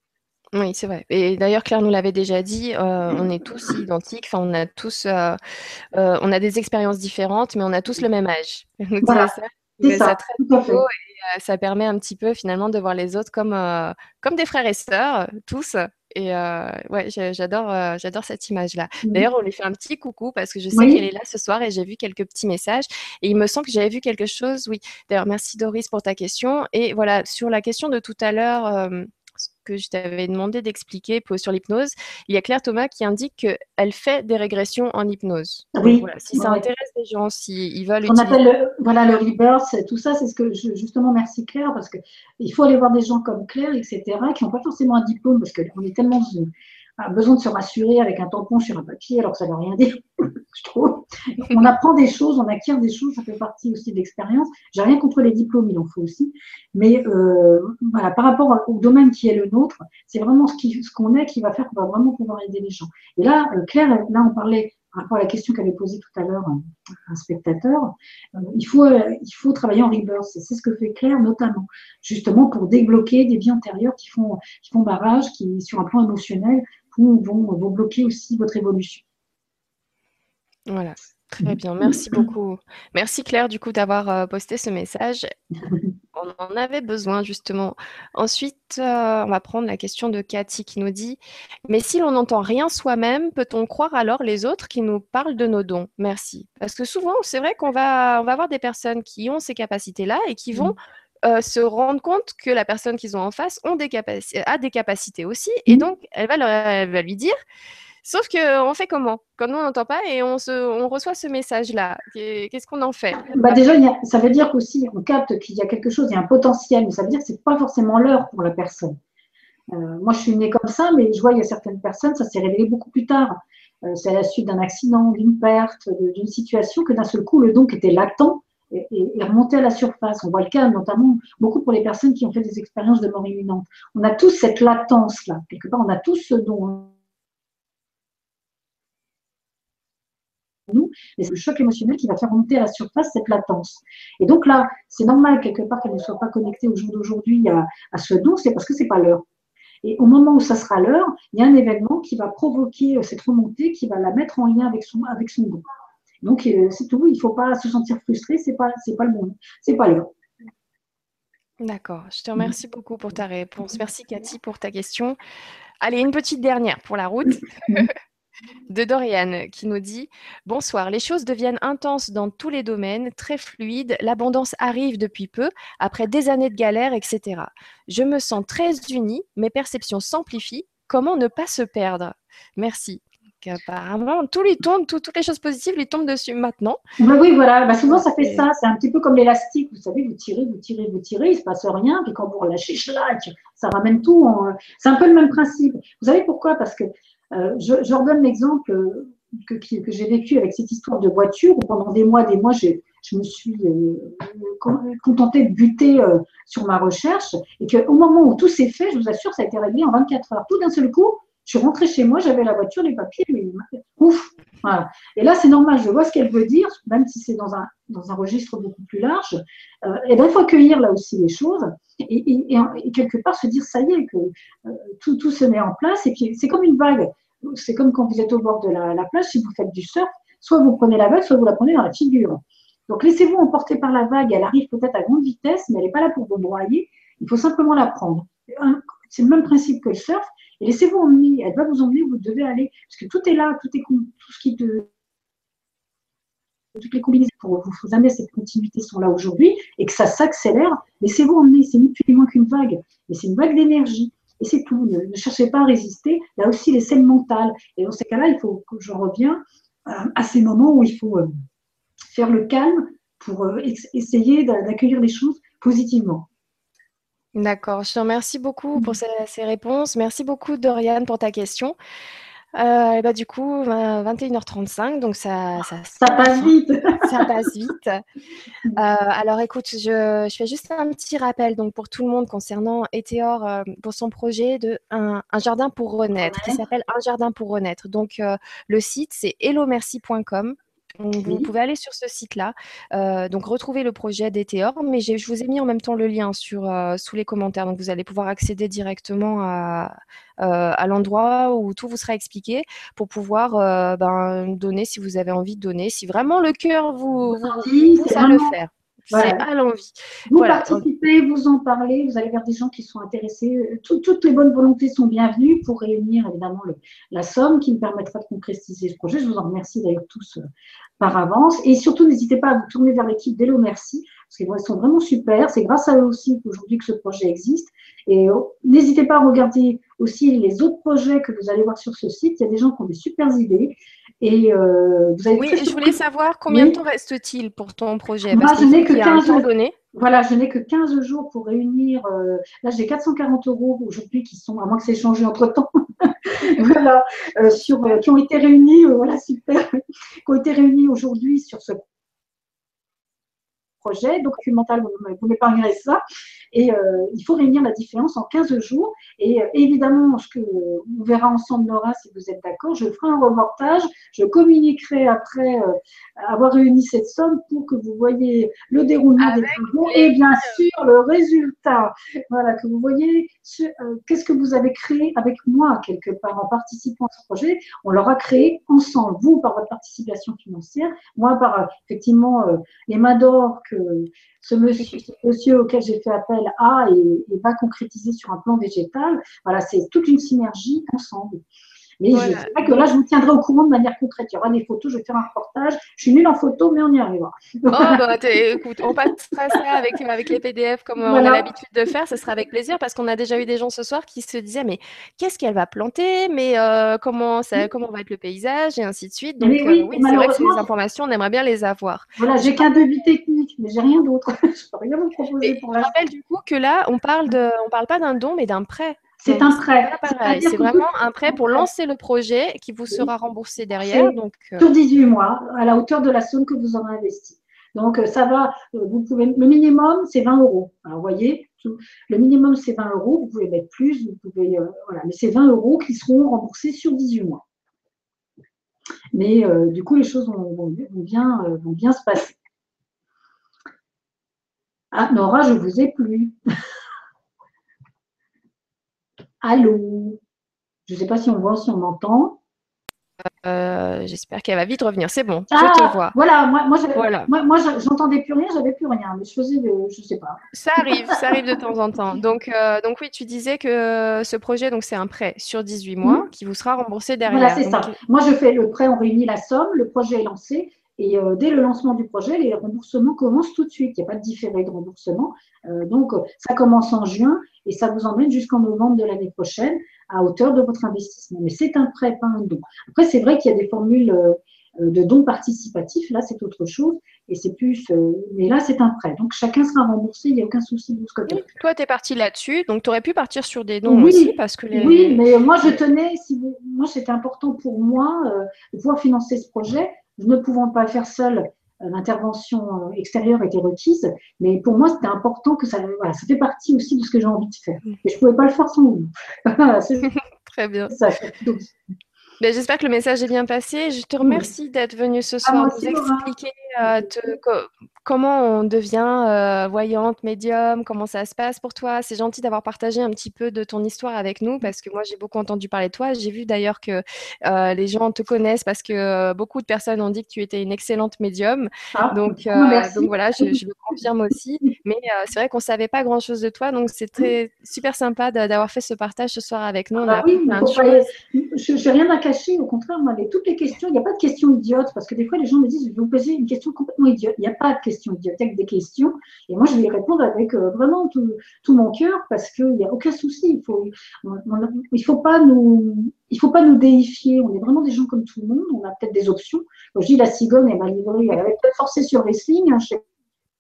Oui, c'est vrai. Et d'ailleurs, Claire nous l'avait déjà dit, on est tous identiques. Enfin, on a tous, on a des expériences différentes, mais on a tous le même âge. Elle nous disait Voilà, ça. Je c'est trouvais ça ça, très tout à beau fait. et ça permet un petit peu finalement de voir les autres comme des frères et sœurs, tous. Et ouais, j'adore cette image-là. D'ailleurs, on lui fait un petit coucou parce que je sais qu'elle Oui, est là ce soir et j'ai vu quelques petits messages. Et il me semble que j'avais vu quelque chose. Oui, d'ailleurs, merci Doris pour ta question. Et voilà, sur la question de tout à l'heure, ce que je t'avais demandé d'expliquer sur l'hypnose, il y a Claire Thomas qui indique qu'elle fait des régressions en hypnose. Donc oui, voilà, si ça ouais. intéresse les gens, s'ils veulent Ce qu'on utiliser. appelle voilà, le rebirth, tout ça, c'est ce que justement, merci Claire, parce qu'il faut aller voir des gens comme Claire, etc., qui n'ont pas forcément un diplôme, parce qu'on est tellement besoin de se rassurer avec un tampon sur un papier, alors que ça ne veut rien dire, je trouve. On apprend des choses, on acquiert des choses, ça fait partie aussi de l'expérience. J'ai rien contre les diplômes, il en faut aussi. Mais voilà, par rapport au domaine qui est le nôtre, c'est vraiment ce qu'on est qui va faire qu'on va vraiment pouvoir aider les gens. Et là, Claire, là, on parlait par rapport à la question qu'avait posée tout à l'heure un spectateur, il faut travailler en rebirth. C'est ce que fait Claire notamment, justement pour débloquer des vies antérieures qui font barrage, qui, sur un plan émotionnel, vont bloquer aussi votre évolution. Voilà, très bien. Merci beaucoup. Merci Claire, du coup, d'avoir posté ce message. On en avait besoin, justement. Ensuite, on va prendre la question de Cathy qui nous dit, mais si l'on n'entend rien soi-même, peut-on croire alors les autres qui nous parlent de nos dons? Merci. Parce que souvent, c'est vrai qu'on va avoir des personnes qui ont ces capacités-là et qui vont se rendre compte que la personne qu'ils ont en face a des capacités aussi. Et donc, elle va lui dire, sauf qu'on fait comment? Quand nous, on n'entend pas et on reçoit ce message-là. Qu'est-ce qu'on en fait Bah déjà, après? ça veut dire qu'aussi, on capte qu'il y a quelque chose, il y a un potentiel, mais ça veut dire que ce n'est pas forcément l'heure pour la personne. Moi, je suis née comme ça, mais je vois, il y a certaines personnes, ça s'est révélé beaucoup plus tard. C'est à la suite d'un accident, d'une perte, d'une situation, que d'un seul coup, le don qui était latent est remonté à la surface. On voit le cas notamment beaucoup pour les personnes qui ont fait des expériences de mort imminente. On a tous cette latence-là. Quelque part, on a tous ce don. Nous, mais c'est le choc émotionnel qui va faire remonter à la surface cette latence. Et donc là, c'est normal quelque part qu'elle ne soit pas connectée au jour d'aujourd'hui à ce don, c'est parce que ce n'est pas l'heure. Et au moment où ça sera l'heure, il y a un événement qui va provoquer cette remontée, qui va la mettre en lien avec son don. Donc c'est tout, il ne faut pas se sentir frustré, c'est pas le bon, c'est pas l'heure. D'accord, je te remercie beaucoup pour ta réponse. Merci Cathy pour ta question. Allez, une petite dernière pour la route de Dorian qui nous dit: bonsoir, les choses deviennent intenses dans tous les domaines, très fluides, l'abondance arrive depuis peu, après des années de galère, etc. Je me sens très unie, mes perceptions s'amplifient. Comment ne pas se perdre? Merci. Apparemment, tout lui tombe, toutes les choses positives lui tombent dessus maintenant. Ben oui, voilà. Ben souvent, ça fait Et- ça. C'est un petit peu comme l'élastique. Vous savez, vous tirez, vous tirez, vous tirez, il ne se passe rien. Puis quand vous relâchez, schlac, ça ramène tout. C'est un peu le même principe. Vous savez pourquoi? Parce que je redonne l'exemple que j'ai vécu avec cette histoire de voiture où pendant des mois, je me suis contentée de buter sur ma recherche et qu'au moment où tout s'est fait, je vous assure, ça a été réglé en 24 heures. Tout d'un seul coup, je suis rentrée chez moi, j'avais la voiture, les papiers, mais ouf! Voilà. Et là, c'est normal, je vois ce qu'elle veut dire, même si c'est dans un registre beaucoup plus large. Et ben, il faut accueillir là aussi les choses et quelque part se dire, ça y est, que tout se met en place. Et puis, c'est comme une vague. C'est comme quand vous êtes au bord de la plage, si vous faites du surf, soit vous prenez la vague, soit vous la prenez dans la figure. Donc, laissez-vous emporter par la vague. Elle arrive peut-être à grande vitesse, mais elle n'est pas là pour vous broyer. Il faut simplement la prendre. C'est le même principe que le surf. Et laissez-vous emmener. Elle va vous emmener où vous devez aller. Parce que tout est là, tout ce qui toutes les combinaisons pour vous amener à cette continuité sont là aujourd'hui et que ça s'accélère. Laissez-vous emmener. C'est ni plus ni moins qu'une vague. Mais c'est une vague d'énergie. Et c'est tout. Ne cherchez pas à résister. Là aussi, les scènes mentales. Et dans ces cas-là, il faut que j'en reviens à ces moments où il faut faire le calme pour essayer d'accueillir les choses positivement. D'accord, je te remercie beaucoup pour ces réponses. Merci beaucoup, Doriane, pour ta question. Et bah, du coup, 21h35, donc ça Ça tire à passe fin. vite. Ça passe vite. Alors écoute, je fais juste un petit rappel donc pour tout le monde concernant Eteor pour son projet de un jardin pour renaître qui s'appelle Un jardin pour renaître. Donc le site c'est hellomercy.com. Donc, vous Oui. pouvez aller sur ce site-là, donc retrouver le projet d'Eteor, mais je vous ai mis en même temps le lien sous les commentaires, donc vous allez pouvoir accéder directement à l'endroit où tout vous sera expliqué pour pouvoir donner si vous avez envie de donner, si vraiment le cœur vous pousse C'est à le vraiment, faire. C'est voilà. à l'envie. Vous Voilà. participez, vous en parlez, vous allez vers des gens qui sont intéressés. Toutes les bonnes volontés sont bienvenues pour réunir évidemment la somme qui me permettra de concrétiser ce projet. Je vous en remercie d'ailleurs tous par avance. Et surtout, n'hésitez pas à vous tourner vers l'équipe d'Hello Merci, parce qu'ils sont vraiment super. C'est grâce à eux aussi qu'aujourd'hui que ce projet existe. Et n'hésitez pas à regarder aussi les autres projets que vous allez voir sur ce site. Il y a des gens qui ont des super idées. Et vous allez être Oui, très et je surpris. voulais savoir combien de Oui, temps reste-t-il pour ton projet? Parce moi, je qu'il faut n'ai que qu'il y ait un 15 temps jours. donné. Voilà, je n'ai que 15 jours pour réunir. Là, j'ai 440 euros aujourd'hui qui sont, à moins que c'est changé entre-temps, voilà, Super. qui ont été réunis, voilà, super, qui ont été réunis aujourd'hui sur ce projet documental, vous m'épargnerez ça. Et il faut réunir la différence en 15 jours. Et évidemment, on verra ensemble, Nora, si vous êtes d'accord, je ferai un reportage, je communiquerai après avoir réuni cette somme pour que vous voyez le déroulement des Avec travaux et les... bien sûr le résultat. Voilà, que vous voyez qu'est-ce que vous avez créé avec moi quelque part en participant à ce projet. On l'aura créé ensemble, vous par votre participation financière, moi par effectivement les mains d'or que ce monsieur auquel j'ai fait appel a et va concrétiser sur un plan végétal. Voilà, c'est toute une synergie ensemble. Mais c'est Voilà. vrai que là, Donc, je vous tiendrai au courant de manière concrète. Il y aura des photos, je vais faire un reportage. Je suis nulle en photo, mais on y arrivera. oh, bah, écoute, on passera ça avec les PDF comme on a Voilà. l'habitude de faire. Ce sera avec plaisir parce qu'on a déjà eu des gens ce soir qui se disaient, mais qu'est-ce qu'elle va planter? Mais comment va être le paysage? Et ainsi de suite. Mais Donc, oui, oui, et c'est vrai que malheureusement, ces informations, on aimerait bien les avoir. voilà, Je j'ai qu'un devis technique, mais j'ai rien d'autre. Je ne peux rien vous proposer Mais pour je l'instant. rappelle du coup que là, on parle pas d'un don, mais d'un prêt. C'est Donc, un c'est prêt. pas pareil. C'est-à-dire C'est que vraiment un prêt pour prêt. lancer le projet qui vous Oui. sera remboursé derrière. C'est Donc, sur 18 mois, à la hauteur de la somme que vous aurez investie. Donc, ça va, le minimum, c'est 20 euros. Alors, vous voyez, le minimum, c'est 20 euros. Vous pouvez mettre plus, voilà, mais c'est 20 euros qui seront remboursés sur 18 mois. Mais du coup, les choses vont bien se passer. Ah, Nora, je vous ai plus. Allô? Je ne sais pas si on voit, si on entend. j'espère qu'elle va vite revenir. C'est bon, je te Ah, vois. voilà, Voilà. j'entendais plus rien, j'avais plus rien, mais je faisais, je ne sais pas. Ça arrive de temps en temps. Donc oui, tu disais que ce projet, donc c'est un prêt sur 18 mois Hmm. qui vous sera remboursé Voilà, derrière. c'est Donc, ça. Moi, je fais le prêt, on réunit la somme, le projet est lancé. Et dès le lancement du projet, les remboursements commencent tout de suite. Il n'y a pas de différé de remboursement. Donc, ça commence en juin et ça vous emmène jusqu'en novembre de l'année prochaine à hauteur de votre investissement. Mais c'est un prêt, pas un don. Après, c'est vrai qu'il y a des formules de dons participatifs. Là, c'est autre chose. Et c'est plus. Mais là, c'est un prêt. Donc, chacun sera remboursé. Il n'y a aucun souci de ce côté. oui, toi, tu es parti là-dessus. Donc, tu aurais pu partir sur des dons aussi Oui, parce que oui, mais moi je les- tenais, moi c'était important pour moi de pouvoir financer ce projet. Je ne pouvant pas le faire seul, l'intervention extérieure était requise, mais pour moi c'était important que ça, voilà, ça fait partie aussi de ce que j'ai envie de faire. Et je ne pouvais pas le faire sans vous. Voilà, c'est Très bien. ça surtout. Ben, j'espère que le message est bien passé. Je te Oui. remercie d'être venu ce Ah, moi soir nous aussi, Laura. expliquer comment on devient voyante, médium, comment ça se passe pour toi. C'est gentil d'avoir partagé un petit peu de ton histoire avec nous parce que moi, j'ai beaucoup entendu parler de toi. J'ai vu d'ailleurs que les gens te connaissent parce que beaucoup de personnes ont dit que tu étais une excellente médium. Ah, Donc merci. voilà, je le confirme aussi. Mais c'est vrai qu'on ne savait pas grand-chose de toi. Donc c'est super sympa d'avoir fait ce partage ce soir avec nous. On a Bah appris oui, mais plein de faut pas. choses. Je n'ai rien à cacher, au contraire, moi, toutes les questions, il n'y a pas de questions idiotes, parce que des fois, les gens me disent, je vais vous poser une question complètement idiote. Il n'y a pas de questions idiotes, il y a que des questions, et moi, je vais y répondre avec vraiment tout mon cœur, parce qu'il n'y a aucun souci. Il faut pas nous déifier. On est vraiment des gens comme tout le monde. On a peut-être des options. Quand je dis la cigogne, elle m'a livré, elle avait peut-être forcé sur les signes, hein, je sais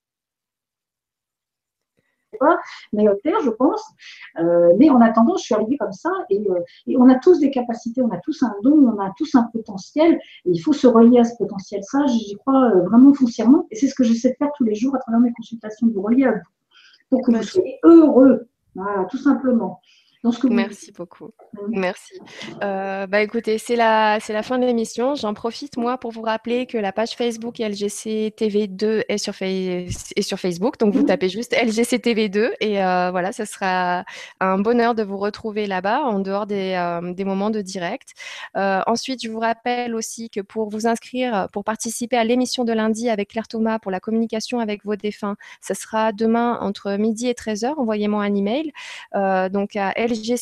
pas, mais clair, je pense. Mais en attendant, je suis arrivée comme ça et on a tous des capacités, on a tous un don, on a tous un potentiel et il faut se relier à ce potentiel. Ça, j'y crois vraiment foncièrement et c'est ce que j'essaie de faire tous les jours à travers mes consultations, de vous relier à vous pour que vous Bah, soyez heureux. Voilà, tout simplement. Dans ce que vous merci beaucoup. Merci. Bah écoutez, c'est la fin de l'émission. J'en profite moi pour vous rappeler que la page Facebook LGC TV2 est sur Facebook. Donc vous tapez juste LGC TV2 et voilà, ce sera un bonheur de vous retrouver là-bas en dehors des moments de direct. Ensuite, je vous rappelle aussi que pour vous inscrire, pour participer à l'émission de lundi avec Claire Thomas pour la communication avec vos défunts, ce sera demain entre midi et 13h. Envoyez-moi un email. Donc à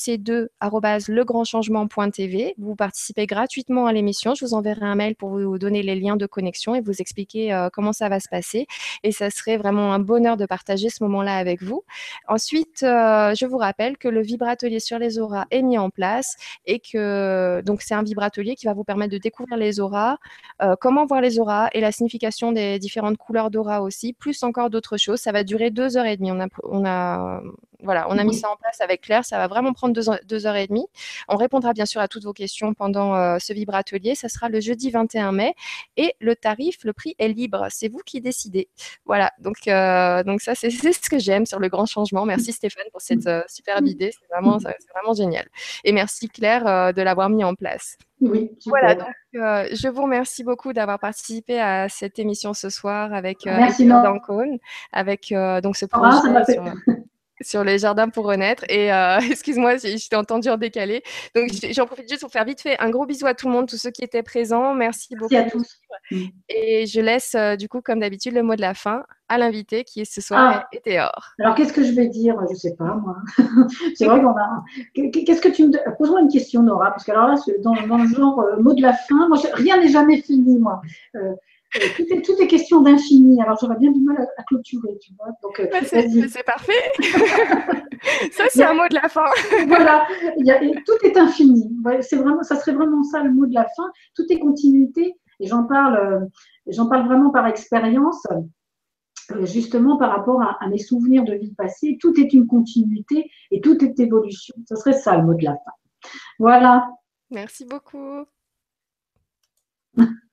lgc2@legrandchangement.tv. Vous participez gratuitement à l'émission. Je vous enverrai un mail pour vous donner les liens de connexion et vous expliquer comment ça va se passer. Et ça serait vraiment un bonheur de partager ce moment-là avec vous. Ensuite, je vous rappelle que le vibratelier sur les auras est mis en place et que donc c'est un vibratelier qui va vous permettre de découvrir les auras, comment voir les auras et la signification des différentes couleurs d'aura aussi, plus encore d'autres choses. Ça va durer 2 heures et demie. On a mis ça en place avec Claire. Ça va vraiment prendre 2 heures et demie. On répondra bien sûr à toutes vos questions pendant ce vibre-atelier. Ça sera le jeudi 21 mai. Et le tarif, le prix est libre. C'est vous qui décidez. Voilà. Donc ça, c'est ce que j'aime sur le grand changement. Merci Stéphane pour cette superbe idée. C'est vraiment génial. Et merci Claire de l'avoir mis en place. Oui, Voilà, super. donc je vous remercie beaucoup d'avoir participé à cette émission ce soir avec Merci Claire Dancône, avec donc ce Nora, projet ça m'a fait. sur les jardins pour renaître. Et excuse-moi, je t'ai entendu en décalé. Donc j'en profite juste pour faire vite fait un gros bisou à tout le monde, tous ceux qui étaient présents. Merci Merci beaucoup à de nous tous. suivre. Et je laisse du coup, comme d'habitude, le mot de la fin à l'invité qui ce soir Ah, est Théor. alors qu'est-ce que je vais dire? Je ne sais pas, moi. C'est vrai qu'on a. Qu'est-ce que tu me. Pose-moi une question, Nora, parce que alors là, dans le genre mot de la fin, moi, rien n'est jamais fini, moi. Tout est question d'infini, alors j'aurais bien du mal à clôturer, tu vois. Donc, Bah, c'est vas-y. c'est parfait. Ça, Il y c'est un a- mot de la fin. Voilà, tout est infini. Ouais, ça serait vraiment ça le mot de la fin. Tout est continuité. Et j'en parle vraiment par expérience, justement par rapport à mes souvenirs de vie passée. Tout est une continuité et tout est évolution. Ce serait ça le mot de la fin. Voilà. Merci beaucoup.